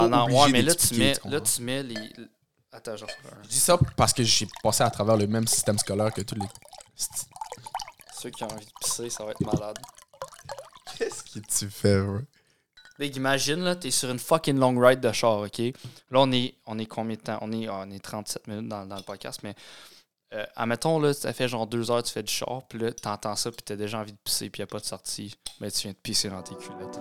pas non, obligé ouais, mais d'expliquer. là, tu mets les... Attends, j'en fais un. Je dis ça parce que j'ai passé à travers le même système scolaire que tous les... Ceux qui ont envie de pisser, ça va être malade. Qu'est-ce que tu fais, bro? Big, imagine, là, t'es sur une fucking long ride de char, OK? Là, on est combien de temps? On est 37 minutes dans le podcast, mais admettons, là, ça fait genre 2 heures, tu fais du char, puis là, t'entends ça, puis t'as déjà envie de pisser, puis y a pas de sortie. Ben, tu viens de pisser dans tes culottes.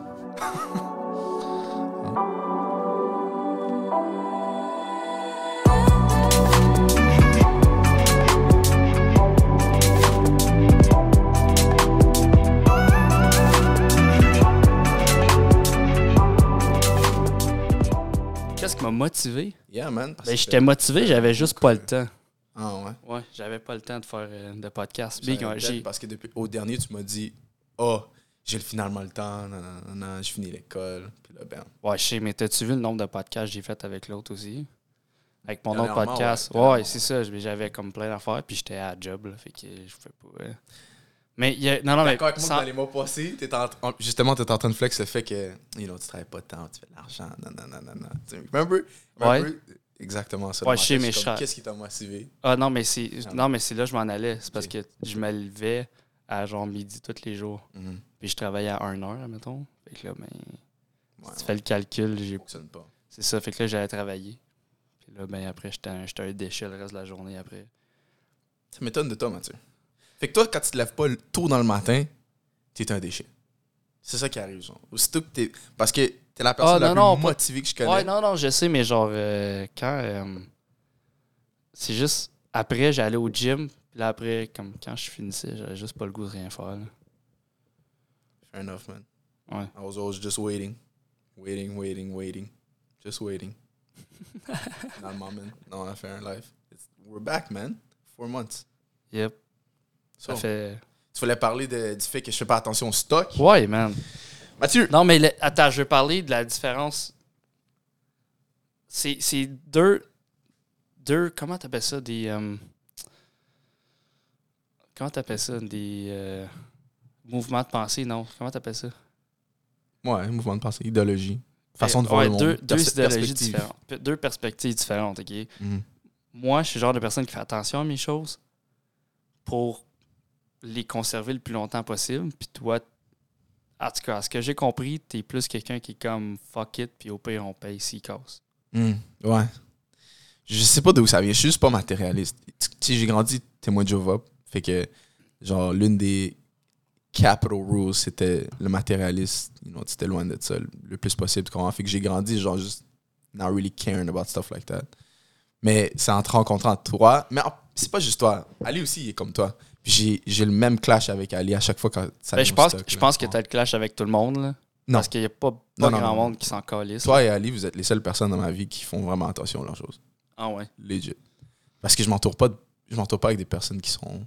Qu'est-ce qui m'a motivé? Yeah, man. Ben, j'étais motivé, j'avais juste pas le temps. Ah, ouais. Ouais, j'avais pas le temps de faire de podcast. Big, Big, parce que au dernier, tu m'as dit, oh, j'ai finalement le temps, non, je finis l'école. Puis là, ben. Ouais, je sais, mais t'as-tu vu le nombre de podcasts que j'ai fait avec l'autre aussi? Avec mon autre Dernièrement, podcast. Ouais, c'est ça. J'avais comme plein d'affaires, puis j'étais à la job, là, fait que je fais pas. Mais il y a. Non, mais. D'accord avec moi que dans les mois passés, justement, t'es en train de flex le fait que, tu travailles pas tant, tu fais de l'argent, non. Remember? Ouais. Exactement ça. Ouais, je sais, mais qu'est-ce qui t'a motivé? Ah non, mais c'est là que je m'en allais. C'est parce que je me levais à genre midi tous les jours. Mm-hmm. Puis je travaillais à 1h, mettons. Fait que là, si tu fais le calcul, Pas. C'est ça, fait que là, j'allais travailler. Puis là, ben après, j'étais un déchet le reste de la journée après. Ça m'étonne de toi, Mathieu. Fait que toi, quand tu te lèves pas tôt dans le matin, t'es un déchet. C'est ça qui arrive, genre. Aussitôt que t'es... Parce que t'es la personne la plus motivée que je connais. Ouais, non, je sais, mais genre, quand... c'est juste... Après, j'allais au gym. Puis là, après, comme quand je finissais, j'avais juste pas le goût de rien faire. Là. Fair enough, man. Ouais. I was always just waiting. Waiting. Just waiting. Not moment. No, fair life. We're back, man. 4 months. Yep. So, ça fait... Tu voulais parler du fait que je fais pas attention au stock? Ouais, man. Mathieu! Non, mais attends, je vais parler de la différence. C'est deux... Comment t'appelles ça? Comment t'appelles ça? Des mouvements de pensée, non? Comment t'appelles ça? Ouais, mouvement de pensée, idéologie. Façon de voir le monde. Deux idéologies différentes. Deux perspectives différentes, OK? Mm-hmm. Moi, je suis le genre de personne qui fait attention à mes choses pour les conserver le plus longtemps possible. Puis toi, en tout cas, à ce que j'ai compris, t'es plus quelqu'un qui est comme fuck it, puis au pire, on paye s'il casse. Ouais. Je sais pas d'où ça vient. Je suis juste pas matérialiste. Tu sais, j'ai grandi témoin de Jéhovah. Fait que, genre, l'une des capital rules, c'était le matérialisme. C'était loin de ça le plus possible. Fait que j'ai grandi, genre, juste not really caring about stuff like that. Mais c'est en te rencontrant toi. Mais c'est pas juste toi. Ali aussi, il est comme toi. Puis j'ai le même clash avec Ali à chaque fois quand ça vient au stock. Je pense que t'as le clash avec tout le monde, là. Non. Parce qu'il n'y a pas grand monde qui s'en calisse. Toi et Ali, vous êtes les seules personnes dans ma vie qui font vraiment attention à leurs choses. Ah ouais. Legit. Parce que je m'entoure pas avec des personnes qui sont...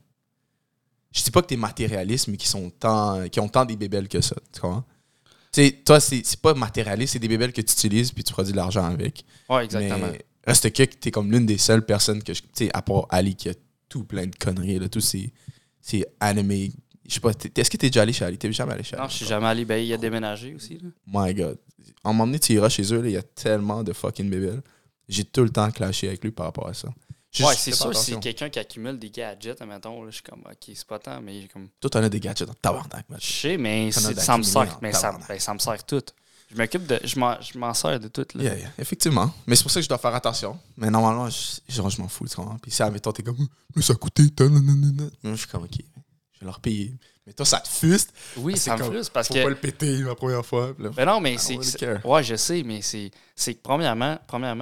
Je dis pas que t'es matérialiste, mais qui ont tant des bébelles que ça. Tu comprends? Tu sais, toi, c'est pas matérialiste, c'est des bébelles que tu utilises puis tu produis de l'argent avec. Ouais, exactement. Mais reste que t'es comme l'une des seules personnes que tu sais, à part Ali qui a tout plein de conneries, là, tous ces animés. Je sais pas, est-ce que t'es déjà allé chez Ali? T'es jamais allé chez Ali? Non, je suis jamais allé. Ben, il a déménagé aussi, là. My God. En m'emmener, tu iras chez eux, là, il y a tellement de fucking bébelles. J'ai tout le temps clashé avec lui par rapport à ça. Ouais, c'est sûr, c'est quelqu'un qui accumule des gadgets, admettons, là, je suis comme, ok, c'est pas tant, mais comme... Toi, t'en as des gadgets dans tabarnak, man. Je sais, mais ça me sert, ça me sert tout. Je m'occupe de... Je m'en sers de tout, là. Yeah, effectivement. Mais c'est pour ça que je dois faire attention. Mais normalement, je m'en fous, tu comprends? Puis si, admettons, t'es comme, mais ça a coûté, moi, je suis comme, ok, je vais leur payer. Mais toi, ça te fuste. Oui, ça me frustre parce faut que... pas le péter la première fois. Ben non, mais c'est... Ouais, je sais, mais c'est que premièrement,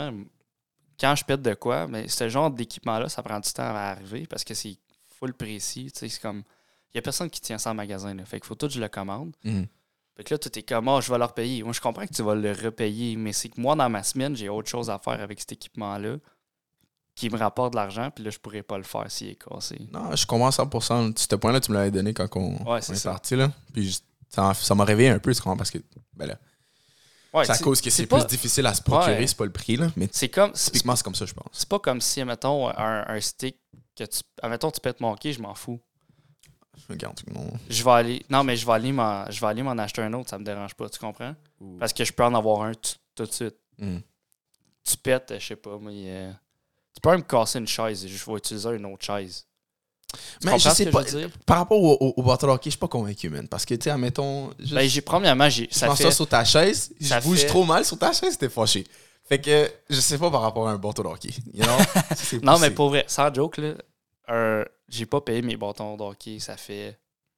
quand je pète de quoi, mais ce genre d'équipement-là, ça prend du temps à arriver parce que c'est full précis. Tu sais, c'est comme... Il y a personne qui tient ça en magasin, là. Fait qu'il faut tout que je le commande. Fait que là, tout est comme, je vais leur payer. Moi, je comprends que tu vas le repayer, mais c'est que moi, dans ma semaine, j'ai autre chose à faire avec cet équipement-là qui me rapporte de l'argent, puis là, je pourrais pas le faire s'il est cassé. Non, je comprends 100%. Ce point-là, tu me l'avais donné quand on est parti, là. Puis ça m'a réveillé un peu, tu comprends, parce que, ben là, ouais, c'est à cause que c'est plus difficile à se procurer, c'est pas le prix, là. Mais typiquement, c'est comme ça, je pense. C'est pas comme si, mettons, un stick que tu... Admettons, tu pètes mon quai, je m'en fous. Regarde, non. Je vais aller m'en acheter un autre, ça me dérange pas, tu comprends? Parce que je peux en avoir un tout de suite. Tu pètes, je sais pas, mais tu peux même casser une chaise et je vais utiliser une autre chaise. Mais je sais pas, par rapport au bâton de hockey, je suis pas convaincu, man. Parce que, tu sais, admettons... premièrement, je pense ça sur ta chaise, je bouge trop mal sur ta chaise, t'es fâché. Fait que, je sais pas par rapport à un bâton de hockey, you know? Non, mais pour vrai, sans joke, là, j'ai pas payé mes bâtons de hockey, ça fait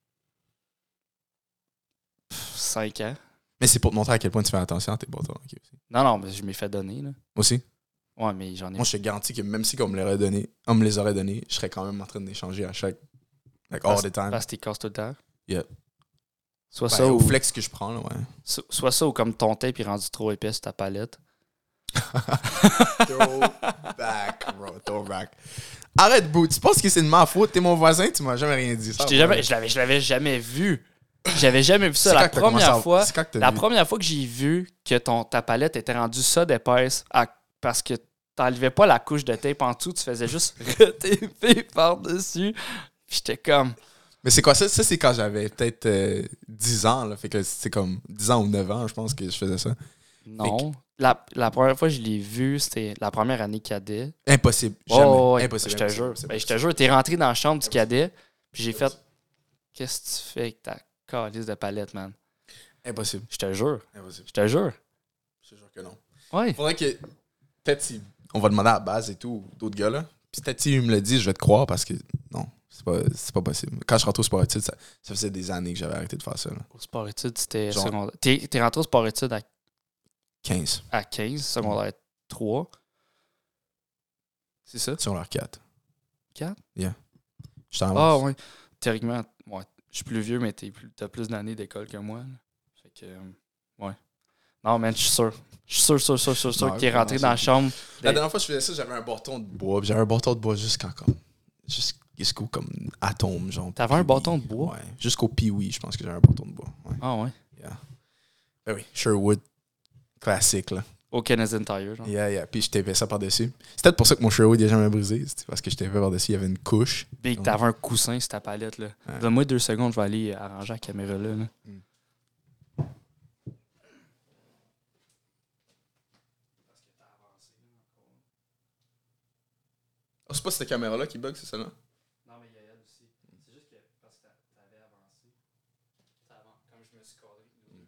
5 ans. Mais c'est pour te montrer à quel point tu fais attention à tes bâtons de hockey aussi. Non, mais je m'ai fait donner, là. Moi aussi? Ouais, mais j'en ai... Moi, je te garantis que même si on me les aurait donnés, je serais quand même en train de les changer à chaque... Like, all the time. Parce que t'es casse tout le temps? Yeah. Soit ça au ou... flex que je prends, là, ouais. Soit ça ou comme ton tape est rendu trop épais sur ta palette. Throwback, bro. Throwback. Arrête, bro. Tu penses que c'est de ma faute? T'es mon voisin, tu m'as jamais rien dit. Je l'avais jamais vu. J'avais jamais vu ça. La première fois que j'ai vu que ta palette était rendue ça d'épaisse parce que t'enlevais pas la couche de tape en dessous, tu faisais juste retaper par-dessus. J'étais comme... Mais c'est quoi ça? Ça, c'est quand j'avais peut-être 10 ans. Là. Fait que c'est comme 10 ans ou 9 ans, je pense que je faisais ça. Non. La première fois que je l'ai vu, c'était la première année cadet. Impossible. Jamais. Ouais. Impossible. Je te jure. Je te jure, t'es rentré dans la chambre du cadet, puis j'ai fait... Qu'est-ce que tu fais avec ta calice de palette, man? Impossible. Je te jure. Impossible. Je te jure. Je te jure que non. Ouais. Faudrait que... Peut-être si... On va demander à la base et tout, d'autres gars, là. Puis peut-être s'il me le dit, je vais te croire parce que... Non. C'est pas possible. Quand je rentre au sport-études, ça faisait des années que j'avais arrêté de faire ça. Là. Au sport-études, c'était secondaire. T'es rentré au sport-études à 15. À 15, secondaire 3. C'est ça? Secondaire 4. 4? Yeah. Ah, ouais. Théoriquement, ouais. Je suis plus vieux, mais t'as plus d'années d'école que moi. Là. Fait que, ouais. Non, man, je suis sûr. Je suis sûr qu'il est rentré dans la chambre. La dernière fois que je faisais ça, j'avais un bâton de bois. J'avais un bâton de bois jusqu'au comme atome, genre. T'avais un bâton de bois? Ouais. Jusqu'au Pee-Wee, je pense que j'avais un bâton de bois. Ouais. Ah ouais? Yeah. Ben oui, Sherwood. Classique, là. Au Canadian Tire, genre. Yeah. Puis je tapais ça par-dessus. C'est peut-être pour ça que mon Sherwood n'est jamais brisé. C'était parce que je tapais par-dessus, il y avait une couche. Big, t'avais un coussin sur ta palette, là. Ouais. Donne-moi 2 secondes, je vais aller arranger la caméra, là. Oh, c'est pas cette caméra-là qui bug, c'est celle-là? Non, mais il y a elle aussi. C'est juste que parce que t'avais avancé. Comme je me suis cadré.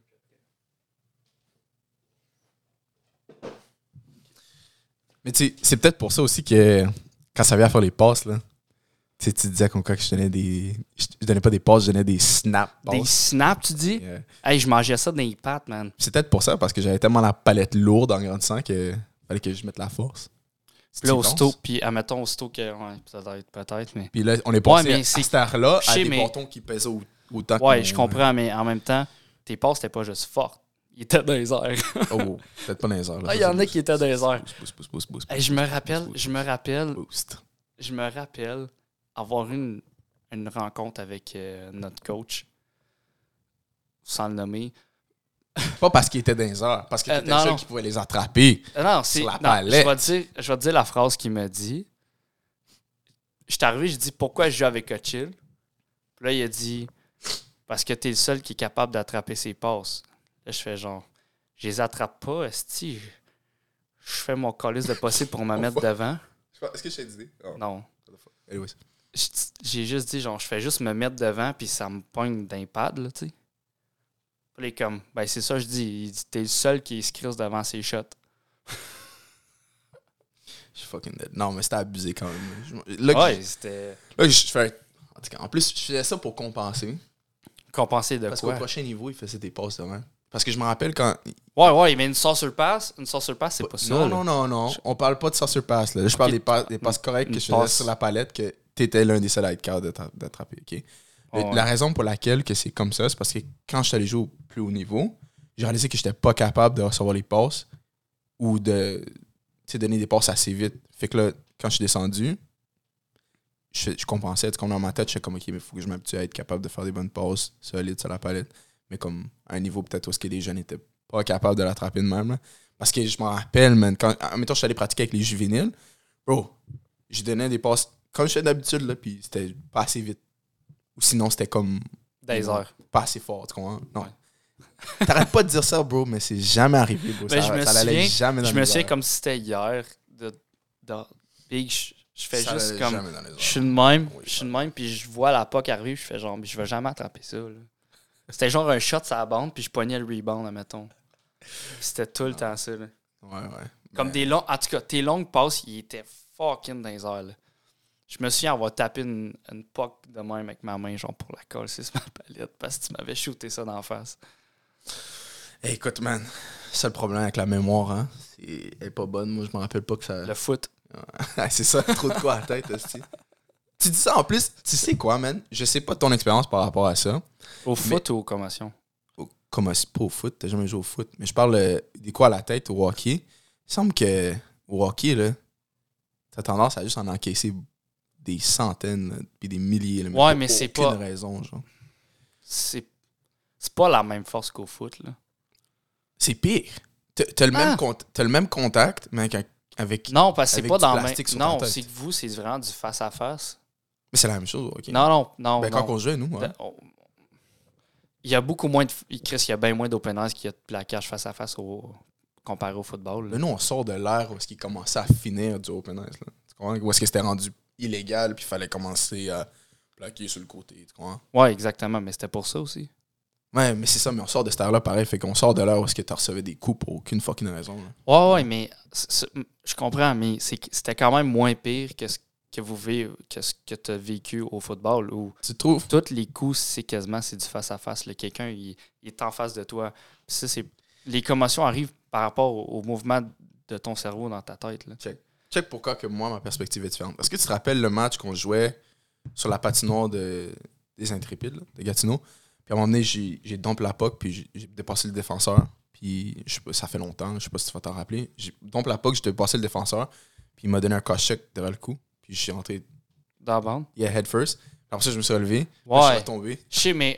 Mais tu sais, c'est peut-être pour ça aussi que quand ça vient à faire les passes, là, tu disais comme quoi que je donnais pas des passes, je donnais des snaps. Des snaps, tu dis? Yeah. Hey, je mangeais ça dans les pattes, man. C'est peut-être pour ça, parce que j'avais tellement la palette lourde en grandissant que fallait que je mette la force. Puis là, aussitôt, puis admettons aussitôt que... Ouais, peut-être, mais... Puis là, on est passé à cette heure-là à des bâtons qui pèsent autant que... Ouais, je comprends, mais en même temps, tes passes, c'était pas juste fortes. Ils étaient dans les airs. Oh, peut-être pas dans les airs. Il y en a qui étaient dans les airs. Je me rappelle avoir eu une rencontre avec notre coach, sans le nommer. Pas parce qu'il était dans les airs, parce que t'étais le seul qui pouvait les attraper. Sur la palette. Je vais te dire la phrase qu'il m'a dit. Je suis arrivé, je dis pourquoi je joue avec Coachil. Puis là, il a dit parce que t'es le seul qui est capable d'attraper ses passes. Là, je fais genre, je les attrape pas, esti. Je fais mon calice de possible pour me mettre devant. Est-ce que je t'ai dit? Oh. Non. Anyways. J'ai juste dit, genre, je fais juste me mettre devant, puis ça me pogne d'un pad, là, tu sais. Puis là, comme, ben, c'est ça, je dis. Il dit, t'es le seul qui se crisse devant ses shots. Je suis fucking dead. Non, mais c'était abusé quand même. C'était. Là, je fais. En tout cas, en plus, je faisais ça pour compenser. Compenser de parce quoi? Parce qu'au prochain niveau, il faisait des passes devant. Parce que je me rappelle quand... Ouais, mais une sauce pass, c'est pas ça. Non. On parle pas de sauce pass. Là. Je parle des passes correctes que je faisais sur la palette que t'étais l'un des seuls à être capable d'attraper. Okay? La raison pour laquelle que c'est comme ça, c'est parce que quand je suis allé jouer au plus haut niveau, j'ai réalisé que j'étais pas capable de recevoir les passes ou de donner des passes assez vite. Fait que là, quand je suis descendu, je compensais. Comme dans ma tête, je suis comme, OK, mais il faut que je m'habitue à être capable de faire des bonnes passes solides sur la palette. Mais comme à un niveau peut-être où les jeunes n'étaient pas capables de l'attraper de même. Là. Parce que je m'en rappelle, man, quand je suis allé pratiquer avec les juvéniles, bro, je donnais des passes comme je fais d'habitude, là, puis c'était pas assez vite. Ou sinon, c'était comme... Des heures. Pas assez fort, tu comprends? Non. Ouais. T'arrêtes pas de dire ça, bro, mais c'est jamais arrivé, bro. Ben, ça l'allait jamais dans je les me souviens airs. comme si c'était hier. Puis je fais Ça juste allait comme. jamais dans les airs. Je suis de même, Oui, je suis de même, puis je vois la puck arriver, je fais genre, mais je vais jamais attraper ça. Là. C'était genre un shot sur la bande, puis je pognais le rebound, admettons. Puis c'était tout le temps ça. Là. Ouais. Comme des longs. En tout cas, tes longues passes, ils étaient fucking dans les airs. Là. Je me souviens avoir tapé une puck de même avec ma main, genre pour la colle, c'est sur ma palette, parce que tu m'avais shooté ça d'en face. Hey, écoute, man, c'est le problème avec la mémoire, hein. Elle est pas bonne. Moi, je me rappelle pas que ça. Le foot. C'est ça, trop de quoi à la tête, hostie. Tu dis ça en plus, tu sais quoi, man? Je sais pas ton expérience par rapport à ça. Au foot ou aux commotions? Comme pas au foot, t'as jamais joué au foot. Mais je parle des quoi à la tête au hockey. Il semble que au hockey, là, t'as tendance à juste en encaisser des centaines puis des milliers. Là, ouais, mais c'est pas. Aucune raison, genre. C'est pas la même force qu'au foot, là. C'est pire. T'as le même contact, mais avec. Non, parce que c'est pas dans le même. Non, tête. c'est que vous, c'est vraiment du face-à-face. Mais c'est la même chose, ok. Non. Ben, quand on jouait, nous. Ouais. Il y a beaucoup moins de. Chris, il y a bien moins d'open ice qu'il y a de plaquage face-à-face comparé au football. Là. Mais nous, on sort de l'ère où est-ce qu'il commençait à finir du open ice. Là. Tu comprends? Où est-ce que c'était rendu illégal puis il fallait commencer à plaquer sur le côté. Tu comprends? Ouais, exactement. Mais c'était pour ça aussi. Ouais, mais c'est ça. Mais on sort de cette ère-là pareil. Fait qu'on sort de l'ère où est-ce que tu recevais des coups pour aucune fucking raison. Là. Ouais, mais je comprends, mais c'était quand même moins pire que ce que vous vivez, que ce que tu as vécu au football. Où tu trouves? Tous les coups, c'est du face-à-face. Quelqu'un, il est en face de toi. Puis ça, les commotions arrivent par rapport au mouvement de ton cerveau dans ta tête. Là. Check pourquoi que moi, ma perspective est différente. Est-ce que tu te rappelles le match qu'on jouait sur la patinoire des Intrépides, là, de Gatineau? Puis à un moment donné, j'ai dumpé la puck, puis j'ai dépassé le défenseur. Puis je sais pas, ça fait longtemps, je sais pas si tu vas t'en rappeler. J'ai dumpé la puck, j'ai dépassé le défenseur, puis il m'a donné un cross-check derrière le cou. Puis je suis rentré dans la bande. Head first. Après ça, je me suis relevé. Ouais. Je suis retombé. Je sais, mais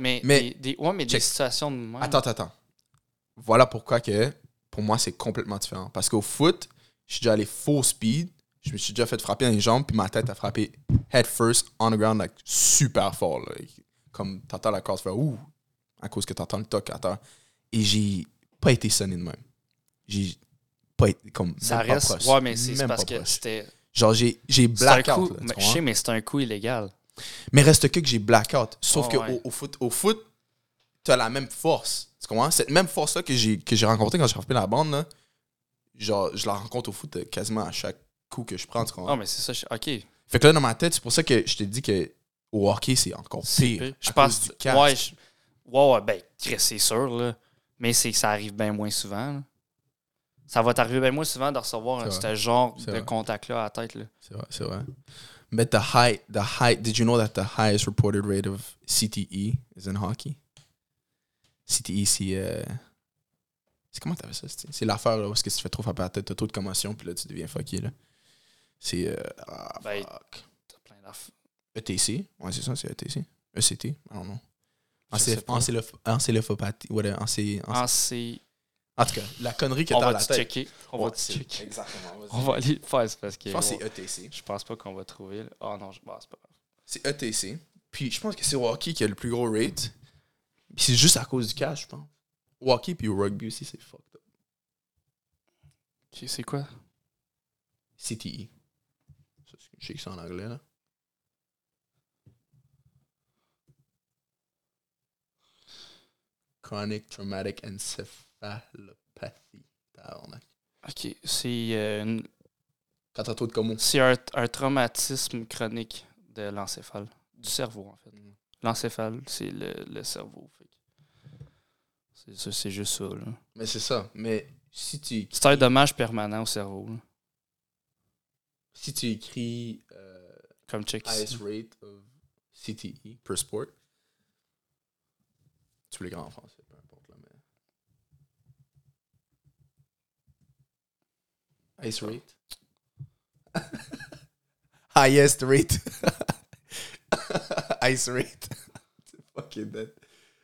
des situations de même. Attends. Voilà pourquoi que pour moi, c'est complètement différent. Parce qu'au foot, je suis déjà allé full speed. Je me suis déjà fait frapper dans les jambes, puis ma tête a frappé head first on the ground, like, super fort. Là. Comme t'entends la corde faire ouh, à cause que t'entends le toc à terre. Et j'ai pas été sonné de même. J'ai pas été comme. Ça même reste. pas proche. Ouais, mais c'est Même parce pas que proche. c'était. Genre, j'ai blackout. Je sais, mais c'est un coup illégal. Mais reste que j'ai blackout. Sauf que ouais. au foot, t'as la même force. Tu comprends? Cette même force-là que j'ai rencontrée quand j'ai frappé la bande, là, genre, je la rencontre au foot quasiment à chaque coup que je prends. Tu comprends? Non, mais c'est ça. OK. Fait que là, dans ma tête, c'est pour ça que je te dis que au hockey, c'est encore pire. Je pense. Ouais, ben, c'est sûr, là. Mais c'est que ça arrive bien moins souvent. Là. Ça va t'arriver bien moins souvent de recevoir ce genre de contact-là à la tête. Là. C'est vrai. But did you know that the highest reported rate of CTE is in hockey? CTE, c'est comment t'appelles ça? C'est l'affaire là, où est-ce que tu te fais trop frapper la tête, t'as trop de commotion, puis là, tu deviens fucké, là. C'est... ben, t'as plein d'affaires. ETC? Ouais, c'est ça, c'est ETC. ECT? I don't know. Encélophopathie. En tout cas, la connerie que t'as à la tête. On va checker. Exactement. On va aller faire ça parce que... Je pense que c'est ETC. Je pense pas qu'on va trouver. Ah non, c'est pas grave. C'est ETC. Puis je pense que c'est au hockey qui a le plus gros rate. Puis c'est juste à cause du cash, je pense. Au hockey puis au rugby aussi, c'est fucked up. Ok, c'est quoi? CTE. Je sais que c'est en anglais, là. Chronic Traumatic Encephalopathy. Ok, c'est quand t'as trop de commo. C'est un traumatisme chronique de l'encéphale. Du cerveau, en fait. L'encéphale, c'est le cerveau. C'est juste ça, là. Mais c'est ça. Mais si tu écris... C'est un dommage permanent au cerveau, là. Si tu écris comme check highest rate of CTE per sport, tu peux les grands en français, peu importe là, mais highest rate. Highest rate. Highest rate. C'est fucking dead.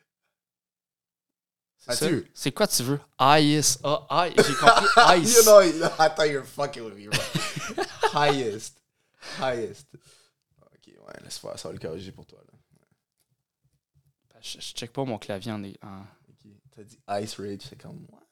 C'est quoi tu veux? Ice. J'ai compris ice. You know, I thought you were fucking with me, right? Highest. Ok, ouais, laisse faire, ça va le corriger pour toi, là. Je check pas mon clavier en... Ok. t'as dit Ice Rage, c'est comme, what?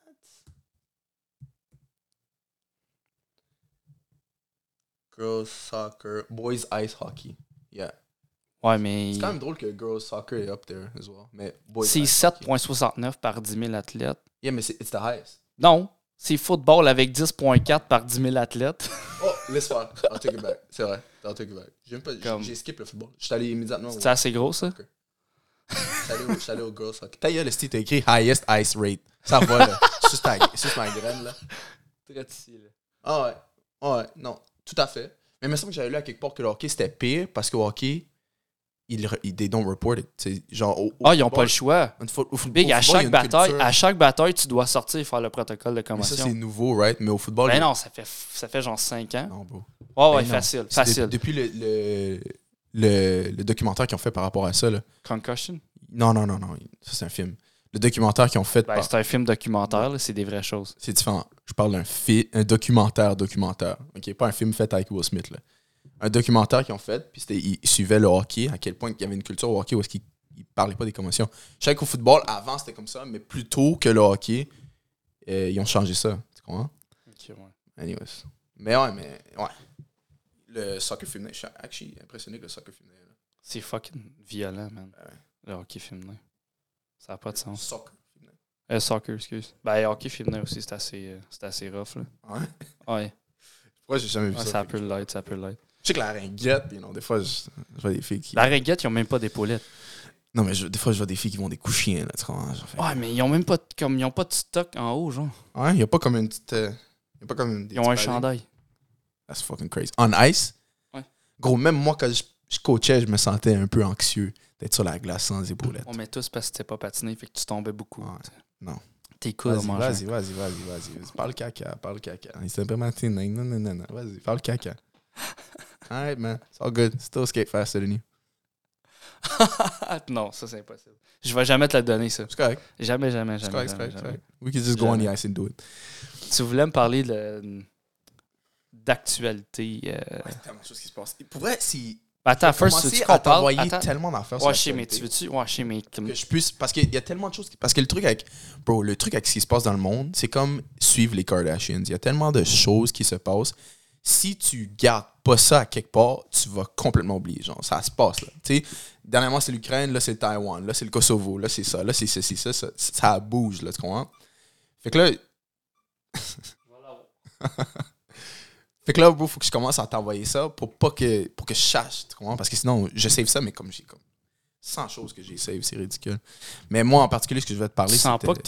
Girls Soccer, Boys Ice Hockey. Yeah. Ouais, mais. C'est quand même drôle que Girls Soccer est up there as well. Mais Boys C'est Ice Hockey. 7,69 par 10 000 athlètes. Yeah, mais it's the highest. Non, c'est football avec 10,4 par 10 000 athlètes. Oh, laisse faire. I'll take it back. C'est vrai. I'll take it back. J'ai skip le football. Je suis allé immédiatement. C'est assez gros, ça? Je suis allé au Girls Soccer. T'as le style, t'as écrit Highest Ice Rate. Ça va, là. C'est juste ma graine, là. Très ici, là. Ah ouais. Ah ouais, non. Tout à fait. Mais il me semble que j'avais lu à quelque part que le hockey, c'était pire parce qu'au hockey, they don't report it. C'est genre, ils n'ont pas le choix. Big, à chaque bataille, tu dois sortir et faire le protocole de commotion. Mais ça, c'est nouveau, right? Mais au football... Ben non, ça fait genre 5 ans. Non, bro. Ouais, facile. Depuis le documentaire qu'ils ont fait par rapport à ça, là. Concussion? Non. Ça, c'est un film. Le documentaire qu'ils ont fait... C'est un film documentaire, là, c'est des vraies choses. C'est différent. Je parle d'un documentaire. OK? Pas un film fait avec Will Smith, là. Un documentaire qu'ils ont fait, puis ils suivaient le hockey, à quel point il y avait une culture au hockey où est-ce qu'ils parlaient pas des commotions. Je sais qu'au football, avant, c'était comme ça, mais plus tôt que le hockey, ils ont changé ça. Tu comprends? OK, ouais. Anyways. Mais ouais. Le soccer féminin, je suis actually impressionné que le soccer féminin. Là. C'est fucking violent, man. Ouais. Le hockey féminin. Ça n'a pas de sens. Soccer féminin. Soccer, excuse. Ben, hockey féminin aussi, c'est assez rough, là. Ouais? Ouais. Pourquoi j'ai jamais vu ça? Ça peut l'être. Je sais que la ringuette, des fois, je vois des filles qui... La ringuette, ils n'ont même pas d'épaulettes. Non, mais des fois, je vois des filles qui vont des coups chiens, là, tu comprends? Ouais, mais ils n'ont même pas de stock en haut, genre. Ouais, il n'y a pas comme une petite... Ils ont un chandail. That's fucking crazy. On ice? Ouais. Gros, même moi, quand je coachais, je me sentais un peu anxieux d'être sur la glace sans épaulettes. On met tous parce que tu pas patiné, fait que tu tombais beaucoup. Ouais. Non. T'es cool, vas-y. Parle caca. Il s'est permis non. Vas-y, parle caca. Alright, man. It's all good. Still skate faster than you. Non, ça, c'est impossible. Je vais jamais te la donner, ça. C'est correct. Jamais. C'est correct. We can just go on the ice and do it. Tu voulais me parler d'actualité. Ouais, c'est tellement de choses qui se passent. Pour vrai, si... Attends, first, tu qu'on parle... tellement d'affaires sur mais tu veux-tu... Ouais, mais... Que je puisse... Parce qu'il y a tellement de choses... Parce que le truc avec ce qui se passe dans le monde, c'est comme suivre les Kardashians. Il y a tellement de choses qui se passent. Si tu gardes pas ça à quelque part, tu vas complètement oublier. Genre, ça se passe, là. Tu sais, dernièrement, c'est l'Ukraine, là, c'est le Taïwan, là, c'est le Kosovo, là, c'est ça, là, c'est ceci, ça bouge, là, tu comprends? Fait que là... Fait que là, il faut que je commence à t'envoyer ça pour que je sache, tu comprends? Parce que sinon, je save ça, mais comme j'ai comme 100 choses que j'ai save, c'est ridicule. Mais moi, en particulier, ce que je vais te parler, c'est... Tu sens pas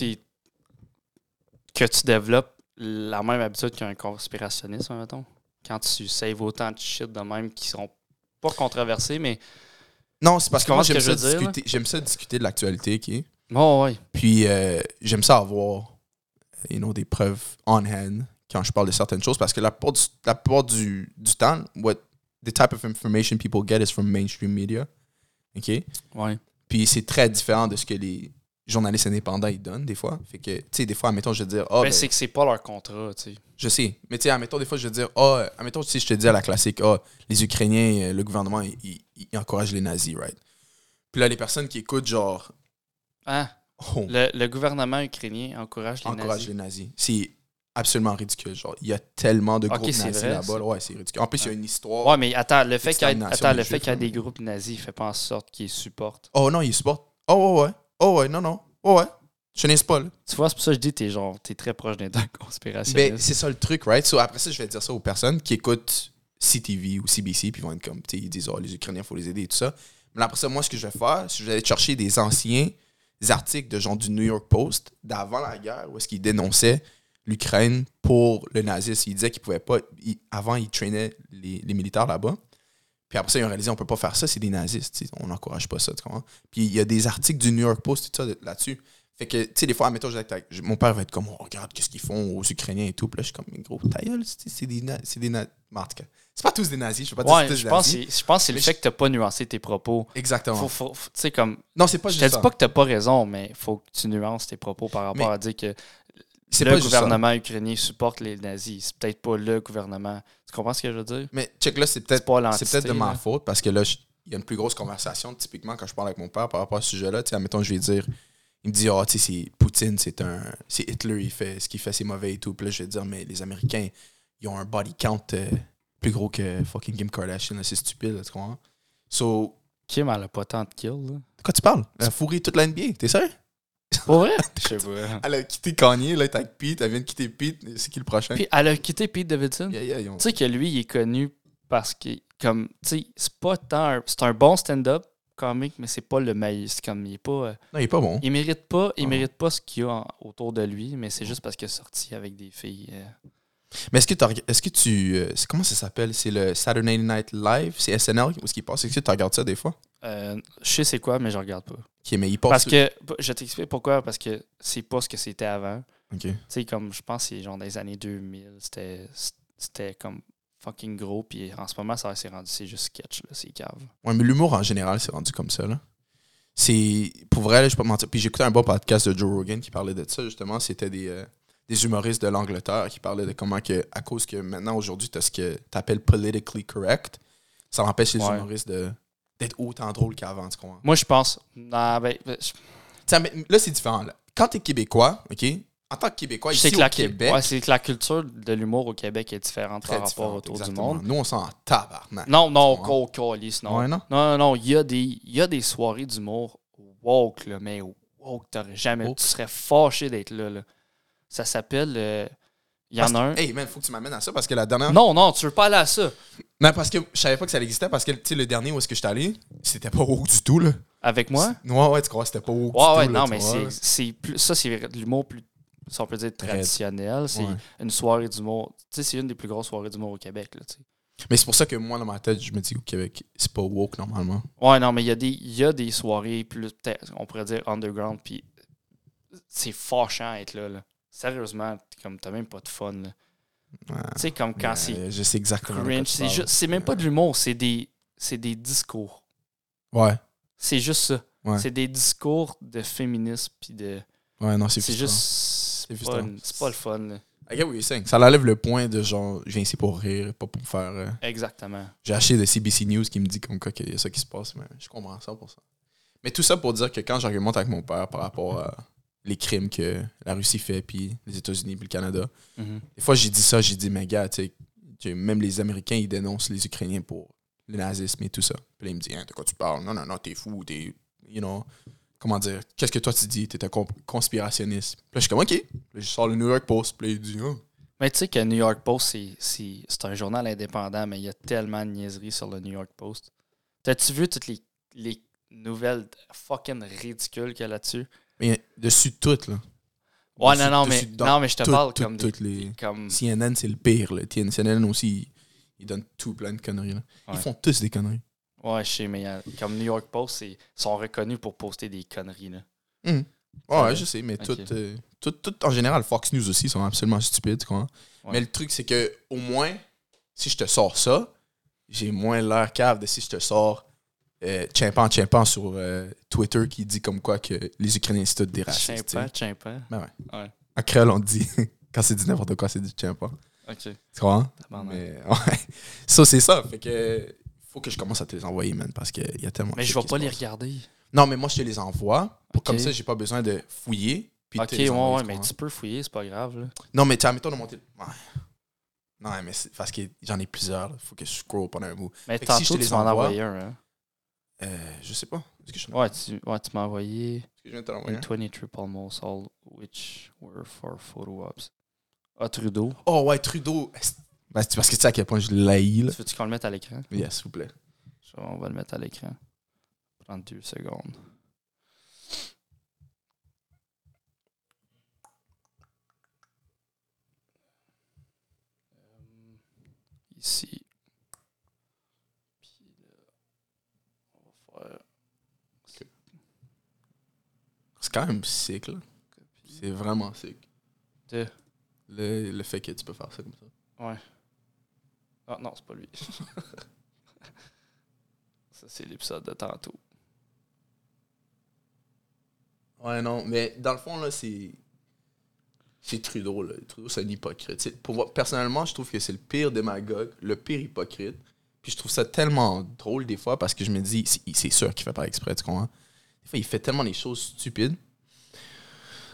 que tu développes la même habitude qu'un conspirationniste, mettons? Quand tu saves autant de shit de même qui seront pas controversés, mais... Non, c'est parce que moi, j'aime ça discuter de l'actualité, OK? Oh, ouais. Puis, j'aime ça avoir, des preuves on hand quand je parle de certaines choses, parce que la plupart du temps, the type of information people get is from mainstream media. OK? Ouais. Puis c'est très différent de ce que les journalistes indépendants ils donnent, des fois. Fait que, tu sais, des fois, admettons, je vais dire... c'est que c'est pas leur contrat, tu sais. Je sais. Mais tu sais, admettons, des fois, je vais dire... admettons, tu sais, je te dis à la classique, les Ukrainiens, le gouvernement, ils encouragent les nazis, right? Puis là, les personnes qui écoutent, genre... Hein? Oh. Le gouvernement ukrainien encourage les nazis. C'est absolument ridicule. Genre, il y a tellement de groupes nazis là-bas. Ouais, c'est ridicule. En plus, il y a une histoire. Ouais, mais attends, le fait qu'il y a des groupes nazis, il fait pas en sorte qu'ils supportent. Oh non, ils supportent. Oh ouais, non. Oh ouais. Je n'ai pas, là. Tu vois, c'est pour ça que je dis t'es très proche d'un conspirationniste. Ben, c'est ça le truc, right? So, après ça, je vais dire ça aux personnes qui écoutent CTV ou CBC, puis ils vont être comme, tu sais, ils disent, les Ukrainiens, il faut les aider et tout ça. Mais après ça, moi, ce que je vais faire, c'est que je vais aller chercher des anciens articles de genre du New York Post d'avant la guerre où est-ce qu'ils dénonçaient l'Ukraine pour le nazisme. Ils disaient qu'ils pouvaient pas... avant, ils traînaient les militaires là-bas. Puis après ça, ils ont réalisé qu'on peut pas faire ça, c'est des nazistes. On n'encourage pas ça, tu comprends? Puis il y a des articles du New York Post, tout ça, là-dessus. Fait que, tu sais, des fois, admettons, mon père va être comme, regarde qu'est-ce qu'ils font aux Ukrainiens et tout. Puis là, je suis comme, mais gros, ta gueule, c'est des nazis. En tout cas, c'est pas tous des nazis. Je veux pas dire je pense que c'est le fait que t'as pas nuancé tes propos. Exactement. Tu sais, comme... Non, c'est pas juste ça. Je te dis pas que t'as pas raison, mais faut que tu nuances tes propos par rapport à dire que le gouvernement ukrainien supporte les nazis. C'est peut-être pas le gouvernement. Tu comprends ce que je veux dire? Mais check là, c'est peut-être de ma faute parce que là, il y a une plus grosse conversation, typiquement, quand je parle avec mon père par rapport à ce sujet-là. Tu sais, admettons, je vais dire il me dit, oh, tu sais, Poutine, c'est Hitler, ce qu'il fait, c'est mauvais et tout. Puis là, je vais dire, mais les Américains, ils ont un body count plus gros que fucking Kim Kardashian, là, c'est stupide, là, tu comprends? So, Kim, elle a pas tant de kills, là. de quoi tu parles? Elle a fourré toute la NBA, t'es sérieux? Pour vrai? Je sais pas. Elle a quitté Kanye, là, elle est avec Pete, elle vient de quitter Pete, c'est qui le prochain? Puis elle a quitté Pete Davidson. Yeah, Tu sais que lui, il est connu parce que, comme, tu sais, c'est pas tant. C'est un bon stand-up comique, mais c'est pas le meilleur. C'est comme, il est pas. Non, il est pas bon. Il mérite pas ce qu'il y a autour de lui, mais c'est juste parce qu'il est sorti avec des filles. Mais est-ce que tu. Comment ça s'appelle? C'est le Saturday Night Live? C'est SNL où ce qui passe? Est-ce que tu regardes ça des fois? Je sais c'est quoi, mais je regarde pas. Ok, mais il passe. Parce que, je t'explique pourquoi, parce que c'est pas ce que c'était avant. Ok. Tu sais, comme, je pense que c'est genre dans les années 2000, c'était comme fucking gros, puis en ce moment, ça s'est rendu, c'est juste sketch, là, c'est cave. Ouais, mais l'humour en général, c'est rendu comme ça, là. C'est. Pour vrai, là, je peux pas mentir. Puis j'écoutais un bon podcast de Joe Rogan qui parlait de ça, justement. C'était des humoristes de l'Angleterre qui parlaient de comment que, à cause que maintenant, aujourd'hui, t'as ce que t'appelles politically correct, ça empêche les humoristes d'être autant drôles qu'avant, tu comprends? Moi, je pense. Là, c'est différent, là. Quand t'es Québécois, OK? En tant que Québécois, ici au Québec... Ouais, c'est que la culture de l'humour au Québec est différente par rapport autour exactement. du monde. Nous, on s'en tabarnak. Non, au calice, non. Ouais, non? Non, il y a des soirées d'humour woke, là, mais woke, t'aurais jamais... Woke. Tu serais fâché d'être là. Ça s'appelle... Il y en a un... Hey, man, faut que tu m'amènes à ça parce que la dernière... Non, tu veux pas aller à ça. Non, parce que je savais pas que ça existait parce que, tu sais, le dernier où est-ce que j'étais allé, c'était pas woke du tout, là. Avec moi? Ouais, tu crois, c'était pas woke du tout. Ouais, là, non, tu mais vois, c'est plus... Ça, c'est de l'humour plus... Si on peut dire traditionnel. C'est Ouais. une soirée d'humour. Tu sais, c'est une des plus grosses soirées d'humour au Québec, là, tu sais. Mais c'est pour ça que moi, dans ma tête, je me dis au Québec, c'est pas woke normalement. Ouais, non, mais il y a des soirées plus, peut-être, on pourrait dire underground, puis c'est fâchant être là. Sérieusement, comme t'as même pas de fun, là. Ouais. Tu sais, comme quand c'est Je sais exactement. cringe, c'est même pas de l'humour, c'est des discours. Ouais. C'est juste ça. Ouais. C'est des discours de féminisme, puis de... Ouais, non, c'est C'est frustrant. juste... C'est pas le fun, là. I get what you're saying. Ça enlève le point de genre, je viens ici pour rire, pas pour me faire. Exactement. J'ai acheté de CBC News qui me dit comme quoi qu'il y a ça qui se passe, mais je comprends ça pour ça. Mais tout ça pour dire que quand j'argumente avec mon père par rapport à les crimes que la Russie fait, puis les États-Unis, puis le Canada, des fois j'ai dit, mais gars, tu sais, même les Américains, ils dénoncent les Ukrainiens pour le nazisme et tout ça. Puis là, il me dit, hein, de quoi tu parles? Non, t'es fou, t'es, you know, comment dire, qu'est-ce que toi tu dis? T'es un conspirationniste. Puis là, je suis comme, OK. Puis là, je sors le New York Post, puis là, il dit, oh. Mais tu sais que New York Post, c'est un journal indépendant, mais il y a tellement de niaiseries sur le New York Post. T'as-tu vu toutes les nouvelles fucking ridicules qu'il y a là-dessus? Mais dessus toutes, là. Ouais, Dessus, mais je te parle comme toutes les... comme... CNN, c'est le pire, là. CNN aussi, ils donnent tout plein de conneries, là. Ouais. Ils font tous des conneries. Ouais, je sais, mais comme New York Post, ils sont reconnus pour poster des conneries, là. Ouais, je sais, mais Ok. tout en général, Fox News aussi sont absolument stupides, quoi. Ouais. Mais le truc, c'est que au moins, si je te sors ça, j'ai moins l'air cave de si je te sors Chimpan sur Twitter qui dit comme quoi que les Ukrainiens c'est tous des racistes. Chimpan. Ben ouais. Ouais. En créole, on dit, quand c'est dit n'importe quoi, c'est du Chimpan. OK. Tu comprends? Tabarnak. Mais ouais. Ça, c'est ça. Fait que faut que je commence à te les envoyer, man, parce qu'il y a tellement de Mais je shit vais qui pas se les passe. regarder. Non, mais moi, je te les envoie. Ok. Comme ça, j'ai pas besoin de fouiller. Puis de OK, te les envoyer, ouais, tu mais comprends? tu peux fouiller, c'est pas grave, là. Non, mais tiens, mettons de monter. Ouais. Non, mais c'est parce que j'en ai plusieurs. Il faut que je scroll pendant un bout. Mais Fait que si je tantôt, te les tu m'en as envoie- envoyé un, hein. Je sais pas. Est-ce que je, Ouais, tu m'as envoyé est-ce que je viens de te l'envoyer? 20 triple almost all which were for photo ops. Ah, Trudeau. Oh, ouais, Trudeau. Ben, c'est parce que tu sais à quel point je l'haïs, là. Veux-tu qu'on le mette à l'écran? Yes, s'il vous plaît. On va le mettre à l'écran. 32 secondes. Ici. Puis là, on va faire... C'est quand même sick, là. C'est vraiment sick. De... Le fait que tu peux faire ça comme ça. Ouais. Ah non, c'est pas lui. Ça, c'est l'épisode de tantôt. Ouais, non, mais dans le fond, là, c'est Trudeau, là. Trudeau, c'est un hypocrite. Personnellement, je trouve que c'est le pire démagogue, le pire hypocrite. Puis je trouve ça tellement drôle des fois parce que je me dis, c'est sûr qu'il fait pas exprès, tu comprends? Des fois, il fait tellement des choses stupides.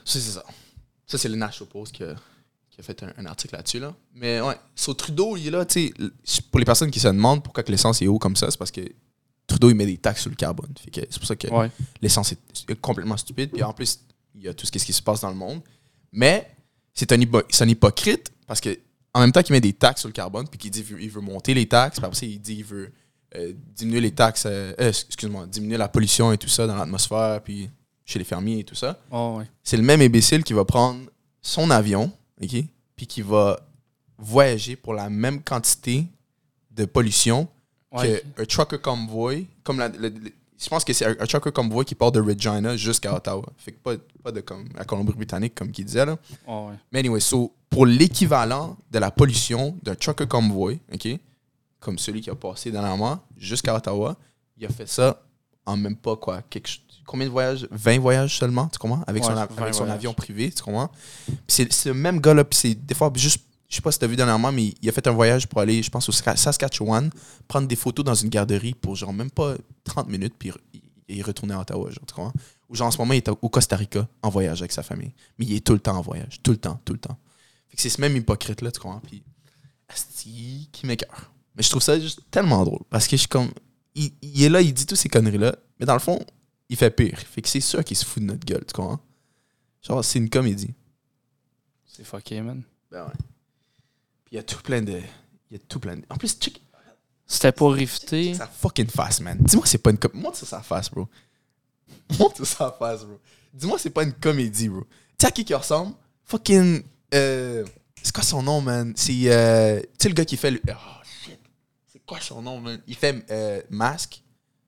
C'est ça. Ça, c'est le National Post qui a fait un article là-dessus. Là. Mais ouais, sur Trudeau, il est là, tu sais, pour les personnes qui se demandent pourquoi que l'essence est haut comme ça, c'est parce que Trudeau, il met des taxes sur le carbone. Fait que c'est pour ça que l'essence est complètement stupide. Puis en plus, il y a tout ce qui se passe dans le monde. Mais c'est un hypocrite parce que en même temps qu'il met des taxes sur le carbone, puis qu'il dit qu'il veut monter les taxes, puis après ça, il dit qu'il veut diminuer les taxes, diminuer la pollution et tout ça dans l'atmosphère, puis chez les fermiers et tout ça. C'est le même imbécile qui va prendre son avion, OK, puis qui va voyager pour la même quantité de pollution qu'un trucker convoy, comme je pense que c'est un trucker convoy qui part de Regina jusqu'à Ottawa. Fait que pas de comme la Colombie-Britannique, comme qu'il disait, là. Mais anyway, pour l'équivalent de la pollution d'un trucker convoy, OK, comme celui qui a passé dernièrement jusqu'à Ottawa, il a fait ça en même pas, quoi, combien de voyages? 20 voyages seulement, tu comprends? Avec son avion privé, tu comprends? Puis c'est le même gars-là, puis c'est des fois juste... Je sais pas si tu as vu dernièrement, mais il a fait un voyage pour aller, je pense, au Saskatchewan, prendre des photos dans une garderie pour genre même pas 30 minutes, puis il est retourné à Ottawa, genre, tu comprends? Ou genre en ce moment, il est au Costa Rica en voyage avec sa famille. Mais il est tout le temps en voyage. Tout le temps. Fait que c'est ce même hypocrite-là, tu comprends? Puis, asti, qui m'écoeure. Mais je trouve ça juste tellement drôle. Parce que je suis comme... Il est là, il dit toutes ces conneries-là, mais dans le fond, il fait pire. Fait que c'est sûr qu'il se fout de notre gueule, tu comprends? Genre, c'est une comédie. C'est fucké, man. Ben ouais. Puis il y a tout plein de... En plus, check... C'était pour rifter. Sa fucking face, man. Dis-moi c'est pas une comédie. Montre ça sa face, bro. Montre ça sa face, bro. Dis-moi c'est pas une comédie, bro. Tu sais à qui ressemble? Fucking... c'est quoi son nom, man? C'est... tu sais le gars qui fait le... Oh, shit. C'est quoi son nom, man? Il fait Masque.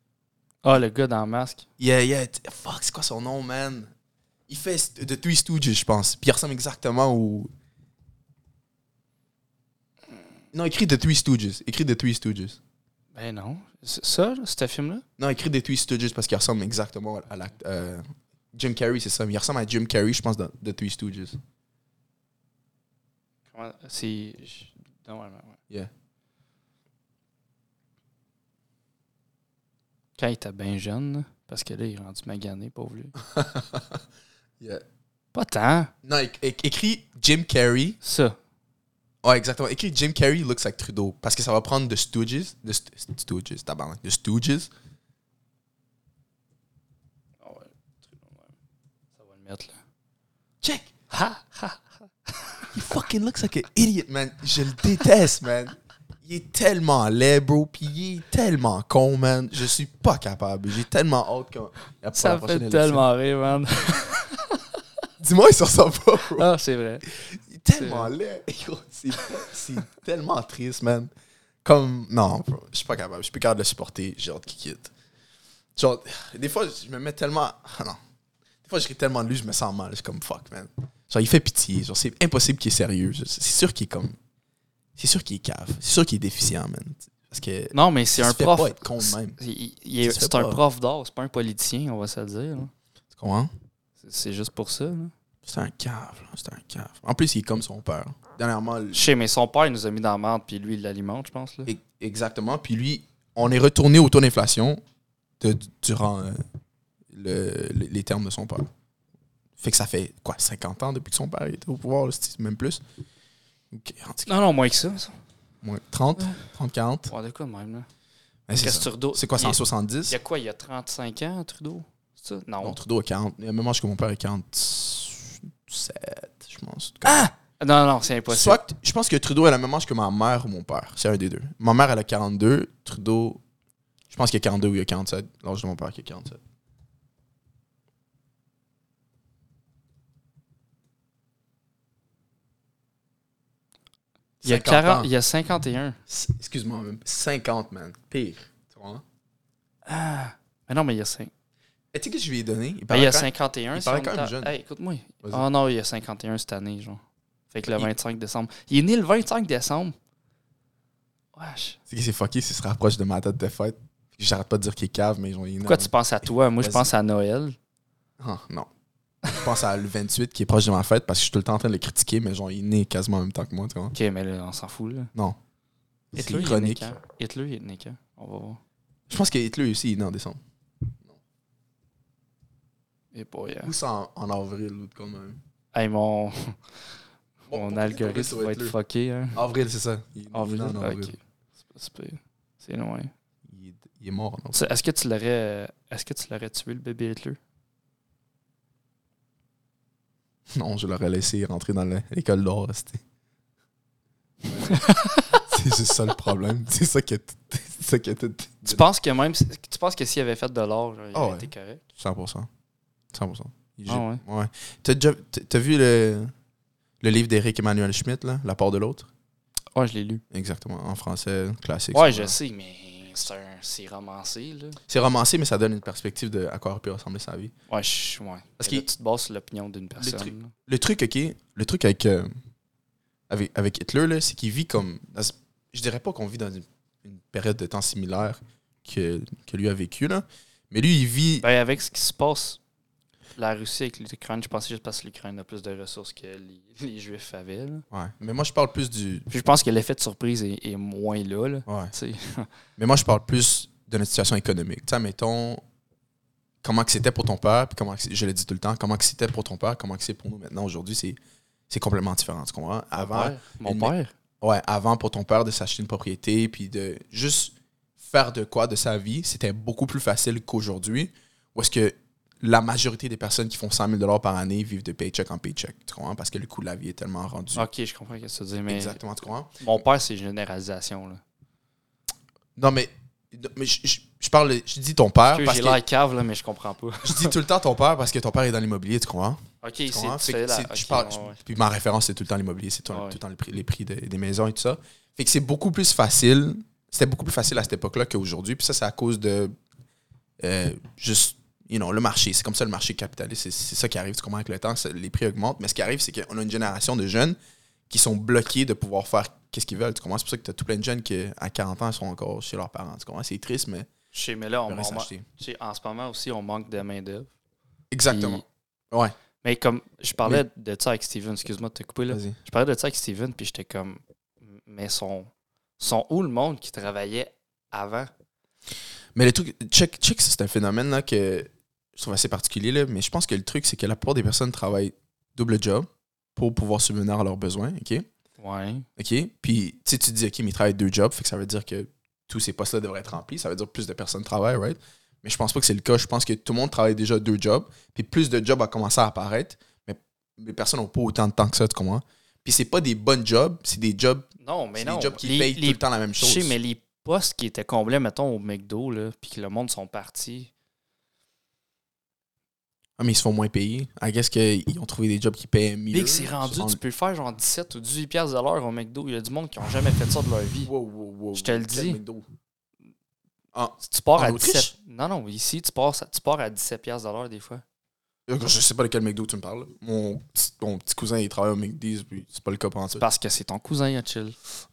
Ah, le gars dans Masque. Yeah. Fuck, c'est quoi son nom, man? Il fait The Three Stooges, je pense. Puis il ressemble exactement au... Non, écrit The Three Stooges. Ben non. Ça, ce film-là? Non, écrit The Three Stooges parce qu'il ressemble exactement à Jim Carrey, c'est ça. Mais il ressemble à Jim Carrey, je pense, dans The Three Stooges. Comment... C'est... Non, ouais. Yeah. Quand il était bien jeune, là, parce que là, il est rendu magané, pauvre lui. Yeah. Pas tant. Non, écrit Jim Carrey. Ça. Ouais, exactement. Écrit Jim Carrey looks like Trudeau. Parce que ça va prendre The Stooges. The Stooges. Ah ouais. Ça va le mettre, là. Check! He fucking looks like an idiot, man. Je le déteste, man. Il est tellement laid, bro. Puis il est tellement con, man. Je suis pas capable. J'ai tellement hâte quand... Ça me fait tellement rire, man. Dis-moi, il s'en sort pas, bro. Ah, c'est vrai. Il est tellement laid. C'est tellement triste, man. Comme... Non, bro. Je suis pas capable. Je suis plus capable de le supporter. J'ai hâte qu'il quitte. Genre, des fois, je me mets tellement... non. Des fois, je ris tellement de lui, je me sens mal. Je suis comme, fuck, man. Genre, il fait pitié. Genre, c'est impossible qu'il est sérieux. C'est sûr qu'il est comme... C'est sûr qu'il est cave. C'est sûr qu'il est déficient, man. Parce que... Non, mais c'est un prof... pas être con de même. C'est un prof d'art. C'est pas un politicien, on va se le dire. Là. Tu comprends? C'est juste pour ça, là. C'est un cave, là. C'est un cave. En plus, il est comme son père. Dernièrement... Je sais, mais son père, il nous a mis dans la merde, puis lui, il l'alimente, je pense, là. Exactement. Puis lui, on est retourné au taux d'inflation durant les termes de son père. Fait que ça fait, 50 ans depuis que son père était au pouvoir, là, c'est même plus. Okay, non, moins que ça. Moins 30, 30, 40. Ouais, de quoi de même, là? C'est quoi, c'est en 70? Il y a quoi, il y a 35 ans, Trudeau? C'est ça? Non, Trudeau a 40. Il y a même âge que mon père est 47, je pense. Ah! Non, c'est impossible. Soit, je pense que Trudeau a la même âge que ma mère ou mon père. C'est un des deux. Ma mère, elle a 42. Trudeau, je pense qu'il y a 42 ou il y a 47. L'âge de mon père qui est 47. Il y a 51. Excuse-moi, même. 50, man. Pire. Tu vois? Ah! Mais non, mais il y a 5. Et tu sais que je lui ai donné? Il y a 51. Il paraît quand même jeune. Hey, écoute-moi. Oh non, il y a 51 cette année, genre. Fait que le 25 décembre. Il est né le 25 décembre. Wesh. C'est fucké s'il se rapproche de ma date de fête. J'arrête pas de dire qu'il est cave, mais il est né. Pourquoi tu penses à toi? Moi, je pense à Noël. Ah, non. Je pense à le 28 qui est proche de ma fête parce que je suis tout le temps en train de le critiquer, mais genre, il est né quasiment en même temps que moi, tu vois. Ok, mais là, on s'en fout, là. Non. Hitler, il est né quand? Hitler, il est né quand? On va voir. Je pense que Hitler aussi, il est né en décembre. Non. Et boy, Ou c'est en avril ou quand même. Hey, mon algorithme va être fucké. Hein. Avril, c'est ça. Avril, ok. C'est loin. Il est mort. Non? Est-ce que tu l'aurais tué, le bébé Hitler? Non, je l'aurais laissé rentrer dans l'école d'or. C'est juste ça le problème. C'est ça qui est tout. Tu penses que s'il avait fait de l'or, il aurait été correct? 100%. Ouais. T'as vu le livre d'Éric Emmanuel Schmitt, là, La part de l'autre? Ouais, je l'ai lu. Exactement, en français, classique. Ouais, je sais, mais c'est romancé, là. C'est romancé, mais ça donne une perspective de à quoi aurait pu ressembler sa vie. Ouais. Parce que tu te bases sur l'opinion d'une personne. Le truc avec Hitler, là, c'est qu'il vit comme... Je dirais pas qu'on vit dans une période de temps similaire que lui a vécu, là. Mais lui, il vit... Ben, avec ce qui se passe, la Russie avec l'Ukraine, je pensais juste parce que l'Ukraine a plus de ressources que les Juifs avaient. Là. Ouais. Mais moi, je parle plus du... Puis je pense que l'effet de surprise est moins là. Ouais. Mais moi, je parle plus de notre situation économique. Tu sais, mettons, comment que c'était pour ton père, puis je le dis tout le temps, comment que c'était pour ton père, comment que c'est pour nous maintenant, aujourd'hui, c'est complètement différent. Tu comprends? Mon père? Ouais, avant, pour ton père, de s'acheter une propriété, puis de juste faire de quoi de sa vie, c'était beaucoup plus facile qu'aujourd'hui, où est-ce que la majorité des personnes qui font 100 000 $ par année vivent de paycheck en paycheck. Tu comprends? Parce que le coût de la vie est tellement rendu. Ok, je comprends ce que tu veux dire. Mais exactement, tu comprends? Mon père, c'est généralisation. Là. Non, mais je dis ton père. J'ai l'air cave, là, mais je comprends pas. Je dis tout le temps ton père parce que ton père est dans l'immobilier, tu comprends? Ok, c'est là. Puis ma référence, c'est tout le temps l'immobilier, c'est tout le temps les prix des maisons et tout ça. Fait que c'est beaucoup plus facile. C'était beaucoup plus facile à cette époque-là qu'aujourd'hui. Puis ça, c'est à cause de juste. Le marché, c'est comme ça le marché capitaliste, c'est ça qui arrive, tu comprends, avec le temps, les prix augmentent, mais ce qui arrive, c'est qu'on a une génération de jeunes qui sont bloqués de pouvoir faire qu'est-ce qu'ils veulent, tu comprends, c'est pour ça que tu as tout plein de jeunes qui, à 40 ans, sont encore chez leurs parents, tu comprends, c'est triste, mais... Mais là, en ce moment aussi, on manque de main-d'œuvre. Exactement, ouais. Mais comme, je parlais de ça avec Steven, excuse-moi de te couper, là. Vas-y. Je parlais de ça avec Steven, puis j'étais comme, mais sont où le monde qui travaillait avant? Mais le truc, check, c'est un phénomène là que je trouve assez particulier, là, mais je pense que le truc, c'est que la plupart des personnes travaillent double job pour pouvoir subvenir à leurs besoins, OK? Ouais. OK? Puis, tu te dis, OK, mais ils travaillent 2 jobs, fait que ça veut dire que tous ces postes-là devraient être remplis. Ça veut dire que plus de personnes travaillent, right? Mais je pense pas que c'est le cas. Je pense que tout le monde travaille déjà 2 jobs, puis plus de jobs a commencé à apparaître, mais les personnes n'ont pas autant de temps que ça, tu comprends? Puis c'est pas des bons jobs, c'est des jobs... des jobs qui payent tout le temps la même chose. Je sais, mais les postes qui étaient comblés, mettons, au McDo, là, puis que le monde sont partis... Ah, mais ils se font moins payer. I guess qu'ils ont trouvé des jobs qui paient mieux. Big, c'est rendu, tu peux faire genre 17 ou 18 piastres de l'heure au McDo. Il y a du monde qui n'ont jamais fait ça de leur vie. Wow. Je te le dis. Tu pars à 17... Non, ici, tu pars à 17 piastres de l'heure des fois. Je sais pas de quel McDo tu me parles. Mon petit cousin, il travaille au McDo, puis c'est pas le cas pendant ça. Parce que c'est ton cousin, il chill.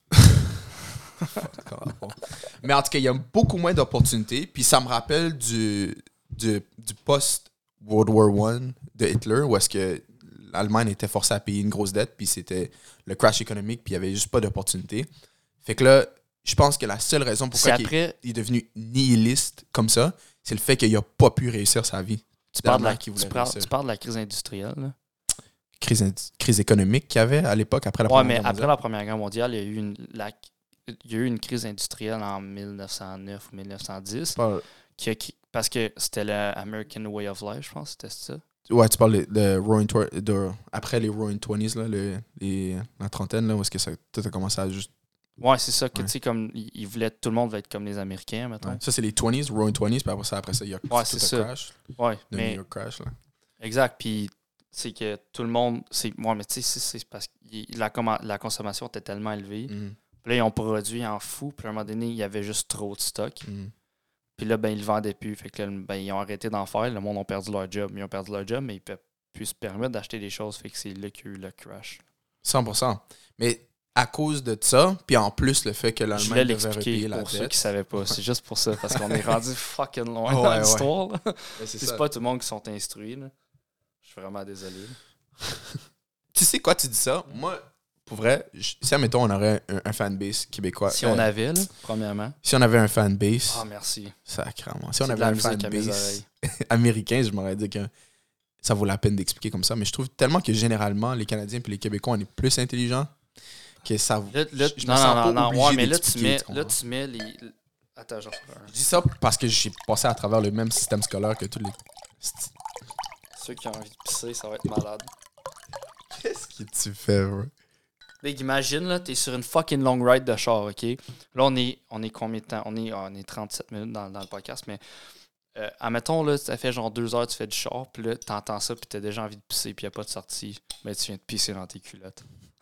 Mais en tout cas, il y a beaucoup moins d'opportunités. Puis ça me rappelle du post World War I de Hitler, où est-ce que l'Allemagne était forcée à payer une grosse dette, puis c'était le crash économique, puis il n'y avait juste pas d'opportunité. Fait que là, je pense que la seule raison pourquoi il est devenu nihiliste comme ça, c'est le fait qu'il n'a pas pu réussir sa vie. Tu parles de la crise industrielle, là? Crise économique qu'il y avait à l'époque, après la Première Guerre mondiale. Après la Première Guerre mondiale, il y a eu une crise industrielle en 1909 ou 1910. Parce que c'était l'American Way of Life, je pense, c'était ça. Ouais, tu parles après les Roaring Twenties, là, la trentaine, là, où est-ce que ça a commencé à juste... Ouais, c'est ça, que tu sais, comme, tout le monde va être comme les Américains, mettons. Ouais. Ça, c'est les 20s, Roaring Twenties, puis après ça, il y a c'est ça. Crash. Ouais, New York Crash, là. Exact, puis c'est que tout le monde... Ouais, mais tu sais, c'est parce que la consommation était tellement élevée. Mm-hmm. Puis là, ils ont produit en fou, puis à un moment donné, il y avait juste trop de stock. Mm-hmm. Puis là, ils le vendaient plus. Fait que là, ils ont arrêté d'en faire. Le monde a perdu leur job. Ils ont perdu leur job, mais ils ne peuvent plus se permettre d'acheter des choses. Fait que c'est là qu'il y a eu le crash. 100%. Mais à cause de ça, puis en plus le fait que l'Allemagne devait repayer la dette. Pour ceux qui ne savaient pas. C'est juste pour ça, parce qu'on est rendu fucking loin dans l'histoire. Là. C'est pas tout le monde qui sont instruits. Là. Je suis vraiment désolé. Tu sais quoi, tu dis ça? Moi... Pour vrai, si, admettons, on aurait un fanbase québécois. Si on avait, là, premièrement. Si on avait un fanbase. Ah, merci. Sacrément. Si on avait un fanbase américain, je m'aurais dit que ça vaut la peine d'expliquer comme ça. Mais je trouve tellement que généralement, les Canadiens et les Québécois, on est plus intelligents que ça. Non, ouais, mais là, tu mets les. Attends, j'en fais un. Je dis ça parce que j'ai passé à travers le même système scolaire que tous les. Ceux qui ont envie de pisser, ça va être malade. Qu'est-ce que tu fais, bro? Big, imagine, là, t'es sur une fucking long ride de char, OK? Là, on est combien de temps? On est 37 minutes dans le podcast, mais admettons, là, ça fait genre 2 heures, tu fais du char, puis là, t'entends ça, puis t'as déjà envie de pisser, puis y a pas de sortie. Mais tu viens de pisser dans tes culottes.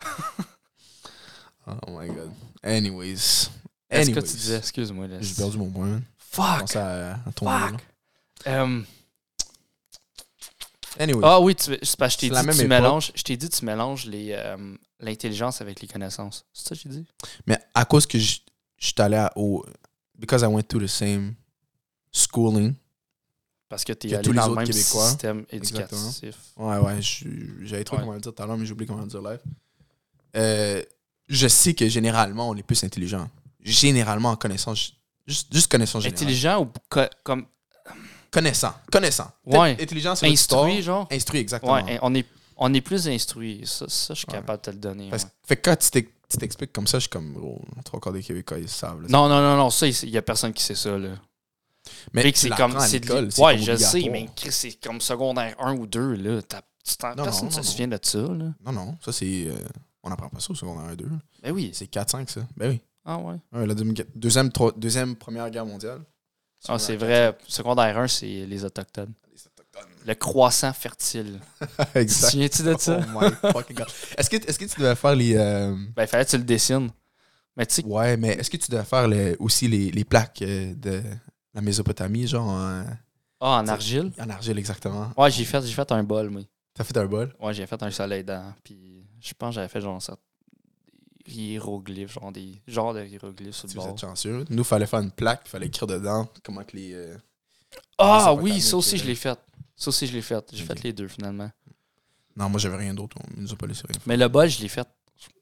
Oh my God. Anyways. Est-ce que tu disais? Excuse-moi. Là, j'ai perdu mon point, man. Fuck! Je pensais à ton nom. Anyways. Ah oui, c'est parce que je t'ai dit tu mélanges l'intelligence avec les connaissances. C'est ça que j'ai dit? Mais à cause que je suis allé because I went to the same schooling. Parce que tu es allé dans le même Québécois. Système éducatif. Exactement. Ouais, j'avais trop comment le dire tout à l'heure, mais j'ai oublié comment le dire live. Je sais que généralement, on est plus intelligent. Généralement, en connaissance, juste connaissance générale. Intelligent ou comme... Connaissant. Ouais. Intelligent, c'est instruit, genre. Instruit, exactement. Ouais, on est plus instruit. Ça je suis capable de te le donner. Fait que quand tu t'expliques comme ça, je suis comme, oh, 3/4 des Québécois, ils savent. Là, non, ça, il y a personne qui sait ça, là. Mais c'est comme à l'école, c'est ouais, je sais, mais c'est comme secondaire 1 ou 2, là. Personne ne se souvient de ça, là. Non, ça c'est... on n'apprend pas ça au secondaire 1 2. Ben oui. C'est 4-5, ça. Ben oui. Ah ouais? Ouais, la deuxième première guerre mondiale. Ah, c'est vrai. Secondaire 1, c'est les Autochtones. Le croissant fertile. Exact. Tu te souviens-tu de ça? Oh my fucking God. Est-ce que tu devais faire les... Ben, il fallait que tu le dessines. Mais tu sais... Ouais, mais est-ce que tu devais faire aussi les plaques de la Mésopotamie, genre en argile? En argile, exactement. Ouais, j'ai fait un bol, moi. T'as fait un bol? Ouais, j'ai fait un soleil dent. Puis je pense que j'avais fait genre ça. Hiéroglyphes, genre de hiéroglyphes sur le bord. Vous êtes chanceux. Nous, il fallait faire une plaque, il fallait écrire dedans comment que les... oui, ça aussi, je l'ai fait. J'ai fait les deux, finalement. Non, moi, j'avais rien d'autre. On nous a pas laissé rien faire. Mais le bol, je l'ai fait.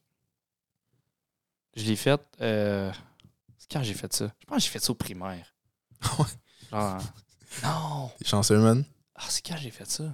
Quand j'ai fait ça? Je pense que j'ai fait ça au primaire. Ouais. Genre... Non! T'es chanceux, man. Ah, c'est quand j'ai fait ça?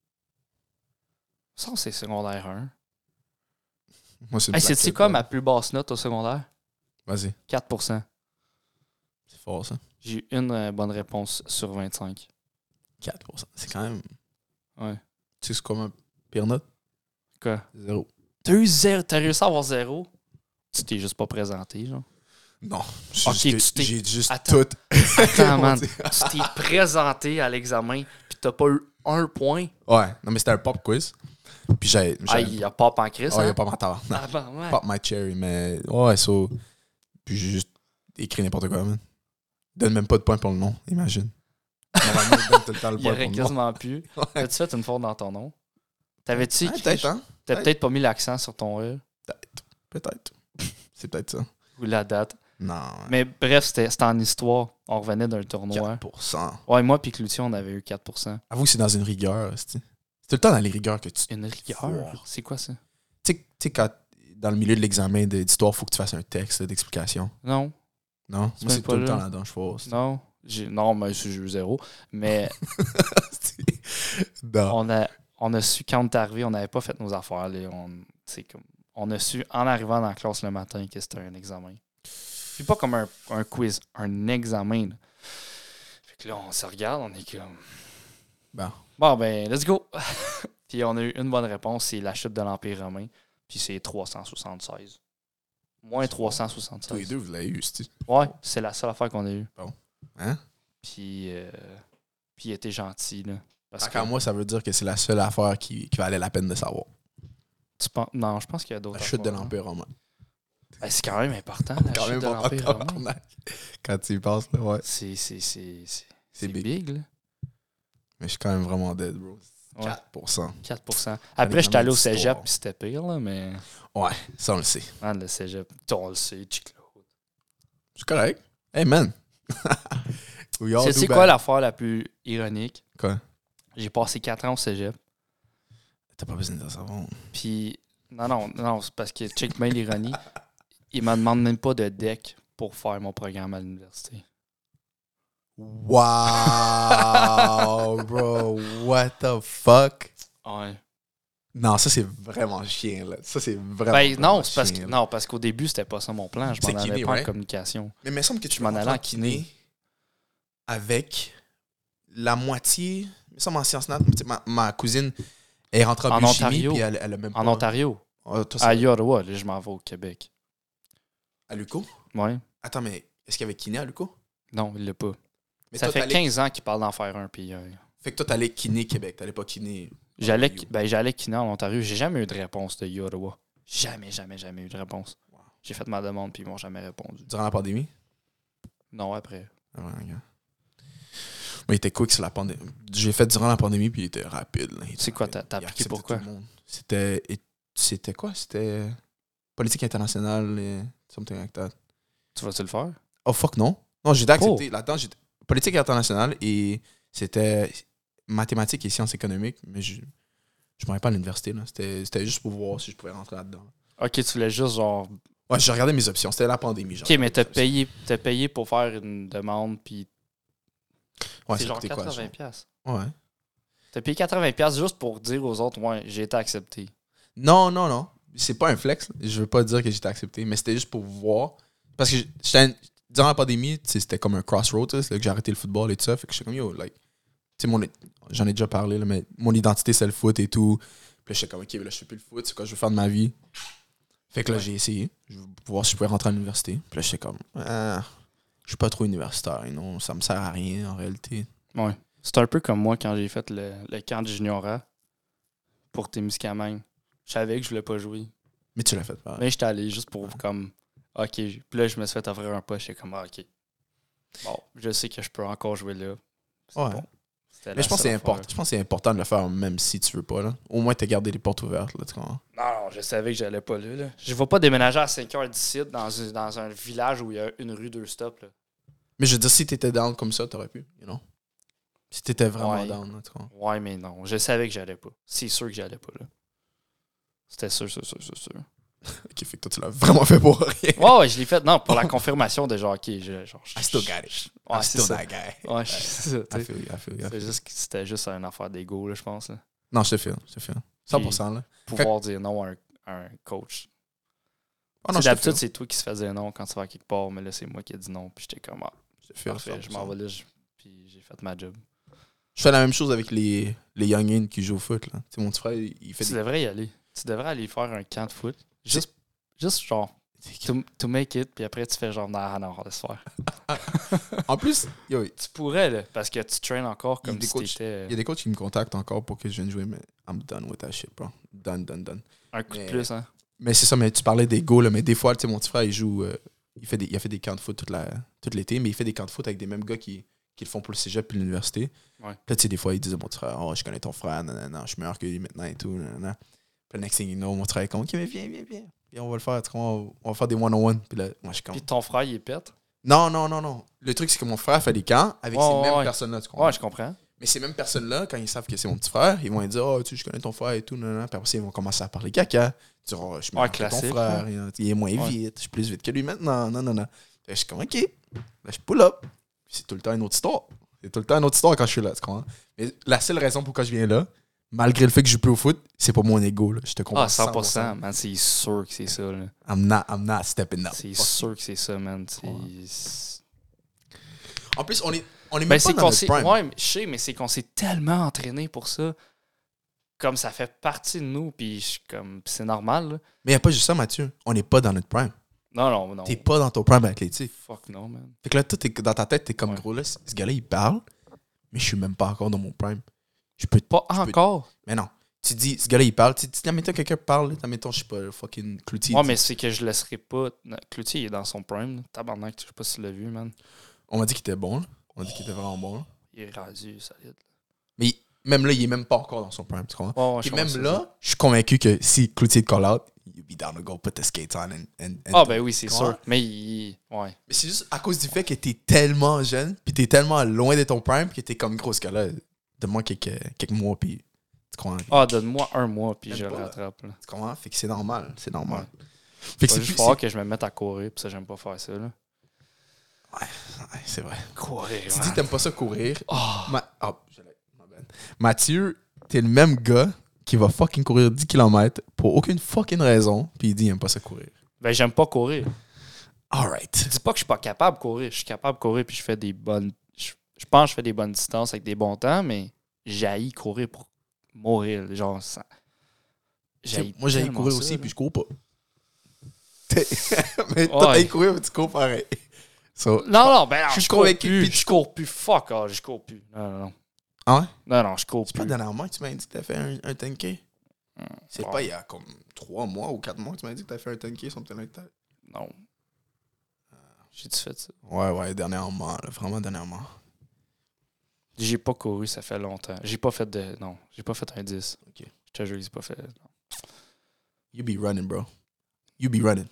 Ça, c'est secondaire 1. Moi, c'est c'est quoi ma plus basse note au secondaire? Vas-y. 4%. C'est fort, ça. J'ai eu une bonne réponse sur 25. 4%. C'est quand même... Ouais. Tu sais c'est quoi ma pire note? Quoi? 0. T'as réussi à avoir 0? Tu t'es juste pas présenté, genre? Non. J'ai juste Attends. tout... Attends, man. Tu t'es présenté à l'examen pis t'as pas eu 1 point? Ouais. Non, mais c'était un pop quiz. Puis il y a pop en crise, il y a pop en tabac. Ouais. Pop my cherry, mais... Ouais, ça... Puis j'ai juste écrit n'importe quoi, man. Donne même pas de points pour le nom, imagine. Normalement, il donne tout le temps le Il y point aurait pour le nom. quasiment plus. Ouais. As-tu fait une faute dans ton nom? T'avais-tu écrit... Peut-être, hein? T'as peut-être pas mis l'accent sur ton E. Peut-être. C'est peut-être ça. Ou la date. Non. Mais bref, c'était en histoire. On revenait d'un tournoi. 4%. Ouais, moi puis Cloutier, on avait eu 4%. Avoue que c'est dans une rigueur, c'est tout le temps dans les rigueurs que tu... Une rigueur? Wow. C'est quoi ça? Tu sais, quand dans le milieu de l'examen d'histoire, il faut que tu fasses un texte là, d'explication. Non. Non? C'est Moi, même c'est pas tout le là. temps là-dedans, je pense. Non. Non, mais j'ai eu 0. Mais non. on a su, quand on est arrivé, on n'avait pas fait nos affaires. Là. On a su, en arrivant dans la classe le matin, que c'était un examen. C'est pas comme un quiz, un examen. Là. Fait que là, on se regarde, on est comme... Bon, ben, let's go! Puis on a eu une bonne réponse, c'est la chute de l'Empire romain. Puis c'est 376. Moins 376. Tous les deux, vous l'avez eu, c'est-tu? Ouais, c'est la seule affaire qu'on a eue. Bon. Hein? Puis il était gentil, là. Parce que moi, ça veut dire que c'est la seule affaire qui valait la peine de savoir. Non, je pense qu'il y a d'autres affaires. La chute de hein. l'Empire romain. Ben, c'est quand même important, la chute de l'Empire romain. Quand tu y penses, là, ouais. C'est big, là. Mais je suis quand même vraiment dead, bro. 4%. 4%. Après, j'étais allé au cégep, puis c'était pire, là, mais... Ouais, ça, on le sait. Man, le cégep, on le sait, Chic-Claude. C'est correct. Hey, man! C'est quoi l'affaire la plus ironique? Quoi? J'ai passé 4 ans au cégep. T'as pas besoin de savoir. Puis, non, c'est parce que, check bien l'ironie, il me demande même pas de deck pour faire mon programme à l'université. Wow, bro. What the fuck? Ouais. Non, ça, c'est vraiment chien, là. Ça, c'est vraiment. Ben, non, vraiment c'est parce chien, que, là. non, parce qu'au début, c'était pas ça mon plan. Je m'en C'est allais kiné, pas en ouais. communication. Mais il me semble que tu Je m'en peux allais rentrer en kiné. avec la moitié. Il me semble en sciences nat. Ma cousine est rentrée en En biochimie, Ontario. puis elle a même pas. En Ontario. Ah, toi, c'est À Ottawa, là, je m'en vais au Québec. à Luco? Ouais. Attends, mais est-ce qu'il y avait kiné à Luco? Non, il l'a pas. Mais Ça toi, fait t'allais- 15 ans qu'il parle d'en faire un, puis Fait que toi, t'allais kiné Québec, t'allais pas kiné. j'allais kiné en Ontario. J'ai jamais eu de réponse de Ottawa. Jamais eu de réponse. Wow. J'ai fait ma demande, puis ils m'ont jamais répondu. Durant la pandémie? Non, après. Ah ouais, regarde. Mais il était quick sur la pandémie. J'ai fait durant la pandémie, puis il était rapide. Là. C'est quoi, t'as appliqué acceptait pourquoi? tout le monde. C'était quoi? C'était politique internationale et something like that. Tu vas-tu le faire? Oh fuck non. Non, j'étais accepté. Là-dedans, j'étais politique internationale et c'était mathématiques et sciences économiques, mais je ne m'en pas à l'université. Là. C'était juste pour voir si je pouvais rentrer là-dedans. Ok, tu voulais juste genre. Ouais, j'ai regardé mes options. C'était la pandémie. Ok, mais t'as payé pour faire une demande, puis Ouais, c'est ça genre coûtait quoi, 80$. $. Ouais. T'as payé 80$ juste pour dire aux autres, ouais, j'ai été accepté. Non. C'est pas un flex. Là. Je veux pas dire que j'étais accepté, mais c'était juste pour voir. Parce que durant la pandémie, c'était comme un crossroad, là, c'est là que j'ai arrêté le football et tout ça. Fait que j'étais comme, yo, like, tu sais, j'en ai déjà parlé, là, mais mon identité, c'est le foot et tout. Puis là, j'étais comme, ok, là, je fais plus le foot, c'est quoi je veux faire de ma vie. Fait que là, j'ai essayé. Je veux voir si je pouvais rentrer à l'université. Puis là, j'étais comme, je suis pas trop universitaire, non, ça me sert à rien en réalité. Ouais. C'est un peu comme moi quand j'ai fait le camp de juniorat pour Témiscamingue. Je savais que je voulais pas jouer. Mais tu l'as fait, pareil. Mais j'étais allé juste pour comme, ok. Puis là, je me suis fait offrir un poste. J'étais comme, ok. Bon, je sais que je peux encore jouer là. C'est Ouais. bon. Mais je pense que c'est important de le faire même si tu veux pas. Là. Au moins, t'as gardé les portes ouvertes. Là, tu comprends? Non, je savais que j'allais pas là. Je vais pas déménager à 5 heures d'ici dans un village où il y a une rue, 2 stops. Là. Mais je veux dire, si t'étais down comme ça, t'aurais pu, you know? Si t'étais vraiment Ouais. down, là, tu comprends? Ouais, mais non. Je savais que j'allais pas. C'est sûr que j'allais pas là. C'était sûr. Ok, fait que toi, tu l'as vraiment fait pour rien. Ouais, je l'ai fait. Non, pour la confirmation de genre, ok, I still got it. Ouais, I'm c'est still ça. that guy. Ouais, c'est ça. I feel you. C'était juste une affaire d'ego, là, je pense. Là. Non, je te file. 100%, là. Pouvoir dire non à un coach. Oh, non, je te D'habitude, file. c'est toi qui se faisais non quand tu vas à quelque part, mais là, c'est moi qui ai dit non. Puis j'étais comme, Je te file, parfait, je m'en 100%. vais là, puis j'ai fait ma job. Je fais la même chose avec les youngins qui jouent au foot, là. Tu sais, mon petit frère, il fait Tu devrais y aller. Tu devrais aller faire un camp de foot. Juste genre, to make it, puis après, tu fais genre, non, laisse faire. En plus, yo, Tu pourrais, là, parce que tu traînes encore Il y a comme des si coachs- t'étais il y a des coachs qui me contactent encore pour que je vienne jouer, mais I'm done with that shit, bro. Done. un coup de mais- plus, hein. Mais c'est ça, mais tu parlais des goals, là, mais des fois, tu sais, mon petit frère, il joue, il a fait des camps de foot tout l'été, mais il fait des camps de foot avec des mêmes gars qui le font pour le cégep et l'université. Ouais. Puis là, tu sais, des fois, il disait à mon petit frère, oh, je connais ton frère, non, je suis meilleur que lui maintenant et tout, nanana. Puis le next thing you know, mon frère est comme, ok, mais viens. Puis on va le faire, tu comprends, on va faire des one-on-one. Puis là, moi, je suis comme, Puis ton frère, il est pète. non. Le truc, c'est que mon frère fait des camps avec ces mêmes ouais. personnes-là, tu comprends. Ouais, je comprends. Mais ces mêmes personnes-là, quand ils savent que c'est mon petit frère, ils vont lui dire, oh, tu sais, je connais ton frère et tout, nanana. Puis après, ils vont commencer à parler caca. Ils diront, oh, je suis meilleur que ton classique, frère, il est moins vite, je suis plus vite que lui maintenant, non. Là, je suis comme, ok, là, je pull up. Puis c'est tout le temps une autre histoire. Quand je suis là, tu comprends. Mais la seule raison pourquoi je viens là, malgré le fait que je joue plus au foot, c'est pas mon ego, là. Je te comprends. 100%, man, c'est sûr que c'est ça, là. I'm not stepping up. C'est sûr que c'est ça, man. En plus, on est même Ben, pas c'est dans qu'on notre s'est. prime. Ouais, je sais, mais c'est qu'on s'est tellement entraîné pour ça. Comme ça fait partie de nous, puis comme c'est normal, là. Mais il n'y a pas juste ça, Mathieu. On n'est pas dans notre prime. Non. T'es pas dans ton prime athlétique. Fuck no, man. Fait que là, toi, dans ta tête, t'es comme Ouais. gros, là, ce gars-là, il parle, mais je suis même pas encore dans mon prime. Pas encore. Mais non. Tu dis, ce gars-là, il parle. Tu dis, admettons, quelqu'un parle, admettons, je sais pas, fucking Cloutier. Ouais, mais c'est que je laisserai pas. Cloutier, il est dans son prime. Là. Tabarnak, je sais pas si tu l'as vu, man. On m'a dit qu'il était bon, là. On m'a dit qu'il était vraiment bon, là. Il est rendu solide. Mais même là, il est même pas encore dans son prime, tu comprends? Ouais, Puis je même pense que là, je suis convaincu que si Cloutier te call out, you'll be down to go put the skates on and Ah, ben oui, c'est Tu comprends? sûr. Mais ouais. Mais c'est juste à cause du fait que t'es tellement jeune, puis t'es tellement loin de ton prime, que t'es comme gros, ce gars-là. Donne-moi quelques mois, puis tu comprends? Ah, donne-moi un mois, puis Même je pas, le là. rattrape. Là. Tu comprends? Fait que c'est normal. Ouais. Fait que Il c'est va plus. juste falloir que je me mette à courir, puis ça, j'aime pas faire ça. Là. Ouais, c'est vrai. Courir, Tu dis que t'aimes pas ça courir. Mathieu, t'es le même gars qui va fucking courir 10 km pour aucune fucking raison, puis il dit qu'il aime pas ça courir. Ben, j'aime pas courir. Alright. Je dis pas que je suis pas capable de courir. Je suis capable de courir, puis je fais des bonnes... Je pense que je fais des bonnes distances avec des bons temps, mais j'haïs courir pour mourir. Genre, ça... Moi, j'haïs courir ça, aussi, là. puis je cours pas. Mais toi, t'haïs courir, mais tu cours pareil. So, Non, ben, je suis convaincu. Plus, je cours plus. Fuck, je cours plus. Non. Ah ouais? Non, je cours C'est plus. pas dernièrement que tu m'as dit que t'as fait un 10K? C'est pas il y a comme 3 mois ou 4 mois que tu m'as dit que t'as fait un 10K, something like that? Non. J'ai-tu fait ça? Ouais, dernièrement, là, vraiment dernièrement. J'ai pas couru, ça fait longtemps. J'ai pas fait un 10. Ok. Je te jure, j'ai pas fait... Non. You be running, bro. You be running.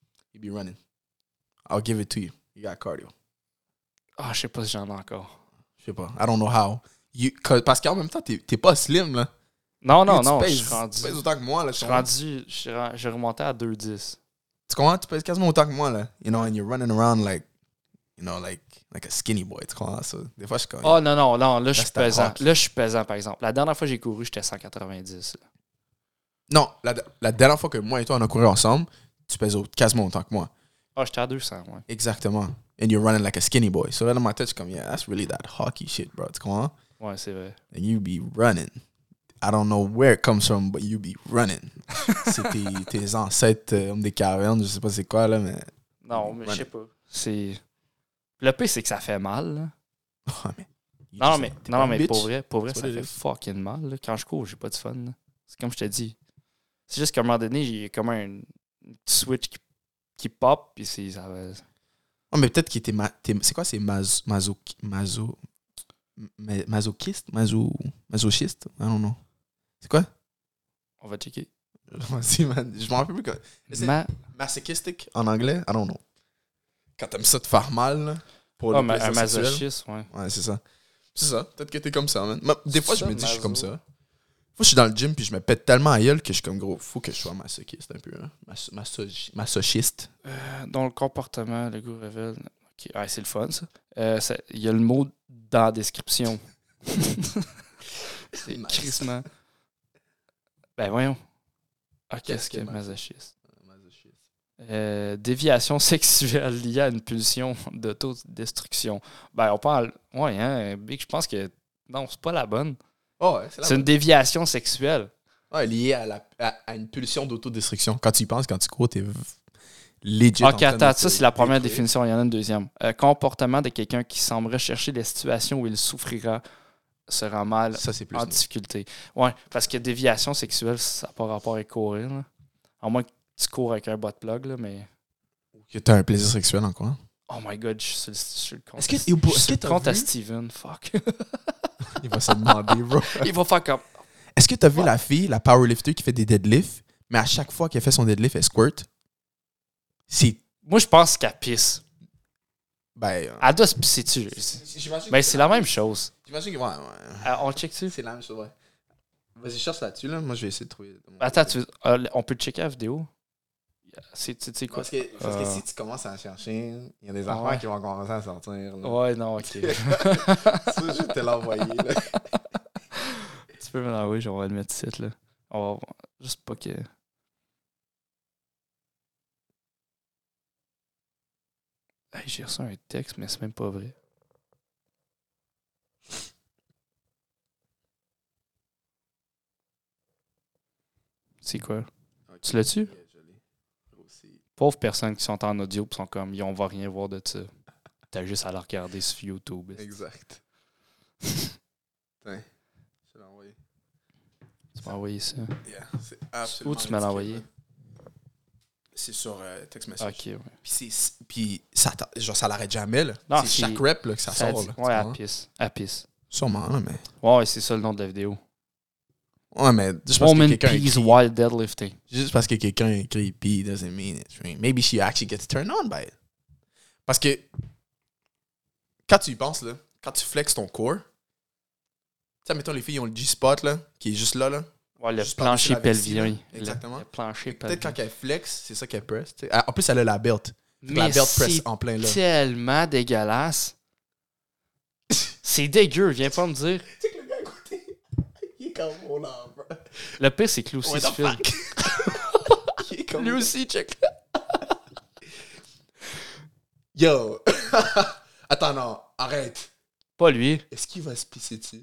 I'll give it to you. You got cardio. Ah, je sais pas si j'en ai encore. Je sais pas. I don't know how. Parce qu'en même temps, t'es pas slim, là. Non, Tu je suis rendu... Tu pèses autant que moi, là. J'ai remonté à 2,10. Tu comprends? Tu pèses quasiment autant que moi, là. You know, and you're running around like a skinny boy. Tu comprends ça? Des fois, je suis comme... Oh, non. Là, je suis pesant. rock. Là, je suis pesant, par exemple. La dernière fois que j'ai couru, j'étais 190. Là. Non, la dernière fois que moi et toi, on a couru ensemble, tu pèses quasiment autant que moi. Ah, j'étais à 200, ouais. Exactement. And you're running like a skinny boy. So, là, dans ma tête, je suis comme, yeah, that's really that hockey shit, bro. Tu comprends? Ouais, c'est vrai. And you be running. I don't know where it comes from, but you be running. C'est tes ancêtres hommes des cavernes, je sais pas c'est quoi, là, mais... Non, mais je sais pas. Le pire, c'est que ça fait mal, là. Oh, mais... Non, mais pour vrai, ça what it fait is. fucking mal. Là. Quand je cours, j'ai pas de fun. Là. C'est comme je te dis. C'est juste qu'à un moment donné, j'ai comme un petit switch qui pop, puis ça va... Oh, mais peut-être qu'il était... c'est quoi, c'est masochiste? Masochiste? I don't know. C'est quoi? On va checker. Vas-y, man. Je m'en rappelle plus. C'est masochistic en anglais? I don't know. Quand t'aimes ça te faire mal, là, pour le un plaisir sexuel. masochiste, ouais. Ouais, c'est ça. C'est ça. Peut-être que t'es comme ça, man. Des fois, je me dis que je suis comme maso. ça. Fois, je suis dans le gym puis je me pète tellement à gueule que je suis comme, gros, faut que je sois masochiste un peu. Hein. Masochiste. Dans le comportement, le goût révèle... Okay. Ah, c'est le fun, ça. Il y a le mot dans la description. C'est Nice. crissement. Ben voyons. Ah, qu'est-ce que masochiste? Déviation sexuelle liée à une pulsion d'autodestruction. Ben, on parle... Ouais, hein, Big, je pense que... Non, c'est pas la bonne. Oh, ouais, C'est une déviation sexuelle. Ouais, lié à une pulsion d'autodestruction. Quand tu y penses, quand tu cours, t'es legit. Ok, attends, ça c'est la première définition, il y en a une deuxième. Comportement de quelqu'un qui semble rechercher des situations où il souffrira, sera mal, Ça, c'est plus en nous. difficulté. Ouais, parce que déviation sexuelle, ça n'a pas rapport avec courir. Là. À moins que tu cours avec un bot plug, là, mais... Que t'as un plaisir sexuel en quoi? Oh my god, je suis sur le compte. Est-ce que le compte t'as à vu? Steven, fuck. Il va se demander, bro. Il va faire comme... Est-ce que t'as vu la fille, la powerlifter qui fait des deadlifts, mais à chaque fois qu'elle fait son deadlift, elle squirt? Moi, je pense qu'elle pisse. Ben... Elle doit se pisser dessus. Ben, c'est la même chose. J'imagine que... Ouais. On check dessus. C'est la même chose, ouais. Vas-y, cherche là-dessus, là. Moi, je vais essayer de trouver... Attends, on peut checker la vidéo? Tu sais quoi? Parce que si tu commences à chercher, il y a des Ah affaires ouais. qui vont commencer à sortir. Là. Ouais, non, ok. Ça, je vais te l'envoyer, là. Tu peux me l'envoyer, on va le mettre ici, là. On va voir. Juste pas que... Hey, j'ai reçu un texte, mais c'est même pas vrai. C'est quoi? Tu l'as-tu? Pauvres personnes qui sont en audio et sont comme, on va rien voir de ça. T'as juste à la regarder sur YouTube. Exact. Tiens, je l'ai envoyé. Tu m'as envoyé ça. Yeah, c'est absolument Où tu m'as l'envoyé? C'est sur text message. Ok, ouais. Puis ça, genre, ça l'arrête jamais, là. Non, c'est chaque rep là, que ça sort, là. Ouais, elle pisse. Elle pisse. Sûrement, là, mais... Ouais, c'est ça le nom de la vidéo. Ouais, mais juste parce que Woman quelqu'un pees écrit... while deadlifting. Juste parce que quelqu'un écrit pee doesn't mean it's right. Maybe she actually gets turned on by it. Parce que quand tu y penses, là, quand tu flexes ton corps, tu sais, mettons, les filles ont le G-spot, là, qui est juste là, là. Ouais, le Juste plancher par-dessus la vessie, pelvien. là. Exactement. Le plancher Peut-être pelvien. quand elle flex, c'est ça qu'elle presse. T'sais. En plus, elle a la belt. Mais la belt press c'est en plein là. tellement dégueulasse. C'est dégueu, viens pas me dire. Tu sais que le gars à côté, il est comme mon arbre. Le pire, c'est que lui aussi What se the filme. fuck? Il est comme Lui aussi, check. Yo! Attends, non, arrête. Pas lui. Est-ce qu'il va se pisser dessus?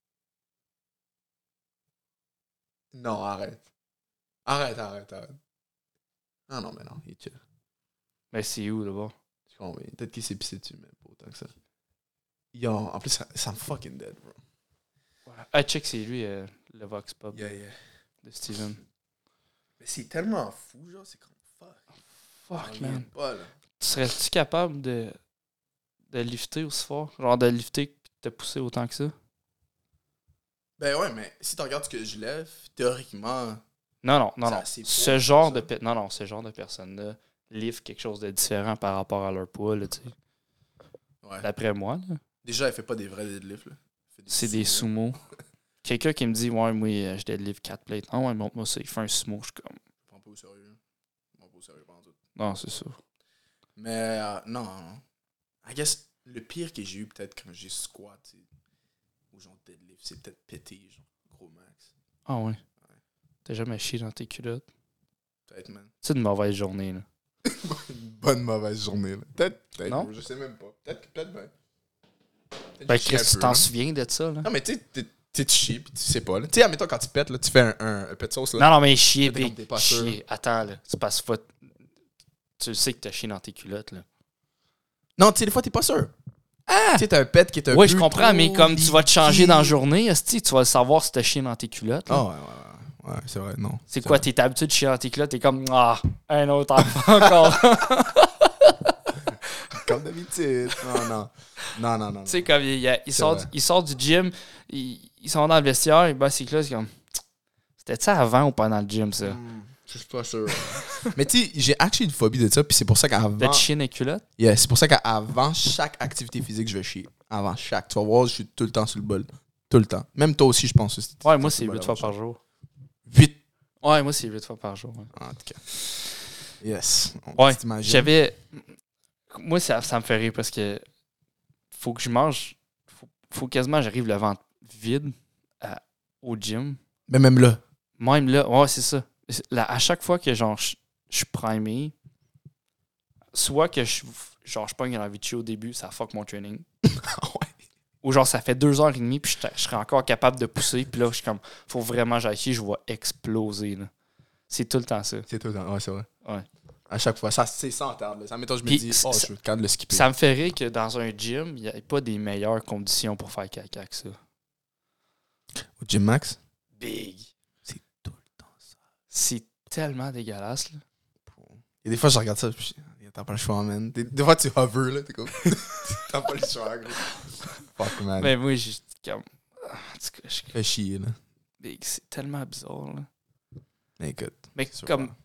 Non, arrête. Arrête. Ah non, mais non, il est chill. Mais c'est où, là-bas? Peut-être qu'il s'est pissé dessus, mais pas autant que ça. Yo, en plus, ça me fucking dead, bro. Ah, check, c'est lui, le Vox Pop Yeah. de Steven. Mais c'est tellement fou, genre, c'est comme fuck. Fuck, man. Pas, là. Serais-tu capable de lifter aussi fort? Genre de lifter et de te pousser autant que ça? Ben ouais, mais si tu regardes ce que je lève, théoriquement... Non. C'est Ce poids, genre ça. ce genre de personnes-là lift quelque chose de différent par rapport à leur poids, là, tu sais. Ouais. D'après moi, là. Déjà, elle fait pas des vrais deadlifts, là. C'est des sumo. Quelqu'un qui me dit, ouais, moi, je deadlift 4 plates. Ah ouais, montre-moi ça. Il fait un sumo. Je suis comme, Prends pas au sérieux. Prends pas au sérieux pendant tout. non, c'est ça. Mais non. I guess le pire que j'ai eu peut-être quand j'ai squat, ou genre deadlift, c'est peut-être pété, genre gros max. Ah ouais. T'as jamais chié dans tes culottes? Peut-être, man. C'est une mauvaise journée, là. Une bonne mauvaise journée, là. Peut-être. Non? Je sais même pas. Peut-être bien. Ben, Chris, tu t'en souviens de ça, là? Non, mais tu sais, tu chies, pis tu sais pas, là. Tu sais, admettons, quand tu pètes, là, tu fais un pet sauce, là. Non, mais chier, Peut-être comme t'es pas sûr. chier. Attends, là. C'est parce que tu sais que t'as chié dans tes culottes, là. Non, tu sais, des fois, t'es pas sûr. Ah! Tu sais, t'as un pet qui est un peu Oui, je comprends, trop mais comme tu vas te changer dans la liquide. journée, esti, tu vas savoir si t'as chié dans tes culottes, là. Ah, ouais, c'est vrai, non. C'est quoi, t'es habitué de chier dans tes culottes, t'es comme, ah, un autre enfant encore. Comme d'habitude. Non. Tu sais, comme il sort du gym, ils sont dans le vestiaire, il bat ses culottes, c'est comme, c'était ça avant ou pendant le gym, ça? Je suis pas sûr. Mais tu sais, j'ai actually une phobie de ça, puis c'est pour ça qu'avant... D'être chier dans les culottes? Yeah, c'est pour ça qu'avant chaque activité physique, je vais chier. Avant chaque. Tu vas voir, je suis tout le temps sur le bol. Tout le temps. Même toi aussi, je pense. Ouais, moi, c'est 8 fois par jour. 8? Ouais, moi, c'est 8 fois par jour. Ouais. En tout cas. Yes. Ouais, t'imagines? j'avais... Moi, ça me fait rire parce que faut que je mange... Faut quasiment j'arrive le ventre vide au gym. Mais même là. Même là, ouais, c'est ça. Là, à chaque fois que genre je suis primé, soit que je pogne l'envie de chier au début, ça fuck mon training. Ouais. Ou genre ça fait 2h30 puis je serais encore capable de pousser, puis là je suis comme faut vraiment que j'aille chier, je vais exploser là. C'est tout le temps ça. C'est tout le temps. Ouais, c'est vrai. Ouais. À chaque fois. Ça, c'est sans tarde. Ça, mettons, je me Puis, dis, je suis capable de le skipper. Ça me fait rire que dans un gym, il n'y a pas des meilleures conditions pour faire caca que ça. Au Gym Max? Big. C'est tout le temps ça. C'est tellement dégueulasse là. Et des fois, je regarde ça, puis t'as pas le choix, man. Des fois, tu hover, là, t'es comme... t'as pas le choix, gros. Fuck, man. Mais moi, j'ai comme... En tout cas, Fais chier, là. c'est tellement bizarre là. Mais écoute. Mais c'est comme... sûr.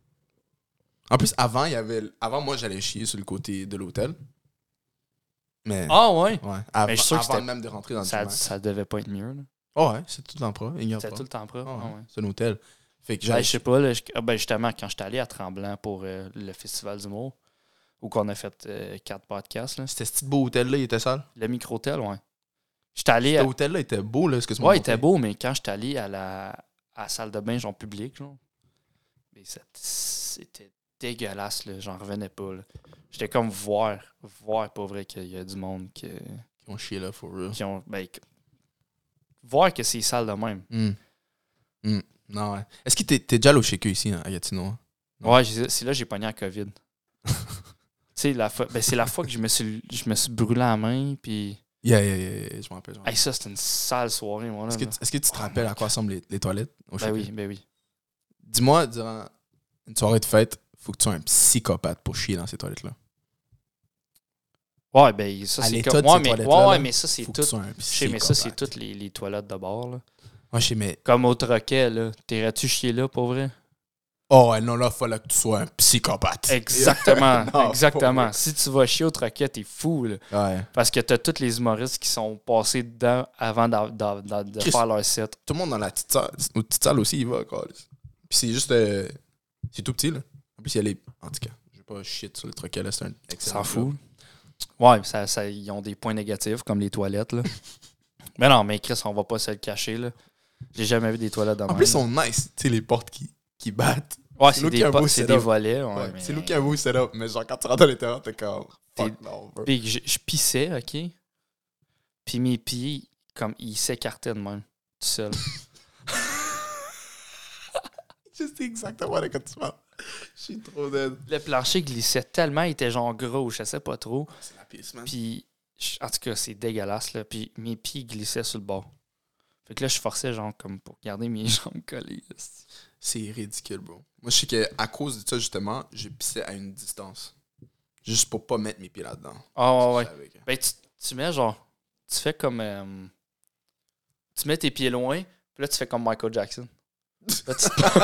En plus, avant, Avant, moi, j'allais chier sur le côté de l'hôtel. Mais... Ah ouais? Ouais. Mais je suis sûr que avant c'était- même de rentrer dans le Ça, Gym Max. ça devait pas être mieux là. Oh, ouais, c'est tout le temps propre. Ignore C'était pas. tout le temps propre. Ah, Ah ouais. ouais. C'est un hôtel. Fait que Ben, j'ai... je sais pas, là, justement, quand j'étais allé à Tremblant pour le Festival d'humour, où qu'on a fait 4 podcasts, là, C'était ce petit beau hôtel-là, il était sale. le micro-hôtel, ouais. J'étais allé... Cet hôtel-là était beau, là, ce que tu m'as Ouais, il montré. était beau, mais quand j'étais allé à la salle de bain, genre public, genre, mais c'était dégueulasse, là, j'en revenais pas, là. J'étais comme voir pas vrai qu'il y a du monde qui Ils ont chié là, for real. ont... Ben, voir que c'est sale de même. Non, ouais. Est-ce que t'es déjà allé au Shaker ici, à Gatineau? Hein? Non. Ouais, c'est là que j'ai pogné la COVID. Tu sais, c'est la fois que je me suis brûlé la main, puis... Yeah, je m'en rappelle. Hey, ça, c'était une sale soirée, moi, là. Est-ce que tu te rappelles à quoi ressemblent les toilettes au Shaker? Ben oui. Dis-moi, durant une soirée de fête, faut que tu sois un psychopathe pour chier dans ces toilettes-là. Ouais, ben ça, À c'est l'état comme... de ces Ouais, toilettes-là, là, mais ça, c'est Faut que tout... tu sois un Je sais, mais ça, c'est psychopathe. toutes les toilettes de bord, là. Ouais, je sais, mais... Comme au Troquet, là. T'irais-tu chier là, pour vrai? Oh, ouais, non, là, il fallait que tu sois un psychopathe. Exactement, Non, exactement. pas Si tu vas chier au Troquet, t'es fou, là. Ouais. Parce que t'as tous les humoristes qui sont passés dedans avant de Chris. faire leur set. Tout le monde dans la petite salle, aux petites salles aussi, il va, quoi. Puis c'est juste... c'est tout petit, là. En plus, il y a les... En tout cas, je vais pas shit sur le troquet, là, c'est un excellent. S'en fout. Ouais, ils ont des points négatifs, comme les toilettes, là. Mais non, mais Chris, on va pas se le cacher, là. J'ai jamais vu des toilettes dans En plus, ils sont nice, tu sais, les portes qui battent. Ouais, c'est des volets. Ouais, mais... C'est look à vous, setup. Mais genre, quand tu rentres à l'intérieur, t'es comme. Fuck non, bro. Puis je pissais, OK? Puis mes pieds, comme, ils s'écartaient de même, tout seul. Je sais exactement de quoi tu parles. Je suis trop dead. Le plancher glissait tellement, il était genre gros, je sais pas trop. C'est la pisse, man. Puis, en tout cas, c'est dégueulasse, là. Puis mes pieds glissaient sur le bord. Fait que là, je forçais, genre, comme pour garder mes jambes collées. C'est ridicule, bro. Moi, je sais qu'à cause de ça, justement, je pissais à une distance. Juste pour pas mettre mes pieds là-dedans. Ah ouais. Ben, tu mets, genre, tu fais comme... tu mets tes pieds loin, puis là, tu fais comme Michael Jackson. Là,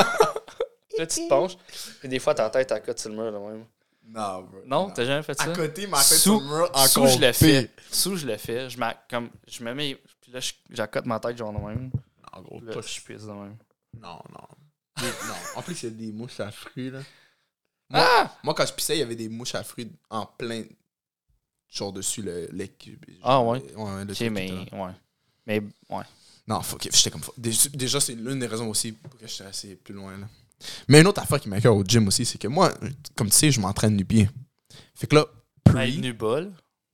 tu te penches, puis des fois, ta tête, elle cote sur le mur, là, même. Non, bro. Non, t'as jamais fait ça? À côté, ma tête sur le mur, encore sous, je le fais. Sous, je le fais. Je me mets... Puis là, j'accote ma tête, genre, de même. Non, gros, là, je pisse de même. Non. Non. En plus, il y a des mouches à fruits, là. Moi, quand je pissais, il y avait des mouches à fruits en plein... Genre dessus le lait. Ah, ouais? Ouais, le OK, truc mais... Ouais. Mais, ouais. Non, fuck, j'étais comme... Déjà, c'est l'une des raisons aussi pour que j'étais assez plus loin, là. Mais une autre affaire qui m'accueille au gym aussi, c'est que moi, comme tu sais, je m'entraîne nu-pied. Fait que là, nu-bol.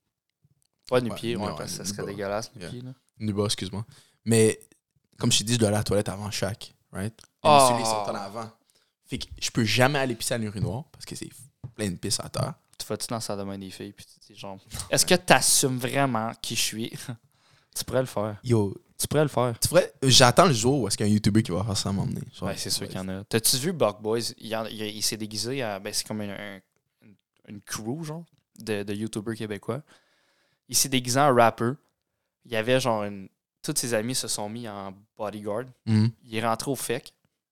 Pas nu-pied, ouais, parce que ça serait dégueulasse, nu-pied, là. Nu-bas, excuse-moi. Mais, comme je t'ai dit, je dois aller à la toilette avant chaque, right? Oh. Les sont en avant. Fait que je peux jamais aller pisser à l'urinoir parce que c'est plein de pisse à terre. Tu vas-tu dans la salle de bain des filles, puis tu dis genre... Est-ce que t'assumes vraiment qui je suis? Tu pourrais le faire. Yo, tu pourrais le faire. J'attends le jour où est-ce qu'il y a un YouTuber qui va faire ça à m'emmener. Ouais, c'est sûr qu'il y en a. T'as-tu vu Buck Boys? Il s'est déguisé à... Ben, c'est comme une crew, genre, de YouTubers québécois. Il s'est déguisé en rapper. Il y avait genre tous ses amis se sont mis en bodyguard. Mm-hmm. Il est rentré au FEC.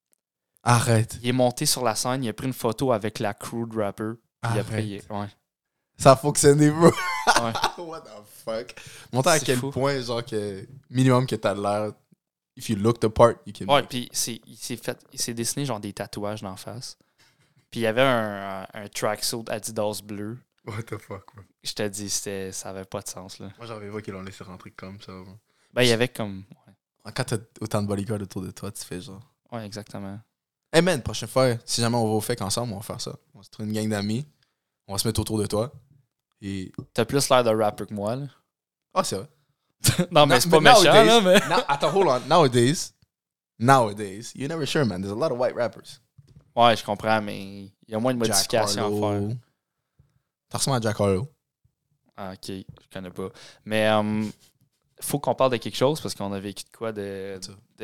Arrête. Il est monté sur la scène, il a pris une photo avec la crew de rapper. Puis après, ouais. Ça a fonctionné, bro. Ouais. What the fuck? Montre à quel point, genre, que minimum que t'as l'air. If you look the part, you can. Ouais, puis il s'est dessiné genre des tatouages d'en face. Puis il y avait un tracksuit Adidas bleu. What the fuck, bro? Je te dis, ça avait pas de sens, là. Moi, j'avais vu qu'ils l'ont laissé rentrer comme ça, bro. Ben, il y avait comme... Ouais. Quand t'as autant de bodyguards autour de toi, tu fais genre... Ouais, exactement. Hey man, prochaine fois, si jamais on va au FEC ensemble, on va faire ça. On va se trouver une gang d'amis, on va se mettre autour de toi, et... T'as plus l'air de rapper que moi, là. Ah, c'est vrai. Non, mais c'est pas méchant, là, mais... Attends, hold on. Nowadays, you're never sure, man. There's a lot of white rappers. Ouais, je comprends, mais il y a moins de modifications à faire. T'as ressemblé à Jack Harlow. Ah, ok, je connais pas. Mais faut qu'on parle de quelque chose parce qu'on a vécu de quoi de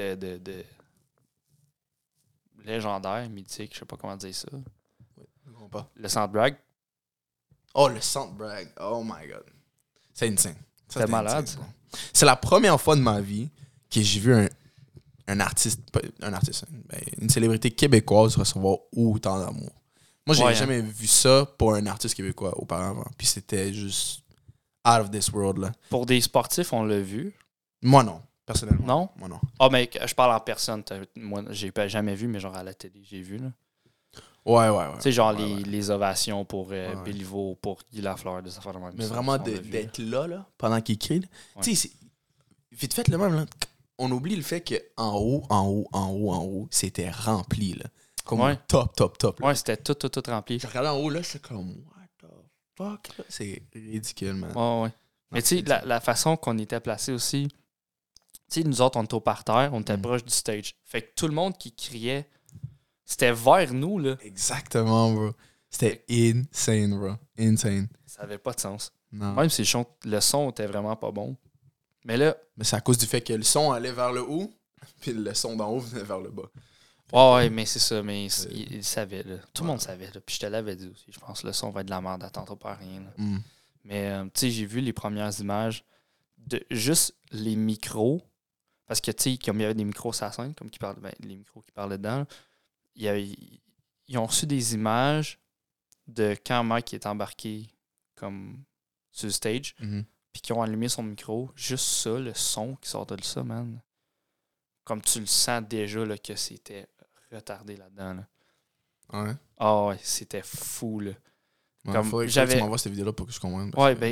légendaire, mythique, je sais pas comment dire ça. Oui, je comprends pas. Le centre brag. Oh, le centre brag. Oh my god. C'est insane. C'est malade. Insane, c'est la première fois de ma vie que j'ai vu une célébrité québécoise recevoir autant d'amour. Moi, j'ai jamais vu ça pour un artiste québécois auparavant. Puis c'était juste out of this world, là. Pour des sportifs, on l'a vu. Moi, non. Personnellement. Non? Moi, non. Ah, mais je parle en personne. Moi, j'ai jamais vu, mais genre à la télé, j'ai vu, là. Ouais. Tu sais, genre les ovations pour Béliveau, pour Guy Lafleur, des affaires de même. Mais vraiment d'être là, pendant qu'il crie. Ouais. Tu sais, vite fait, le même, là, on oublie le fait qu'en haut, c'était rempli, là. Comme top. Là. Ouais, c'était tout rempli. Je regardais en haut, là, c'est comme, what the fuck, là? C'est ridicule, man. Ouais. Mais tu sais, la façon qu'on était placé aussi, tu sais, nous autres, on était au parterre, on était proche du stage. Fait que tout le monde qui criait, c'était vers nous, là. Exactement, bro. C'était insane, bro. Insane. Ça avait pas de sens. Non. Même si le son était vraiment pas bon. Mais là... Mais c'est à cause du fait que le son allait vers le haut, puis le son d'en haut venait vers le bas. Ouais, mais c'est ça. Mais il savait, là. Tout le monde savait, là. Puis je te l'avais dit aussi. Je pense que le son va être de la merde. Attends-toi pas à rien, là. Mais, tu sais, j'ai vu les premières images de juste les micros. Parce que, tu sais, comme il y avait des micros sur la scène, comme les micros qui parlaient dedans, ils ont reçu des images de quand Mike est embarqué comme sur le stage, puis qui ont allumé son micro. Juste ça, le son qui sort de ça, man. Comme tu le sens déjà là, que c'était retardé là-dedans. Là. Ouais. Ah ouais, c'était fou, là. Ouais, Comme faudrait que tu m'envoies cette vidéo-là pour que je comprenne. Ouais, que... ben...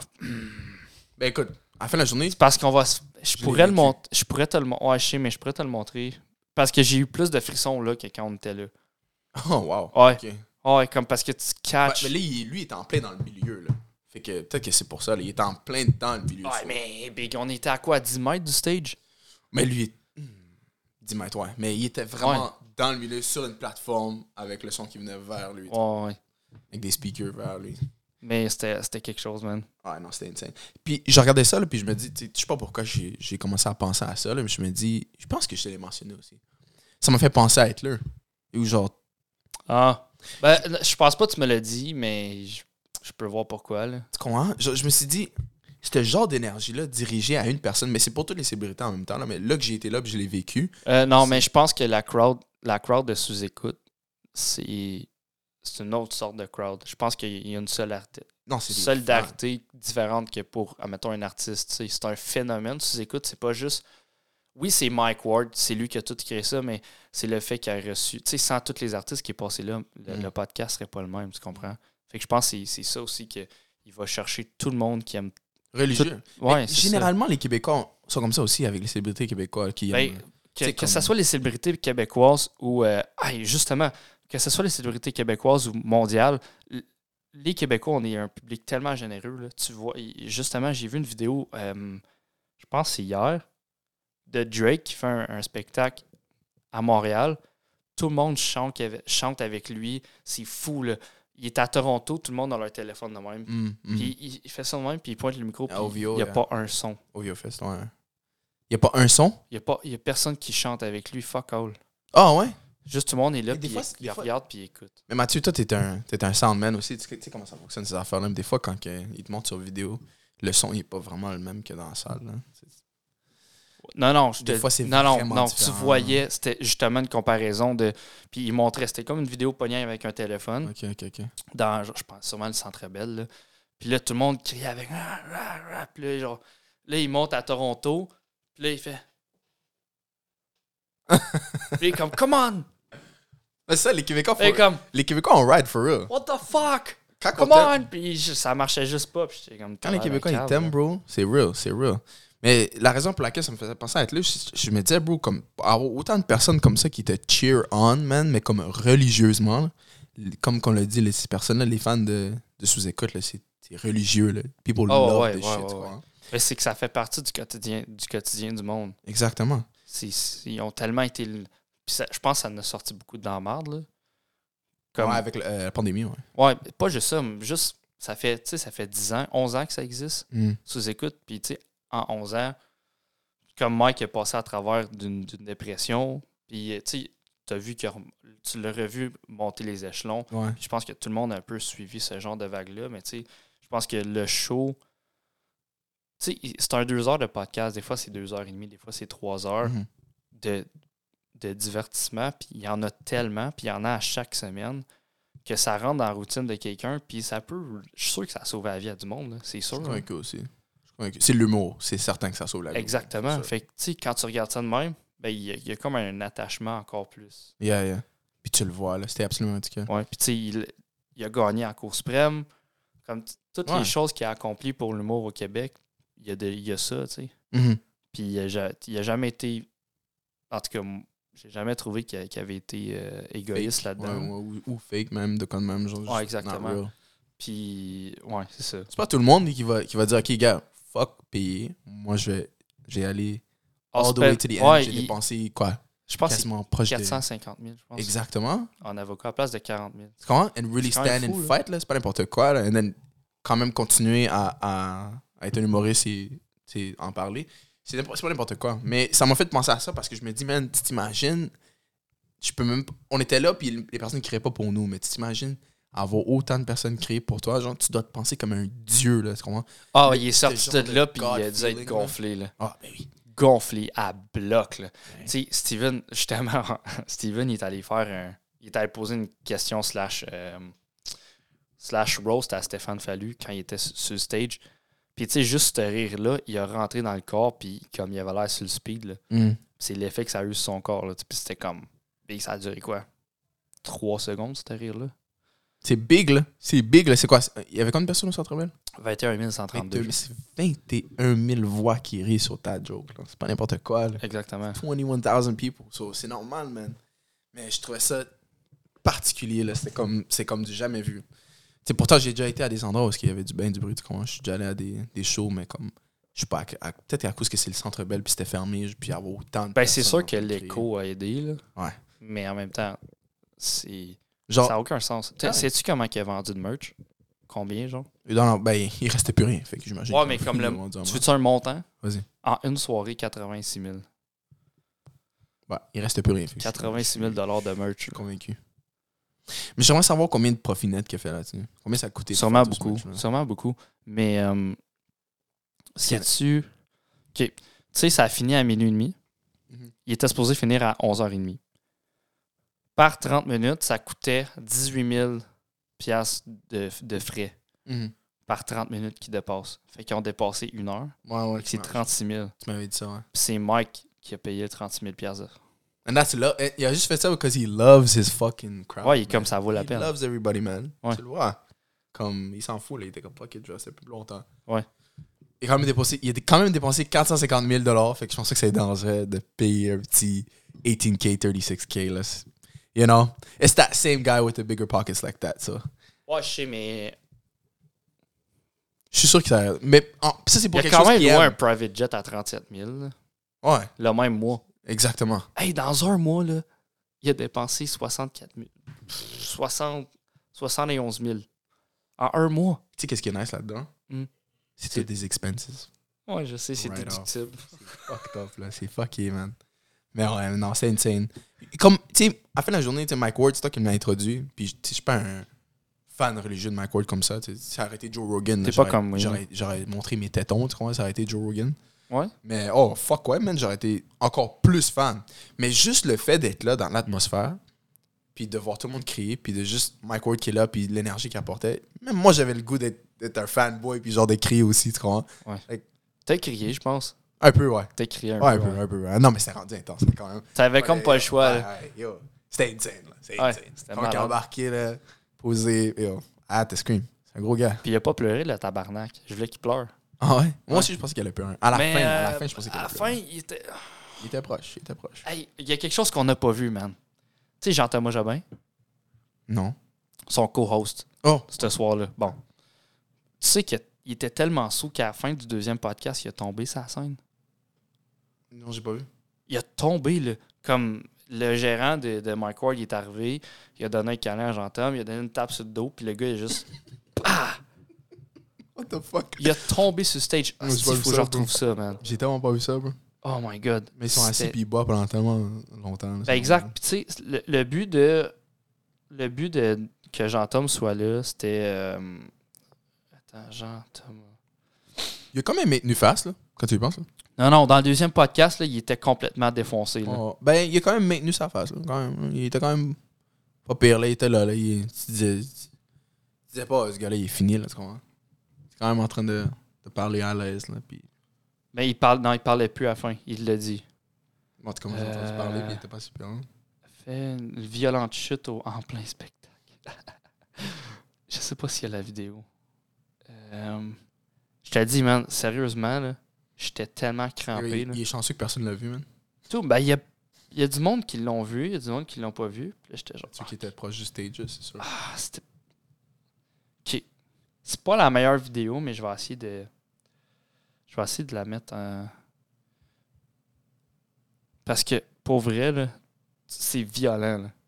Ben écoute, à la fin de la journée... C'est parce qu'on va... Je pourrais te le montrer. Ouais, je sais, mais je pourrais te le montrer. Parce que j'ai eu plus de frissons là que quand on était là. Oh, wow. Ouais. Okay. Ouais, comme parce que tu catches... Mais là, lui, il est en plein dans le milieu, là. Fait que peut-être que c'est pour ça, là. Il est en plein dans le milieu. Ouais, mais Big, on était à quoi, 10 mètres du stage? Mais lui, 10 mètres, ouais. Mais il était vraiment dans le milieu, sur une plateforme, avec le son qui venait vers lui. Ouais. Avec des speakers vers lui. Mais c'était quelque chose, man. Ouais, non, c'était insane. Puis je regardais ça, là, puis je me dis, je sais pas pourquoi j'ai commencé à penser à ça, là, mais je me dis, je pense que je te l'ai mentionné aussi. Ça m'a fait penser à Hitler. Ou genre... Ah. Ben, je pense pas que tu me l'as dit, mais je peux voir pourquoi, là. Tu comprends? Je me suis dit, ce genre d'énergie-là dirigée à une personne, mais c'est pour toutes les célébrités en même temps, là, mais là que j'ai été là, puis je l'ai vécu. Non, mais je pense que la crowd de sous-écoute, c'est une autre sorte de crowd. Je pense qu'il y a une solidarité différente que pour, admettons, un artiste. T'sais. C'est un phénomène. Sous-écoute, c'est pas juste... Oui, c'est Mike Ward, c'est lui qui a tout créé ça, mais c'est le fait qu'il a reçu... Tu sais, sans tous les artistes qui est passé là, le podcast serait pas le même, tu comprends? Fait que je pense que c'est ça aussi qu'il va chercher tout le monde qui aime... Religieux. Ouais, généralement, ça. Les Québécois sont comme ça aussi avec les célébrités québécois qui aiment... Que ce soit les célébrités québécoises ou... justement, que ce soit les célébrités québécoises ou mondiales, les Québécois, on est un public tellement généreux. Là. Tu vois, justement, j'ai vu une vidéo, je pense que c'est hier, de Drake qui fait un spectacle à Montréal. Tout le monde chante avec lui. C'est fou, là. Il est à Toronto, tout le monde a leur téléphone de même. Puis il fait ça de même, puis il pointe le micro, puis il n'y a pas un son. OVO Fest, ouais. Il n'y a pas un son? Il n'y a personne qui chante avec lui. Fuck all. Ah ouais? Juste tout le monde est là, puis il regarde, puis il écoute. Mais Mathieu, toi, t'es un soundman aussi. Tu sais comment ça fonctionne, ces affaires-là. Des fois, quand il te montre sur vidéo, le son n'est pas vraiment le même que dans la salle. Là. Non, des fois, c'est vraiment différent. Tu voyais, c'était justement une comparaison de... Puis il montrait, c'était comme une vidéo pognée avec un téléphone. OK. Dans, je pense, sûrement le Centre Bell, là. Puis là, tout le monde criait avec... Puis là, genre... Là, il monte à Toronto, puis là, il fait... Puis il est comme, come on! C'est ça, les Québécois les Québécois on ride for real. What the fuck? Come on! Puis ça marchait juste pas. Puis comme, quand les Québécois ils t'aiment, bro, c'est real. Mais la raison pour laquelle ça me faisait penser à être là, je me disais, bro, comme avoir autant de personnes comme ça qui te cheer on, man, mais comme religieusement, là, comme on l'a dit, ces personnes-là, les fans de sous-écoute, là, c'est religieux. Là. People love this shit. Mais c'est que ça fait partie du quotidien du monde. Exactement. Ils ont tellement été... Puis je pense que ça en a sorti beaucoup de la merde, là. Comme... Ouais, avec la pandémie, ouais. Ouais, pas juste ça, juste, ça fait 10 ans, 11 ans que ça existe, sous-écoute, puis tu sais, en 11 ans, comme Mike est passé à travers d'une dépression, puis tu sais, tu l'as revu monter les échelons, je pense que tout le monde a un peu suivi ce genre de vague-là, mais tu sais, je pense que le show, tu sais, c'est un 2 heures de podcast, des fois c'est 2h30, des fois c'est 3 heures de divertissement, puis il y en a tellement, puis il y en a à chaque semaine, que ça rentre dans la routine de quelqu'un, puis ça peut... Je suis sûr que ça sauve la vie à du monde, là, c'est sûr. Je suis aussi. C'est l'humour, c'est certain que ça sauve la vie. Exactement. Fait que, tu sais, quand tu regardes ça de même, ben il y a comme un attachement encore plus. Yeah. Puis tu le vois, là, c'était absolument ridicule. Ouais, puis tu sais, il a gagné en Cour suprême. Comme toutes les choses qu'il a accomplies pour l'humour au Québec, il y a ça, tu sais. Puis il a jamais été... En tout cas, j'ai jamais trouvé qu'il avait été égoïste là-dedans. Ou fake même, de quand même. Genre, ouais, exactement. Puis, ouais, c'est ça. C'est pas tout le monde qui va dire, OK, gars, fuck payer. Moi, j'ai allé all the way to the end. J'ai dépensé, quoi? Je pense que c'est 450 000, je pense. Exactement. En avocat, à place de 40 000. C'est comment? And really stand and fight, là. C'est pas n'importe quoi, là. And then, quand même continuer à être un humoriste et en parler. C'est pas n'importe quoi. Mais ça m'a fait penser à ça parce que je me dis, man, tu t'imagines, on était là, puis les personnes ne criaient pas pour nous, mais tu t'imagines avoir autant de personnes crier pour toi, genre, tu dois te penser comme un dieu, là, tu comprends? Ah, il est sorti de là, puis il a dû être gonflé, là. Ah, ben oui. Gonflé à bloc, là. Tu sais, Steven, justement, Steven, il est allé il est allé poser une question slash roast à Stéphane Fallu quand il était sur le stage. Puis, tu sais, juste ce rire-là, il a rentré dans le corps, puis comme il avait l'air sur le speed, là, c'est l'effet que ça a eu sur son corps, là. Puis c'était comme... Et ça a duré quoi? 3 secondes, ce rire-là? C'est big, là. C'est big, là. C'est quoi? Il y avait combien de personnes au Centre Bell? 21 132. C'est 21 000 voix qui rient sur ta joke, là. C'est pas n'importe quoi, là. Exactement. 21 000 people. So, c'est normal, man. Mais je trouvais ça particulier, là. C'est comme du jamais vu. T'sais, pourtant, j'ai déjà été à des endroits où il y avait du bruit. Je suis déjà allé à des shows, mais comme... Je sais pas, peut-être à cause que c'est le Centre Bell puis c'était fermé, puis avoir autant de ben, c'est sûr que l'écho a aidé, là. Ouais. Mais en même temps, c'est... Genre, ça n'a aucun sens. Ouais. Sais-tu comment il a vendu de merch? Combien, genre? Ben, il restait plus rien. Fait que j'imagine. Ouais, mais comme tu veux-tu un montant? Vas-y. En une soirée, 86 000. Ouais, il restait plus rien. 86 000 de merch. Je suis convaincu. Mais j'aimerais savoir combien de profit net qu'il a fait là-dessus. Combien ça a coûté? Sûrement beaucoup. Sûrement beaucoup. Mais, sais-tu... OK. Tu sais, ça a fini à minuit et demi. Mm-hmm. Il était supposé finir à 11h30. Par 30 minutes, ça coûtait 18 000 de frais. Mm-hmm. Par 30 minutes qui dépassent. Fait qu'ils ont dépassé 1 heure. Ouais, c'est 36 000. Tu m'avais dit ça, ouais. Puis c'est Mike qui a payé 36 000 $. And that's love. Il a juste fait ça because he loves his fucking crowd. Ouais, comme ça vaut la peine. He loves everybody, man. Ouais. Tu le vois. Comme, il s'en fout, là. Il était comme, fuck it, je vais rester plus longtemps. Ouais. Il a quand même dépensé 450 000 $. Fait que je pensais que c'était dangereux de payer un petit 18K, 36K, là. You know? It's that same guy with the bigger pockets like that, so. Ouais, je sais, mais... Je suis sûr que ça... Mais ça, c'est pour quelque chose qui il a quand même loué un private jet à 37 000. Là. Ouais. Le même mois. Exactement. Hey, dans un mois, là, il a dépensé 71 000. En un mois. Tu sais qu'est-ce qui est nice là-dedans? C'est des expenses. Ouais, je sais, c'est déductible. C'est fucked up, là. C'est fucké, man. Mais ouais, non, c'est insane. Comme, tu sais, à la fin de la journée, tu sais, Mike Ward, c'est toi qui me l'as introduit. Puis, je suis pas un fan religieux de Mike Ward comme ça. Ça aurait été Joe Rogan. T'es pas comme moi. J'aurais montré mes tétons, tu crois, ça aurait été Joe Rogan. Ouais. Mais, oh, fuck ouais, man, j'aurais été encore plus fan. Mais juste le fait d'être là dans l'atmosphère, puis de voir tout le monde crier, puis de juste Mike Ward qui est là, puis l'énergie qu'il apportait. Même moi, j'avais le goût d'être un fanboy, puis genre de crier aussi, tu crois. Ouais. T'as crié, je pense. Un peu, ouais. T'as crié un peu. Un peu. Non, mais c'était rendu intense quand même. T'avais comme pas le choix. Ouais, yo. C'était insane, là. C'était insane. Quand il a embarqué, là, posé, yo. Ah, t'es scream. C'est un gros gars. Puis il a pas pleuré, le tabarnak. Je voulais qu'il pleure. Ah ouais? Moi aussi, je pensais qu'il allait pleurer. À la fin, je pensais qu'il allait pleurer. À la fin, il était... Il était proche. Hey, il y a quelque chose qu'on n'a pas vu, man. Tu sais, Jean-Thomas Jobin? Non. Son co-host. Oh. Ce soir-là. Bon. Tu sais qu'il était tellement sous qu'à la fin du deuxième podcast, il a tombé sa scène. Non, j'ai pas vu. Il a tombé, là. Comme le gérant de Mike Ward, il est arrivé, il a donné un câlin à Jean-Thomas, il a donné une tape sur le dos, puis le gars, il a juste... Ah! What the fuck? Il a tombé sur stage. Il faut que je retrouve ça, man. J'ai tellement pas vu ça, bro. Oh my God. Mais ils sont assis puis ils boivent pendant tellement longtemps. Ben exact. Puis tu sais, le but de que Jean-Thomas soit là, c'était... Attends, Jean-Thomas... Il a quand même maintenu face, là, quand tu y penses, là. Non, dans le deuxième podcast, là, il était complètement défoncé. Là. Oh, ben, il a quand même maintenu sa face, là, quand même. Il était quand même pas pire, là. Il était là, là. Tu disais pas, ce gars-là, il est fini, là, tu comprends? Il est quand même en train de parler à l'aise, là, puis... Mais il parlait plus à la fin, il l'a dit. Bon, tu commences à entendre parler, puis il était pas super, hein? Fait une violente chute en plein spectacle. Je sais pas s'il y a la vidéo. Je t'ai dit, man, sérieusement, là, j'étais tellement crampé. Il est chanceux que personne l'a vu, man. Tout, ben, il y a du monde qui l'ont vu, il y a du monde qui l'ont pas vu. Puis là, j'étais genre... Ceux qui étaient proches du stage, c'est sûr. Ah, c'était... OK. C'est pas la meilleure vidéo, mais je vais essayer de la mettre en... Parce que, pour vrai, là, c'est violent, là.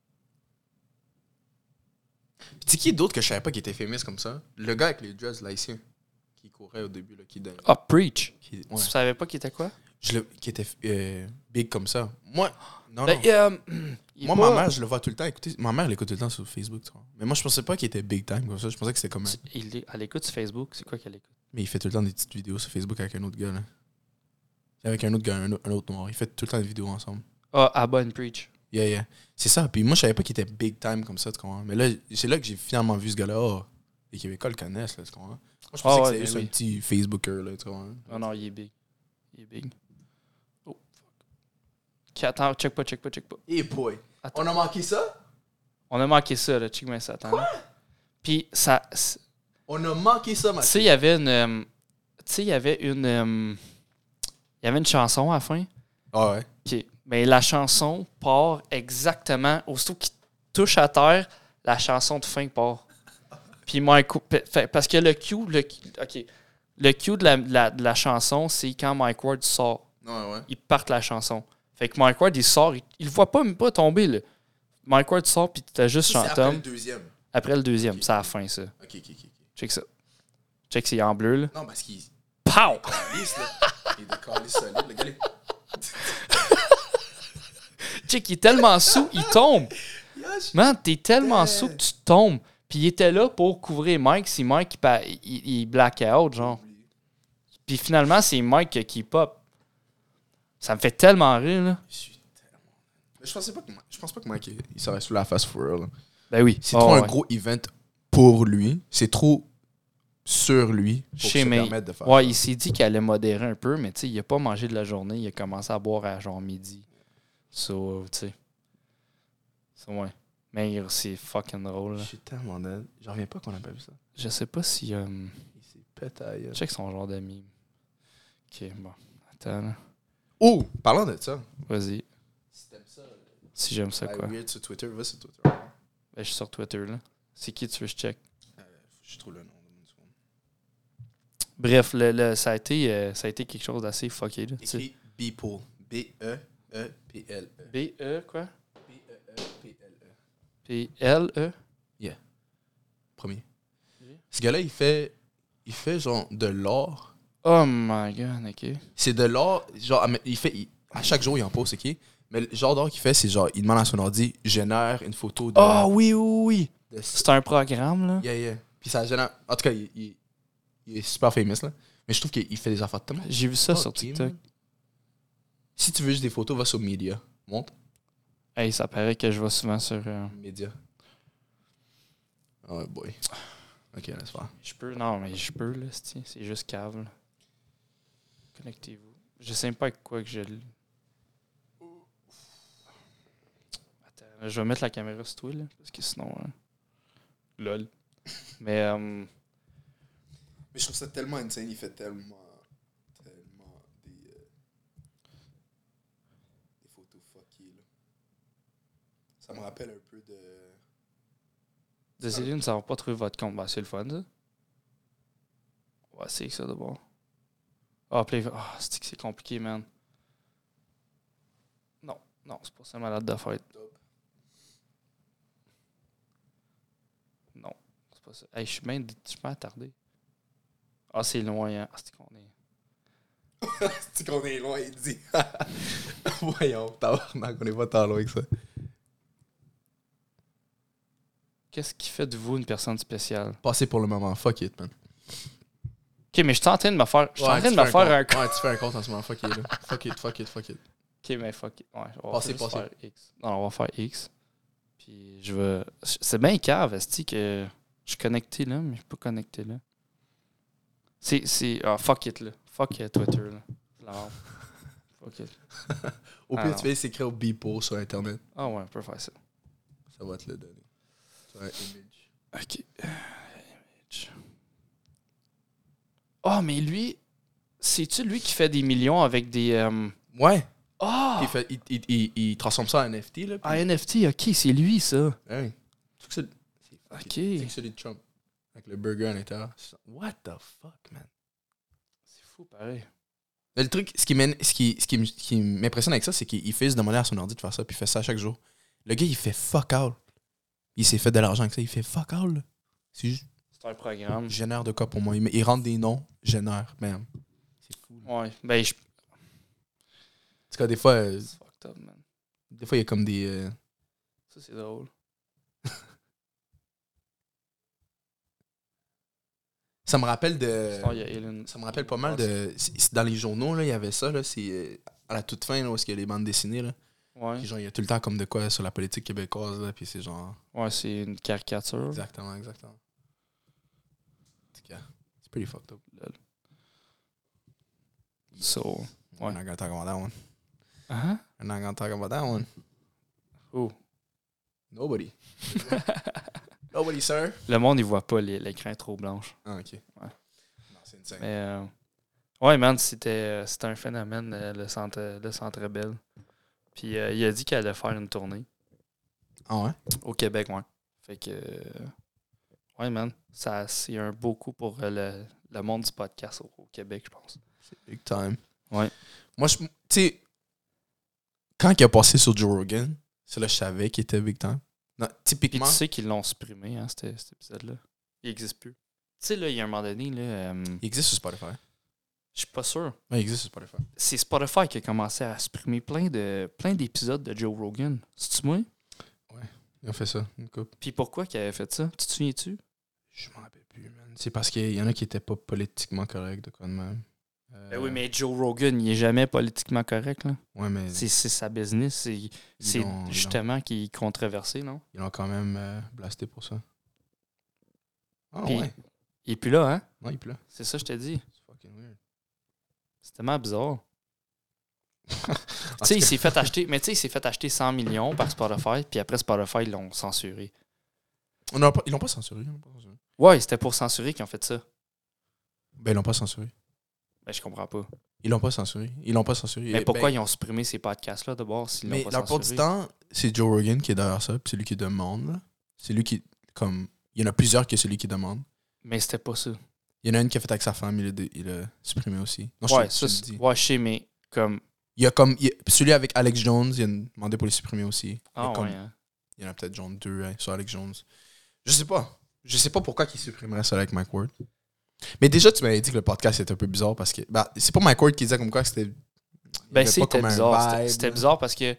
Puis tu sais qui est d'autre que je savais pas qui était famous comme ça? Le gars avec les dreads, là, ici. Qui courait au début, là, qui donne. Ah, Preach! Ouais. Tu savais pas qui était quoi? Qui était big comme ça. Moi, non. Moi, ma mère, je le vois tout le temps. Écoutez, ma mère, elle écoute tout le temps sur Facebook. Tu vois. Mais moi, je pensais pas qu'il était big time comme ça. Je pensais que c'était comme Elle écoute sur Facebook. C'est quoi qu'elle écoute? Mais il fait tout le temps des petites vidéos sur Facebook avec un autre gars, là. Avec un autre gars, un autre noir. Ils font tout le temps des vidéos ensemble. Ah, Abba and Preach. Yeah. C'est ça. Puis moi, je savais pas qu'il était big time comme ça, tu comprends. Mais là, c'est là que j'ai finalement vu ce gars-là. Oh, les Québécois le connaissent, là, tu comprends. Moi, je pensais que c'était juste un petit Facebooker, là, tu comprends. Non, il est big. Oh, fuck. Attends, check pas. Hey boy. Attends. On a manqué ça? On a manqué ça, là. Check bien ça. Quoi? Puis ça... On a manqué ça, Mathieu. Tu sais, il y avait une... il y avait une chanson à la fin. Ah ouais. OK. Mais la chanson part exactement... Aussitôt qu'il touche à terre, la chanson de fin part. Puis Mike... Parce que le cue... OK. Le cue de la chanson, c'est quand Mike Ward sort. Ouais. Il part la chanson. Fait que Mike Ward, il sort, il le voit pas même pas tomber, là. Mike Ward sort, puis t'as juste chanté. C'est après le deuxième. Après le deuxième, okay. C'est à la fin, ça. OK. Check ça. Check, c'est en bleu, là. Non, parce qu'il... Pow! Il est de calice solide, le gars. Check, il est tellement sous, il tombe. Man, t'es tellement sous que tu tombes. Puis il était là pour couvrir Mike, si Mike, il black out, genre. Puis finalement, c'est Mike qui pop. Ça me fait tellement rire, là. Mais je pense pas que Mike, il serait sous la face for real. Là. Ben oui. C'est trop un gros event pour lui. C'est trop sur lui pour se permettre de faire ça. Il s'est dit qu'il allait modérer un peu, mais tu sais, il a pas mangé de la journée. Il a commencé à boire à genre midi. So, tu sais. Ouais. Mais c'est fucking drôle. Je suis tellement dead. J'en reviens pas qu'on a pas vu ça. Je sais pas si... Il s'est pétaillé. Check son genre d'amis. Ok, bon. Attends, là. Oh! Parlant de ça. Vas-y. Si t'aimes ça... Si j'aime ça, quoi. Weird sur Twitter, va sur Twitter. Ben, je suis sur Twitter, là. C'est qui tu veux que je check? Je trouve le nom. Bref, ça a été quelque chose d'assez fucké, là. Écrit Beeple. B-E-E-P-L-E. B-E, quoi? B-E-E-P-L-E. P-L-E? Yeah. Premier. Ce gars-là, il fait genre de l'or. Oh my god, ok. C'est de l'or, genre, à chaque jour, il en pose, ok? Mais le genre d'or qu'il fait, c'est genre, il demande à son ordi, génère une photo de... Ah oui. C'est un programme, là. Yeah. Puis ça génère... En tout cas, il est super famous, là. Mais je trouve qu'il fait des affaires tellement... J'ai vu ça sur TikTok. Man. Si tu veux juste des photos, va sur Media. Monte. Hey, ça paraît que je vais souvent sur... Media. Oh boy. Ok, laisse faire. Je peux, là, c'est juste cave, là. Connectez-vous. Je sais même pas avec quoi que je... Attends, je vais mettre la caméra sur toi, là, parce que sinon... Lol. Mais je trouve ça tellement insane, il fait tellement des photos fuckées, là. Ça me rappelle un peu de... Désolé, nous n'avons pas trouvé votre compte. Ben, c'est le fun, ça. Ouais, c'est que ça, d'abord. C'est compliqué, man. Non, c'est pas ça, malade de fête. Non, c'est pas ça. Hey, je suis bien attardé. Ah, c'est loin, hein. Ah, c'est qu'on est... C'est qu'on est loin, il dit. Voyons, tabarnak, on est pas tant loin que ça. Qu'est-ce qui fait de vous une personne spéciale? Passez pour le moment, fuck it, man. Ok, mais je suis en train de me faire... un compte. Ouais, tu fais un compte en ce moment, fuck it, là. Fuck it. Ok, mais fuck it. Ouais, on va Passez. faire X. Non, on va faire X. Puis je vais... C'est bien cave, est-ce que je suis connecté là, mais je suis pas connecté là. Fuck it, là. Fuck Twitter, là. Non. Fuck it. Au pire, tu vas s'écrire au Beeple sur Internet. Ah ouais, on peut faire ça. Ça va te le donner. C'est un image. Ok. Image. Oh, mais lui... C'est-tu lui qui fait des millions avec des... Ouais. Ah! Il transforme ça en NFT, là. Ah, NFT, ok, c'est lui, ça. Ouais. Ok. C'est celui de Trump. Avec le burger à l'intérieur. What the fuck, man? C'est fou, pareil. Mais le truc, ce qui m'impressionne avec ça, c'est qu'il fait se demander à son ordi de faire ça, puis il fait ça chaque jour. Le gars, il fait fuck all. Il s'est fait de l'argent avec ça, il fait fuck all, là. C'est juste... C'est un programme. Génère de quoi pour moi? Il rentre des noms, génère, man. C'est fou. Là. Ouais, ben je... En tout cas, des fois... C'est fucked up, man. Des fois, il y a comme des... Ça, c'est drôle. Ça me rappelle de... Ça me rappelle pas mal de... Dans les journaux, là, il y avait ça, là, c'est à la toute fin, là, où il y a les bandes dessinées, là. Ouais. Puis genre, il y a tout le temps comme de quoi sur la politique québécoise, là, puis c'est genre... Ouais, c'est une caricature. Exactement. En tout cas, c'est pretty fucked up. So, ouais. We're not gonna talk about that one. Uh-huh. We're not gonna talk about that one. Oh. Nobody. Nobody, sir. Le monde, il voit pas l'écran trop blanche. Ah, OK. Ouais. Non, c'est insane. Mais, ouais, man, c'était un phénomène, le Centre Bell. Puis il a dit qu'il allait faire une tournée. Ah ouais? Au Québec, ouais. Fait que... ouais, man, c'est un beau coup pour le monde du podcast au Québec, je pense. C'est big time. Ouais. Moi, tu sais, quand il a passé sur Joe Rogan, c'est là que je savais qu'il était big time. Non, Puis typiquement... tu sais qu'ils l'ont supprimé, hein, cet épisode-là. Il n'existe plus. Tu sais, là, il y a un moment donné, là... Il existe sur Spotify. Je suis pas sûr. Ouais, il existe sur Spotify. C'est Spotify qui a commencé à supprimer plein d'épisodes de Joe Rogan. C'est-tu moi? Ouais, il a fait ça, une coupe. Puis pourquoi qu'il avait fait ça? Tu te souviens-tu? Je m'en rappelle plus, man. C'est parce qu'il y en a qui étaient pas politiquement corrects, de quoi de même. Ben oui, mais Joe Rogan, il est jamais politiquement correct, là. Ouais, mais... C'est sa business. C'est justement qui est controversé, non? Ils l'ont quand même blasté pour ça. Ah Puis, ouais. il est plus là, hein? Non, il est plus là. C'est ça, je te dis. C'est fucking weird. C'est tellement bizarre. Tu sais, il s'est fait acheter... Mais tu sais, il s'est fait acheter 100 millions par Spotify, puis après Spotify, ils l'ont censuré. Ils l'ont pas censuré. Ouais, c'était pour censurer qu'ils ont fait ça. Ben, ils l'ont pas censuré. Ben, je comprends pas. Ils l'ont pas censuré. Mais pourquoi ils ont supprimé ces podcasts-là d'abord s'ils l'ont mais pas la plupart censuré? du temps, c'est Joe Rogan qui est derrière ça, puis c'est lui qui demande. Là. C'est lui qui, comme... Il y en a plusieurs que c'est lui qui demande. Mais c'était pas ça. Il y en a une qui a fait avec sa femme, il l'a supprimé aussi. Non, Ouais, je te le dis. Ouais, je sais, mais comme... Il y a celui avec Alex Jones, il a demandé pour les supprimer aussi. Ah il y a ouais, hein. Il y en a peut-être genre 2 sur Alex Jones. Je sais pas. Je sais pas pourquoi il supprimerait ça avec Mike Ward. Mais déjà, tu m'avais dit que le podcast était un peu bizarre parce que... Bah, c'est pas Mike Ward qui disait comme quoi que c'était... Ben, c'était bizarre. C'était bizarre parce que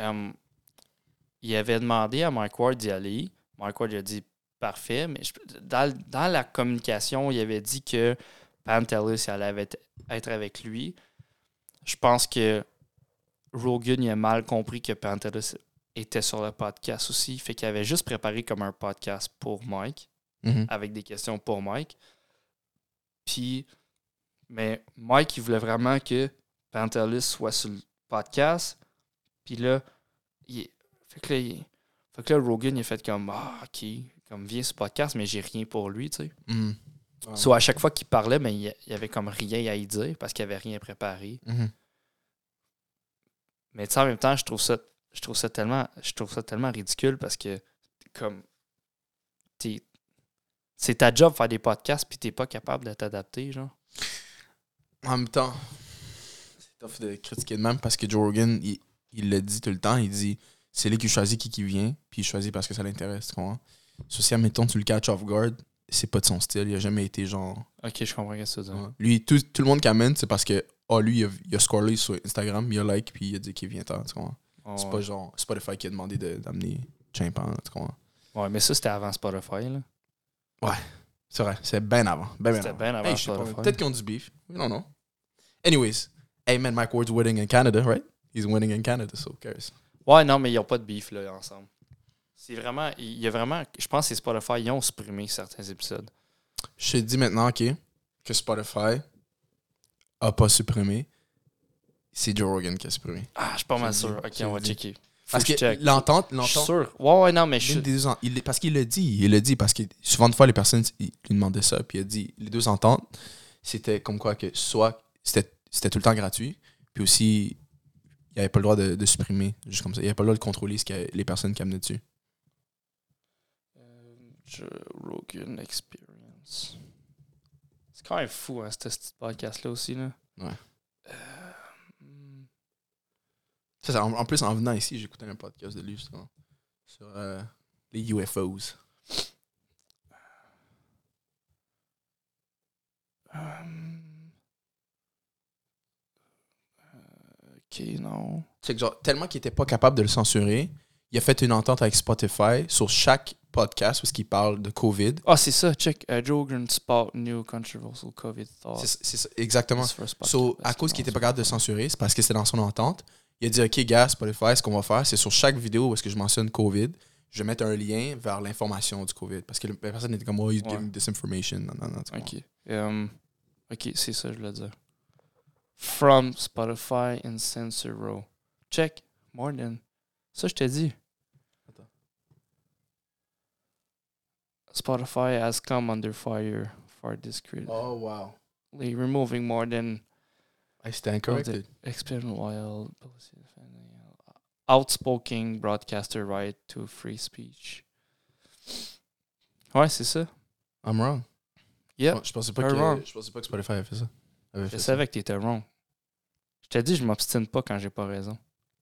il avait demandé à Mike Ward d'y aller. Mike Ward il a dit parfait, mais dans la communication, il avait dit que Pantelis allait être avec lui. Je pense que Rogan il a mal compris que Pantelis était sur le podcast aussi. Fait qu'il avait juste préparé comme un podcast pour Mike, avec des questions pour Mike. Puis, mais Mike, il voulait vraiment que Pantelis soit sur le podcast. Puis là, fait que là, Rogan, il a fait comme, OK, comme, viens sur le podcast, mais j'ai rien pour lui, tu sais. Soit à chaque fois qu'il parlait, ben, il y avait comme rien à y dire parce qu'il avait rien préparé. Mais tu sais, en même temps, je trouve ça tellement ridicule parce que, comme, c'est ta job de faire des podcasts puis t'es pas capable de t'adapter, genre. En même temps, c'est tough de critiquer de même parce que Joe Rogan, il le dit tout le temps, il dit c'est lui qui choisit qui vient, puis il choisit parce que ça l'intéresse, tu comprends? Si, admettons, tu le catch off guard, c'est pas de son style, il a jamais été genre... Ok, je comprends ce que tu veux dire. Lui, tout le monde qui amène, c'est parce que, lui, il a scrollé sur Instagram, il a like, puis il a dit qu'il vient tard, tu comprends? C'est pas genre Spotify qui a demandé d'amener Chimpan, tu comprends? Ouais, mais ça, c'était avant Spotify, là. Ouais, c'est vrai, c'est bien avant. C'était bien avant Spotify. Peut-être qu'ils ont du beef, we don't know. Anyways, hey man, Mike Ward's winning in Canada, right? He's winning in Canada, so who cares? Ouais, non, mais ils n'ont pas de beef, là, ensemble. C'est vraiment... Il y a vraiment... Je pense que c'est Spotify, ils ont supprimé certains épisodes. Je te dis maintenant, OK, que Spotify a pas supprimé. C'est Joe Rogan qui a supprimé. Ah, je suis pas mal sûr. OK, on va checker. Parce que l'entente... Je suis sûr. Ouais, non, mais parce qu'il l'a dit, parce que souvent de fois, les personnes lui demandaient ça, puis il a dit, les deux ententes, c'était comme quoi que soit c'était tout le temps gratuit, puis aussi, il n'avait pas le droit de supprimer, juste comme ça. Il n'avait pas le droit de contrôler les personnes qui amenaient dessus. Joe Rogan Experience. C'est quand même fou, hein, ce petit podcast-là aussi, là. Ouais. En plus, en venant ici, j'écoutais un podcast de lui, justement, sur les UFOs. Ok, non. C'est que genre, tellement qu'il était pas capable de le censurer, il a fait une entente avec Spotify sur chaque podcast où il parle de COVID. Ah, c'est ça, check. Joe Rogan spot new controversial COVID thought. C'est ça, exactement. So, à cause qu'il était pas capable de censurer, c'est parce que c'était dans son entente. Il a dit, OK, gars, Spotify, ce qu'on va faire, c'est sur chaque vidéo où est-ce que je mentionne COVID, je vais mettre un lien vers l'information du COVID. Parce que la personne était comme, he's giving disinformation. Non, OK. OK, c'est ça, je voulais dire. From Spotify and Censor Row. Check. More than. Ça, je t'ai dit. Attends. Spotify has come under fire for this critically Oh, wow. removing more than I stand corrected. experimental while outspoken broadcaster right to free speech. Ouais, c'est ça. I'm wrong. Yep. Je pensais pas que Spotify avait fait ça. Je savais que t'étais wrong. Je t'ai dit, je m'obstine pas quand j'ai pas raison.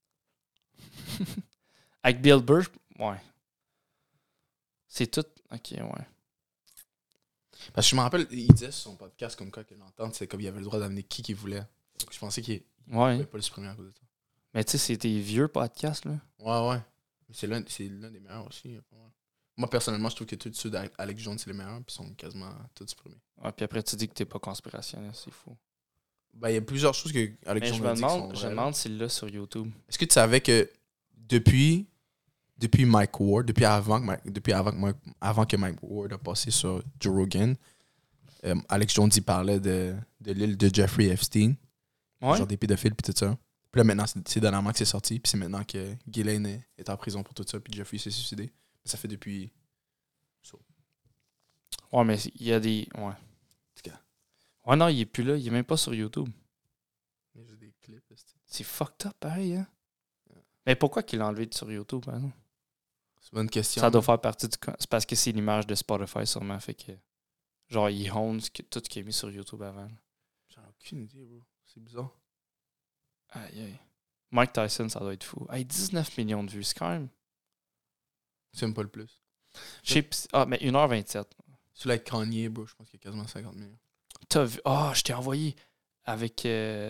Avec Bill Burr, ouais. C'est tout. Ok, ouais. Parce que je me rappelle, il disait sur son podcast comme quoi que l'entente, c'est comme il avait le droit d'amener qui voulait. Donc, je pensais qu'il pouvait pas le supprimer à cause de ça. Mais tu sais, c'est des vieux podcasts, là. Ouais. Mais c'est l'un des meilleurs aussi. Moi, personnellement, je trouve que tous ceux d'Alex Jones, c'est les meilleurs, puis sont quasiment tous supprimés. Ouais, puis après, tu dis que t'es pas conspirationniste, c'est fou. Ben, il y a plusieurs choses que Alex Jones a dit qui sont vraies. Je me demande s'il l'a sur YouTube. Est-ce que tu savais que depuis Mike Ward, avant que Mike Ward a passé sur Joe Rogan, Alex Jones y parlait de l'île de Jeffrey Epstein, genre des pédophiles puis tout ça. Puis là maintenant c'est dernièrement que c'est sorti, puis c'est maintenant que Ghislaine est en prison pour tout ça, puis Jeffrey s'est suicidé. Ça fait depuis. Ouais, mais il y a des. Ouais. En tout cas. Ouais, non, il est plus là, il est même pas sur YouTube. Mais j'ai des clips. C'est fucked up, pareil, hein? Yeah. Mais pourquoi qu'il l'a enlevé sur YouTube, par exemple? C'est une bonne question. Ça doit faire partie du. C'est parce que c'est l'image de Spotify, sûrement, fait que. Genre, il own tout ce qui est mis sur YouTube avant. J'en ai aucune idée, bro. C'est bizarre. Aïe. Mike Tyson, ça doit être fou. Hey, 19 millions de vues, c'est quand même. C'est même pas le plus. Mais 1h27. Celui-là avec Kanye, bro, je pense qu'il y a quasiment 50 millions. T'as vu? Je t'ai envoyé avec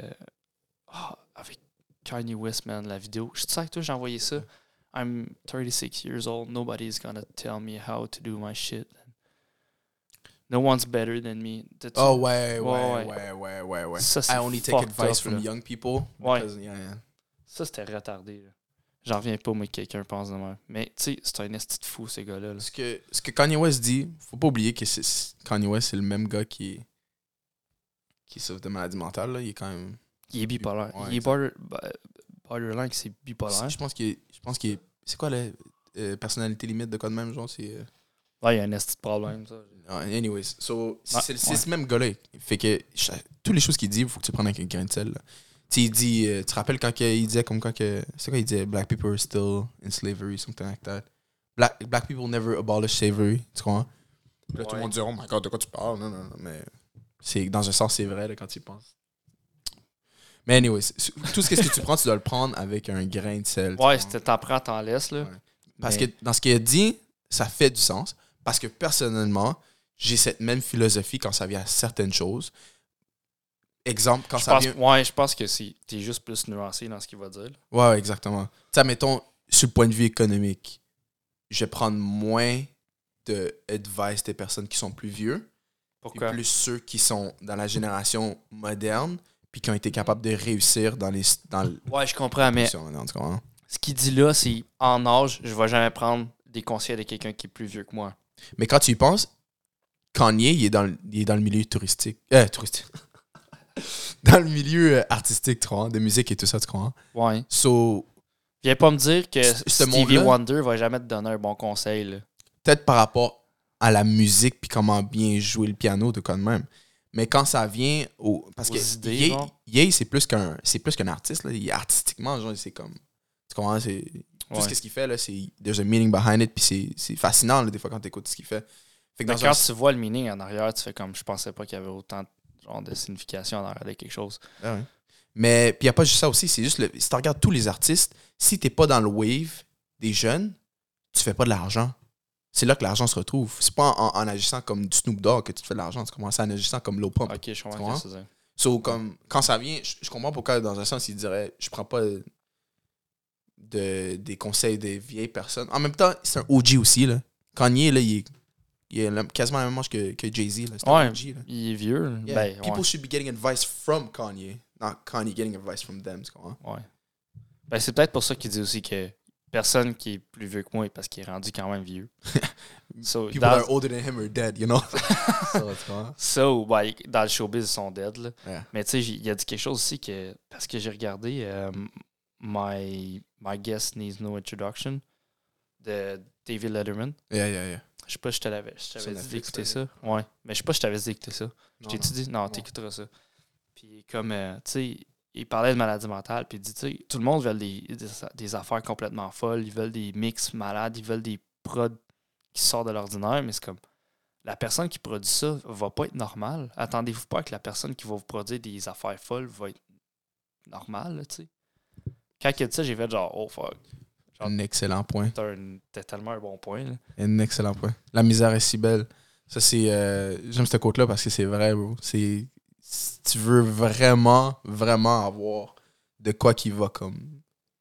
Kanye West, man, la vidéo. Je sais que toi, j'ai envoyé ça. I'm 36 years old. Nobody's gonna tell me how to do my shit. No one's better than me. Oh, ouais. Ça, I only take advice from young people. Because, Ça, c'était retardé, là. J'en reviens pas, moi, que quelqu'un pense de moi. Mais, tu sais, c'est un esti de fou, ces gars-là. Là. Ce que Kanye West dit, faut pas oublier que Kanye West, c'est le même gars qui souffre de maladie mentale. Là. Il est quand même... Il est bipolaire. Ouais, il est borderline, c'est bipolaire. Je pense qu'il est... C'est quoi la personnalité limite de quoi de même, genre? C'est... Ouais, il y a un esti de problème, ça. Anyways, c'est ce même gars-là. Fait que toutes les choses qu'il dit, il faut que tu prennes avec un grain de sel. Là. Il dit, tu te rappelles quand il disait comme quoi que. C'est quoi il disait? Black people are still in slavery, something like that. Black people never abolish slavery, tu comprends? Là, tout le monde dit, oh my god, de quoi tu parles? Non, mais dans un sens, c'est vrai là, quand tu y penses. Mais anyways, tout ce que tu prends, tu dois le prendre avec un grain de sel. Ouais, si t'en prends, t'en laisses, là. Ouais. Parce que dans ce qu'il a dit, ça fait du sens. Parce que personnellement, j'ai cette même philosophie quand ça vient à certaines choses. Exemple, quand ça vient... Ouais, je pense que t'es juste plus nuancé dans ce qu'il va dire. Ouais, exactement. Tu sais, mettons, sur le point de vue économique, je vais prendre moins de advice des personnes qui sont plus vieux. Pourquoi? Et plus ceux qui sont dans la génération moderne puis qui ont été capables de réussir dans Ouais, je comprends, mais ce qu'il dit là, c'est en âge, je vais jamais prendre des conseils de quelqu'un qui est plus vieux que moi. Mais quand tu y penses, Kanye, il est dans le milieu touristique. Dans le milieu artistique, tu crois, de musique et tout ça, tu crois. Ouais. So, viens pas me dire que Stevie Wonder va jamais te donner un bon conseil. Là. Peut-être par rapport à la musique puis comment bien jouer le piano, de quand même. Mais quand ça vient parce que Ye, c'est plus qu'un artiste. Là. Il, artistiquement, genre, c'est comme... Tu comprends? C'est... Tout ce qu'il fait, là, c'est... There's a meaning behind it, puis c'est fascinant, là, des fois, quand tu écoutes ce qu'il fait. Fait que quand tu vois le meaning en arrière, tu fais comme... Je pensais pas qu'il y avait autant de signification en arrière de quelque chose. Ah ouais. Mais puis il n'y a pas juste ça aussi, c'est juste... si tu regardes tous les artistes, si t'es pas dans le wave des jeunes, tu fais pas de l'argent. C'est là que l'argent se retrouve. C'est pas en agissant comme du Snoop Dogg que tu te fais de l'argent. Tu commences en agissant comme Lil Pump. Ok, je comprends ce que c'est. So, comme, quand ça vient, je comprends pourquoi, dans un sens, il dirait je prends pas des conseils des vieilles personnes. En même temps, c'est un OG aussi. Là. Kanye, là, il est quasiment la même âge que Jay-Z. Là. C'est un OG, là. Il est vieux. Yeah. Ben, people should be getting advice from Kanye, not Kanye getting advice from them. Tu comprends? Ouais. Ben, c'est peut-être pour ça qu'il dit aussi que personne qui est plus vieux que moi parce qu'il est rendu quand même vieux. So, people that are older than him are dead, you know? Dans le showbiz, ils sont dead. Là. Yeah. Mais tu sais, il a dit quelque chose aussi que... Parce que j'ai regardé My Guest Needs No Introduction de David Letterman. Yeah. Je sais pas si je t'avais Sur dit Netflix, d'écouter ça. Ouais. Mais je sais pas si je t'avais dit d'écouter ça. Je Non, t'ai-tu dit? Non, t'écouteras ça. Puis comme, tu sais, il parlait de maladie mentale, puis il dit, tu sais, tout le monde veut des affaires complètement folles, ils veulent des mix malades, ils veulent des prods qui sortent de l'ordinaire, mais c'est comme, la personne qui produit ça va pas être normale. Attendez-vous pas que la personne qui va vous produire des affaires folles va être normale, là, tu sais. Quand il a dit ça, j'ai fait genre, oh fuck. Genre, un excellent point. T'as tellement un bon point, là. Un excellent point. La misère est si belle. Ça, c'est... j'aime cette quote-là parce que c'est vrai, bro. C'est... Si tu veux vraiment, vraiment avoir de quoi qui va comme...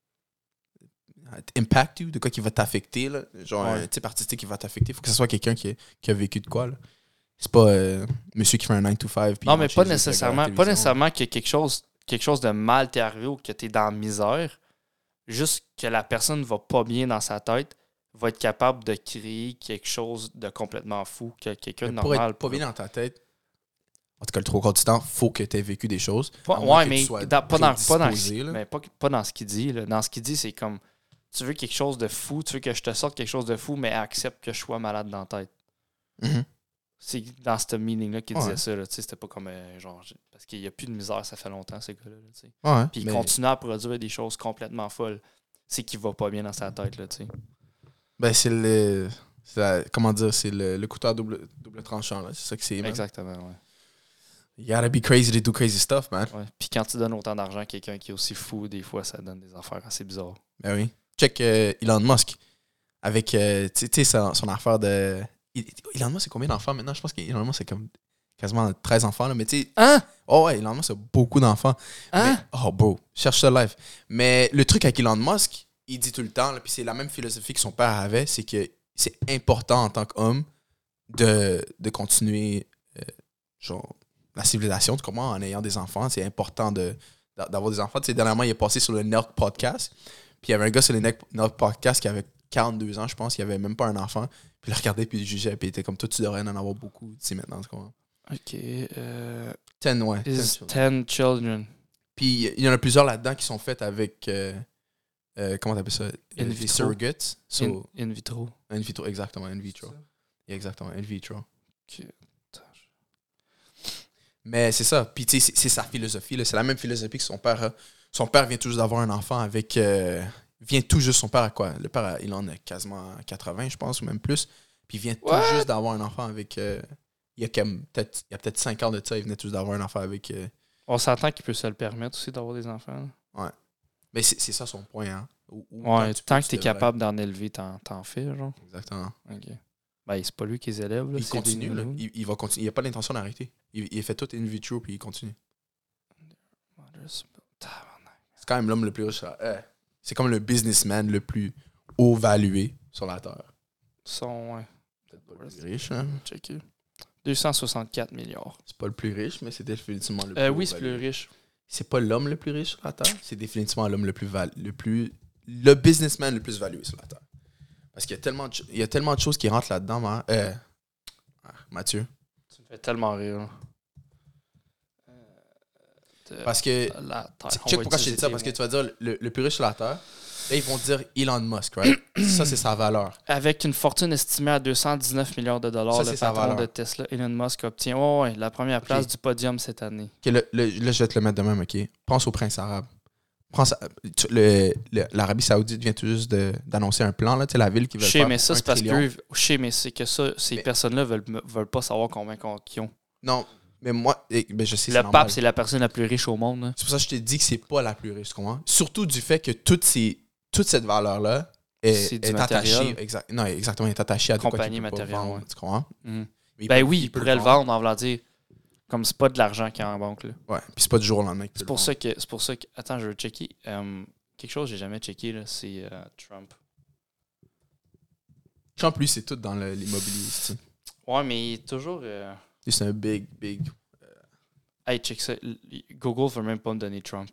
impact you, de quoi qui va t'affecter, là. Genre un type artistique qui va t'affecter. Il faut que ce soit quelqu'un qui a vécu de quoi, là. C'est pas monsieur qui fait un 9 to 5. Non, mais pas nécessairement que quelque chose de mal t'est arrivé ou que t'es dans la misère. Juste que la personne va pas bien dans sa tête, va être capable de créer quelque chose de complètement fou, que quelqu'un de normal... Pour être pas bien dans ta tête, en tout cas, le trois quarts du temps, faut que tu aies vécu des choses. Ouais, mais pas dans ce qu'il dit. Là. Dans ce qu'il dit, c'est comme, tu veux quelque chose de fou, tu veux que je te sorte quelque chose de fou, mais accepte que je sois malade dans la tête. Mm-hmm. C'est dans ce meaning-là qu'il disait ça. Là, c'était pas comme, genre, parce qu'il n'y a plus de misère, ça fait longtemps, ces gars-là. Ouais, puis il continue à produire des choses complètement folles. C'est qu'il va pas bien dans sa tête, là, tu sais. Ben, c'est comment dire, c'est le couteau à double tranchant, là. C'est ça que c'est, man. Exactement, ouais. You gotta be crazy to do crazy stuff, man. Ouais. Puis quand tu donnes autant d'argent à quelqu'un qui est aussi fou, des fois, ça donne des affaires assez bizarres. Ben oui. Check Elon Musk. Avec, tu sais, son affaire de... Elon Musk, c'est combien d'enfants maintenant? Je pense qu'Elon Musk, c'est comme quasiment 13 enfants, là. Mais tu sais... Hein? Oh ouais, Elon Musk a beaucoup d'enfants. Hein? Mais, oh, bro, cherche ça live. Mais le truc avec Elon Musk, il dit tout le temps, là, puis c'est la même philosophie que son père avait, c'est que c'est important en tant qu'homme de continuer, genre... la civilisation, tu comprends, en ayant des enfants. C'est important d'avoir des enfants. Tu sais, dernièrement, il est passé sur le Nerd Podcast. Puis il y avait un gars sur le Nerd Podcast qui avait 42 ans, je pense, qui avait même pas un enfant. Puis il le regardait, puis il jugeait, puis il était comme, toi, tu devrais en avoir beaucoup, tu sais, maintenant, tu comprends. OK. 10, ouais. 10 children. Puis il y en a plusieurs là-dedans qui sont faits avec, comment t'appelles ça? In Des vitro. surrogates. So, In vitro. in vitro, exactement, in vitro. Exactement, in vitro. OK. Mais c'est ça. Puis, tu sais, c'est sa philosophie. Là. C'est la même philosophie que son père a. Son père vient tout juste d'avoir un enfant avec... vient tout juste... Son père a quoi? Le père, il en a quasiment 80, je pense, ou même plus. Puis il vient tout juste d'avoir un enfant avec... il y a peut-être 5 ans de ça, il venait tout juste d'avoir un enfant avec... On s'entend qu'il peut se le permettre aussi d'avoir des enfants. Là. Ouais. Mais c'est ça son point, hein. Ouais, tant que tu es capable d'en élever, t'en fais, genre. Exactement. OK. Ben, c'est pas lui qui les élève. Là, il continue, là. Il va continuer. Il n'a pas l'intention d'arrêter. Il fait tout in vitro, puis il continue. C'est quand même l'homme le plus riche. C'est comme le businessman le plus haut valué sur la Terre. Ouais. Peut-être pas le plus riche, hein? Checker. 264 milliards. C'est pas le plus riche, mais c'est définitivement le plus oui, c'est plus riche. C'est pas l'homme le plus riche sur la Terre, c'est définitivement l'homme le businessman le plus valué sur la Terre. Parce qu'il y a tellement de choses qui rentrent là-dedans, Mathieu. Tu me fais tellement rire. Parce que... Check pourquoi je te dis ça, parce que tu vas dire le plus riche sur la Terre. Là, ils vont te dire Elon Musk, right? Ça, c'est sa valeur. Avec une fortune estimée à 219 milliards de dollars, le patron de Tesla, Elon Musk, obtient la première place du podium cette année. Okay, là, je vais te le mettre de même, OK? Pense au prince arabe. L'Arabie Saoudite vient tout juste d'annoncer un plan, là, la ville qui veut faire mais ça, c'est parce que mais c'est que ça, ces personnes-là veulent pas savoir combien qu'ils ont. Non, mais moi, je sais. Le pape, c'est la personne la plus riche au monde. Hein. C'est pour ça que je t'ai dit que c'est pas la plus riche, tu comprends? Surtout du fait que toute cette valeur-là est attachée. Exactement, est attachée à compagnie matérielle. Ouais. Tu comprends? Mm. Il pourrait le vendre, en voulant dire. Comme c'est pas de l'argent qu'il y a en banque. Là. Ouais, puis c'est pas du jour au lendemain. C'est pour ça que. Attends, je veux checker. Quelque chose que j'ai jamais checké, là, c'est Trump. Trump, lui, c'est tout dans l'immobilier. C'est... Ouais, mais il est toujours. C'est un big. Hey, check ça. Google veut même pas me donner Trump.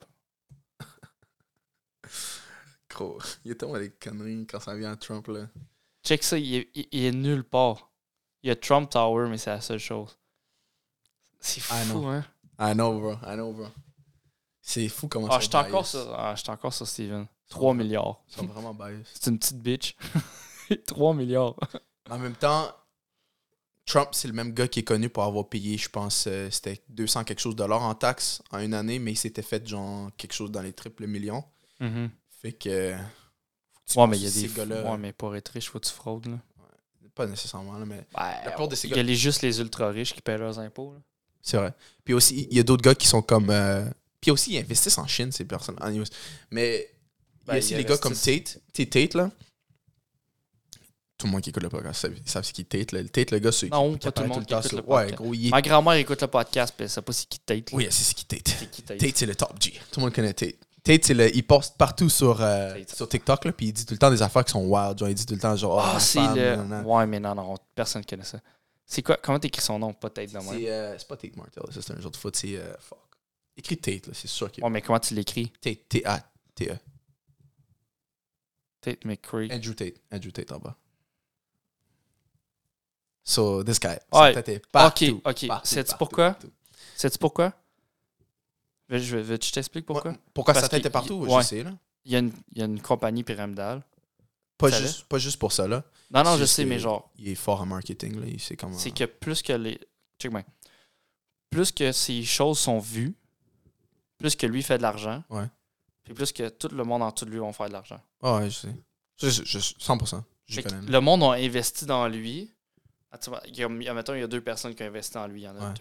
Gros, il y a tellement des conneries quand ça vient à Trump, là. Check ça, il est nulle part. Il y a Trump Tower, mais c'est la seule chose. C'est fou, hein? I know, bro. C'est fou comment ça je suis encore sur Steven. 3 milliards. Ils sont vraiment biased. C'est une petite bitch. 3 milliards. En même temps, Trump, c'est le même gars qui est connu pour avoir payé, je pense, c'était 200 quelque chose dollars en taxes en une année, mais il s'était fait genre quelque chose dans les triples millions. Fait que... Ouais, mais il y a des gars-là... Ouais, mais pour être riche, faut que tu fraudes, là. Ouais, pas nécessairement, là, mais... la plupart de ces gars... Il y a juste les ultra-riches qui paient leurs impôts, là. C'est vrai. Puis aussi, il y a d'autres gars qui sont comme... Puis aussi, ils investissent en Chine, ces personnes. Mais il y a aussi les gars comme Tate. Tate, là. Tout le monde qui écoute le podcast savent c'est qui Tate. Là. Tate, le gars, c'est... Non, pas tout le monde qui écoute le podcast. Ouais, gros, Ma grand-mère écoute le podcast, puis elle sait pas c'est qui Tate. Là. Oui, c'est qui Tate. Tate, c'est le top G. Tout le monde connaît Tate. Tate, il poste partout sur TikTok, là, puis il dit tout le temps des affaires qui sont wild. Genre, il dit tout le temps, genre... Ah, c'est le... Ouais, mais non, personne ne connaît ça. C'est quoi? Comment t'écris son nom? Pas Tate, là, moi. C'est pas Tate Martell, ça, c'est un genre de foot, c'est... fuck. Écris Tate, là, c'est sûr qu'il... Ouais, mais comment tu l'écris? Tate, T-A-T-E. Tate McCree. Andrew Tate en bas. So, this guy. Ouais. Sa tête est partout. OK. Sais-tu pourquoi? Sais-tu pourquoi? Je t'explique pourquoi? Pourquoi sa tête est partout? Ouais. Je sais, là. Il y a une compagnie pyramidale. Pas juste pour ça, là. Non, je sais, mais genre... Il est fort en marketing, là. Il sait comment... C'est que plus que les... Check bien. Plus que ces choses sont vues, plus que lui fait de l'argent, ouais. Puis plus que tout le monde en dessous de lui vont faire de l'argent. Ouais, je sais. 100%. Le monde a investi dans lui. Mettons, il y a 2 personnes qui ont investi en lui. Il y en a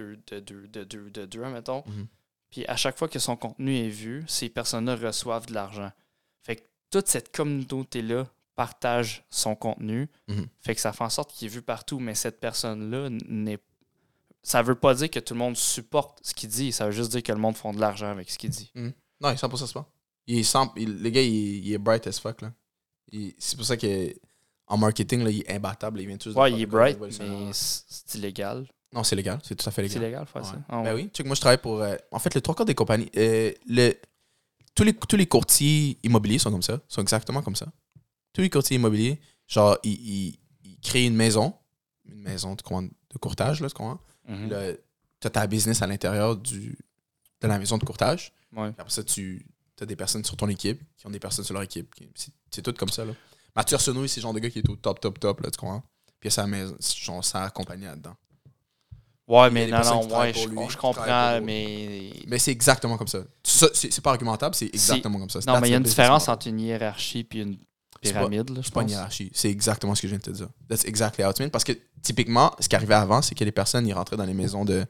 2, mettons. Mm-hmm. Puis à chaque fois que son contenu est vu, ces personnes-là reçoivent de l'argent. Fait que toute cette communauté-là partage son contenu. Mm-hmm. Fait que ça fait en sorte qu'il est vu partout, mais cette personne-là n'est... Ça veut pas dire que tout le monde supporte ce qu'il dit. Ça veut juste dire que le monde font de l'argent avec ce qu'il dit. Mm-hmm. Non, 100% c'est pas. Le gars, il est bright as fuck, là. C'est pour ça qu'en marketing, là, il est imbattable. Il vient tous il est bright, mais c'est illégal. Non, c'est légal. C'est tout à fait légal. C'est légal de faire ça. Ben oui. Tu sais que moi, je travaille pour... en fait, le 3/4 des compagnies... tous les courtiers immobiliers sont comme ça. Sont exactement comme ça. Tous les courtiers immobiliers, genre, ils créent une maison de courtage, là, tu comprends? Mm-hmm. Tu as ta business à l'intérieur de la maison de courtage. Ouais. Après ça, tu as des personnes sur ton équipe qui ont des personnes sur leur équipe. C'est tout comme ça, là. Mathieu Arsenault, c'est le genre de gars qui est au top, là, tu comprends? Puis il y a sa maison, genre, sa compagnie là-dedans. Ouais, mais je comprends, mais... Mais c'est exactement comme ça. C'est pas argumentable, c'est exactement comme ça. Non, mais il y a une différence entre une hiérarchie et une pyramide, là, je pense. C'est pas une hiérarchie. C'est exactement ce que je viens de te dire. That's exactly how it's meant. Parce que, typiquement, ce qui arrivait avant, c'est que les personnes, ils rentraient dans les maisons de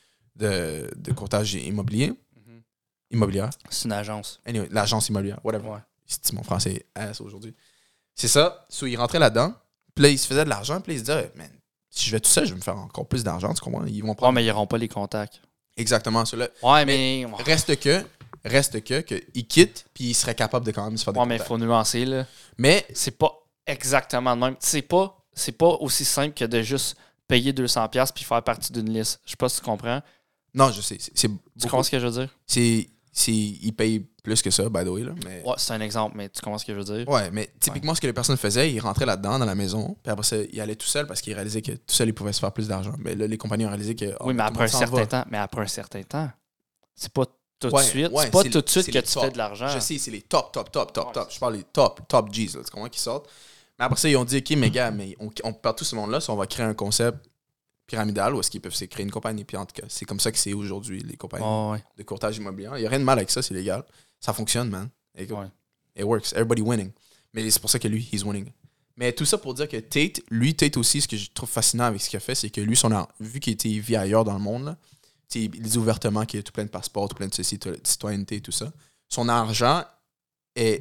courtage immobilier. Immobilière. C'est une agence. Anyway, l'agence immobilière, whatever. Ouais. C'est mon français ass aujourd'hui. C'est ça. So, ils rentraient là-dedans. Puis là, ils se faisaient de l'argent. Puis là, ils se disaient, man, si je vais tout seul, je vais me faire encore plus d'argent. Tu comprends? Ils vont prendre... Ouais, mais ils n'auront pas les contacts. Exactement. Cela. Ouais, mais... Reste qu'ils quittent, puis ils seraient capables de quand même se faire des contacts. Ouais, mais il faut nuancer, là. Mais... C'est pas exactement le même. C'est pas aussi simple que de juste payer 200$ puis faire partie d'une liste. Je sais pas si tu comprends. Non, je sais. Tu comprends ce que je veux dire? Ils payent plus que ça, by the way. Là, mais... Ouais, c'est un exemple, mais tu comprends ce que je veux dire? Ouais, mais typiquement, ce que les personnes faisaient, ils rentraient là-dedans, dans la maison, puis après ça, ils allaient tout seuls parce qu'ils réalisaient que tout seul, ils pouvaient se faire plus d'argent. Mais là, les compagnies ont réalisé que... oui, mais après un certain temps, c'est pas tout de suite. C'est pas tout de suite que tu fais de l'argent. Je sais, c'est les top. Je parle des top G's, là, tu comprends, qui sortent. Mais après ça, ils ont dit, OK, mais gars, mais on perd tout ce monde-là, on va créer un concept pyramidal où est-ce qu'ils peuvent se créer une compagnie. Puis en tout cas, c'est comme ça que c'est aujourd'hui, les compagnies de courtage immobilier. Il n'y a rien de mal avec ça, c'est légal. Ça fonctionne, man. It works. Everybody winning. Mais c'est pour ça que lui, he's winning. Mais tout ça pour dire que Tate aussi, ce que je trouve fascinant avec ce qu'il a fait, c'est que lui, vu qu'il vit ailleurs dans le monde, là, il dit ouvertement qu'il a tout plein de passeports, tout plein de citoyenneté, tout ça. Son argent est...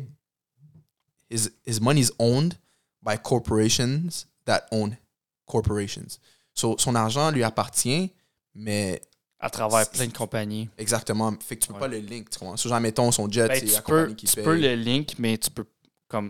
His money is owned by corporations that own corporations. So, son argent lui appartient, mais... À travers plein de compagnies. Exactement. Fait que tu peux pas le link. Tu comprends? So, genre, mettons, son jet, c'est la compagnie qui paye. Tu peux le link, mais tu peux... comme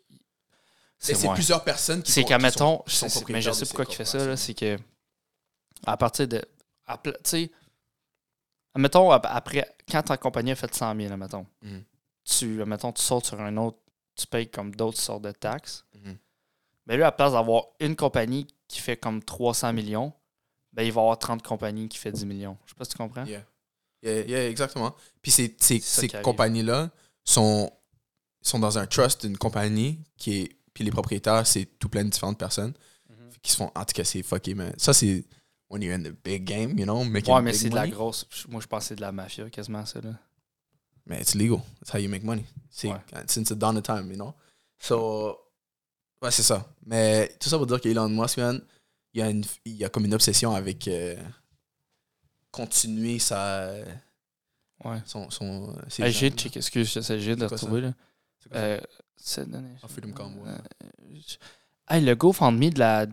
c'est plusieurs personnes qui sont... C'est qu'à mettons... Mais je sais pourquoi il fait ça, là, c'est que... À partir de... Tu sais... Admettons, après... Quand ta compagnie a fait 100 000, admettons, tu sautes sur un autre... Tu payes comme d'autres sortes de taxes. Mais lui, à la place d'avoir une compagnie qui fait comme 300 millions, ben il va y avoir 30 compagnies qui fait 10 millions. Je sais pas si tu comprends. Yeah, exactement. Puis ces compagnies-là sont dans un trust d'une compagnie qui est... Puis les propriétaires, c'est tout plein de différentes personnes. Qui se font, en tout cas, c'est fucké, mais ça, c'est when you're in the big game, you know, making Ouais, mais big c'est de money. la grosse. Moi, je pense que c'est de la mafia, quasiment, ça, là. Mais it's legal. That's how you make money. C'est since the dawn of time, you know. So, ouais, c'est ça. Mais tout ça pour dire qu'Elon Musk, man, il y a comme une obsession avec continuer sa... Ouais. Ses J'ai jeunes, checké, excuse, j'ai de retrouver, là. C'est donné. Freedom Convoy. Hey, le GoFundMe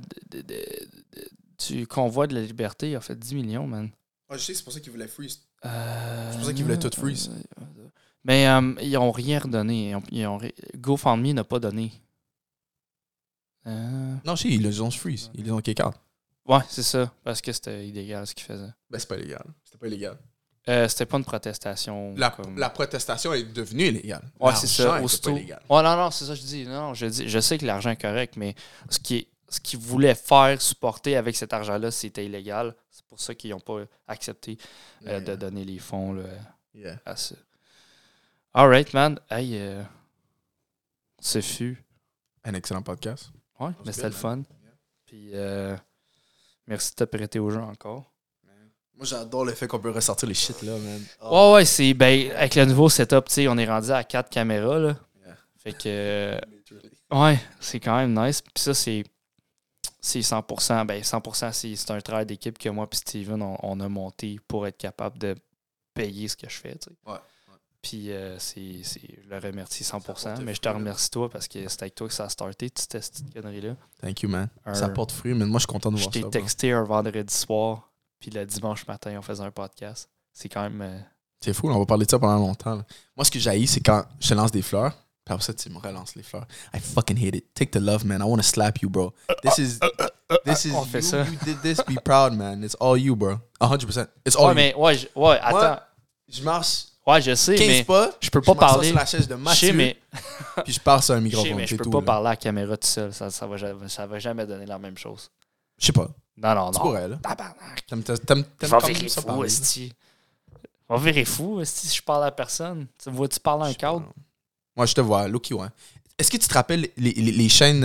du convoi de la liberté, il a fait 10 millions, man. Ah, je sais, c'est pour ça qu'ils voulaient freeze. C'est pour ça qu'ils voulaient tout freeze. Mais ils n'ont rien redonné. GoFundMe n'a pas donné. Non, je sais, ils les ont freeze. Ils les ont kick-out. Ouais, c'est ça. Parce que c'était illégal ce qu'ils faisaient. Ben, c'est pas illégal. C'était pas illégal. C'était pas une protestation. La protestation est devenue illégale. Ouais, c'est ça. Pas illégal. Ouais, non, c'est ça que je dis. Non, je sais que l'argent est correct, mais ce qu'ils voulaient faire supporter avec cet argent-là, c'était illégal. C'est pour ça qu'ils n'ont pas accepté de donner les fonds là, à ça. All right, man. Hey, ce fut un excellent podcast. Ouais, mais c'était le fun. Puis, merci de te prêter au jeu encore. Moi, j'adore le fait qu'on peut ressortir les shit, là, man. Ouais, c'est... Ben, avec le nouveau setup, tu sais, on est rendu à 4 caméras, là. Yeah. Fait que... ouais, c'est quand même nice. Puis ça, c'est 100%. Ben, 100%, c'est un travail d'équipe que moi et Steven, on a monté pour être capable de payer ce que je fais, tu sais. Ouais. Puis, je le remercie 100%. Mais je te remercie, toi, parce que c'est avec toi que ça a starté, toute cette connerie-là. Thank you, man. Ça porte fruit, mais moi, je suis content de voir ça. Je t'ai texté un vendredi soir. Puis le dimanche matin, on faisait un podcast. C'est quand même... C'est fou, on va parler de ça pendant longtemps. Là. Moi, ce que j'haïs, c'est quand je te lance des fleurs, puis après ça, tu me relances les fleurs. I fucking hate it. Take the love, man. I want to slap you, bro. This is on fait you. Ça. You did this. Be proud, man. It's all you, bro. 100%. It's all you. Mais, attends. Moi, je marche... Ouais, je sais, 15 mais pas, je peux pas parler. Sur la chaise de Mathieu, mais... puis je parle sur un microphone. Mais je peux pas parler à la caméra tout seul. Ça va jamais donner la même chose. Je sais pas. Non. Tu pourrais, là. Tabarnak. T'aimes va virer fou, esti. Va virer fou, esti, si je parle à personne. Tu vois-tu parler à un cadre? Moi, je te vois. Loki, ouais. Est-ce que tu te rappelles les chaînes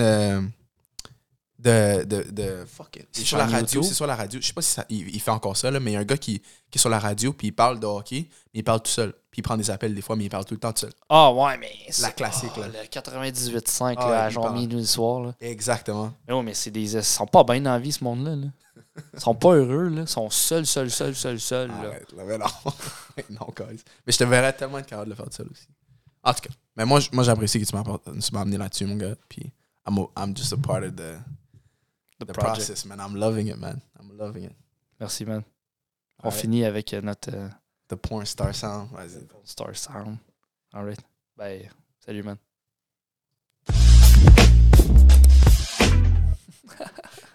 de fuck it. C'est sur la radio. C'est sur la radio. Je sais pas si il fait encore ça, là, mais il y a un gars qui est sur la radio, puis il parle de hockey, mais il parle tout seul. Puis il prend des appels des fois, mais il parle tout le temps tout seul. Ah ouais, mais... La classique, là. Le 98.5, là, à genre minuit du soir, là. Exactement. Mais ouais, mais c'est des... Ils sont pas bien dans la vie, ce monde-là, là. Ils sont pas heureux, là. Ils sont seuls, là. Arrête, là, mais non. Non, guys. Mais je te verrais tellement être capable de le faire tout seul aussi. En tout cas, mais moi j'apprécie que tu m'as amené là-dessus, mon gars. Puis I'm just a part of the process, man. I'm loving it, man. I'm loving it. Merci, man. On finit avec notre... The porn star sound. Vas-y. Porn star sound. All right. Bye. Salut, man.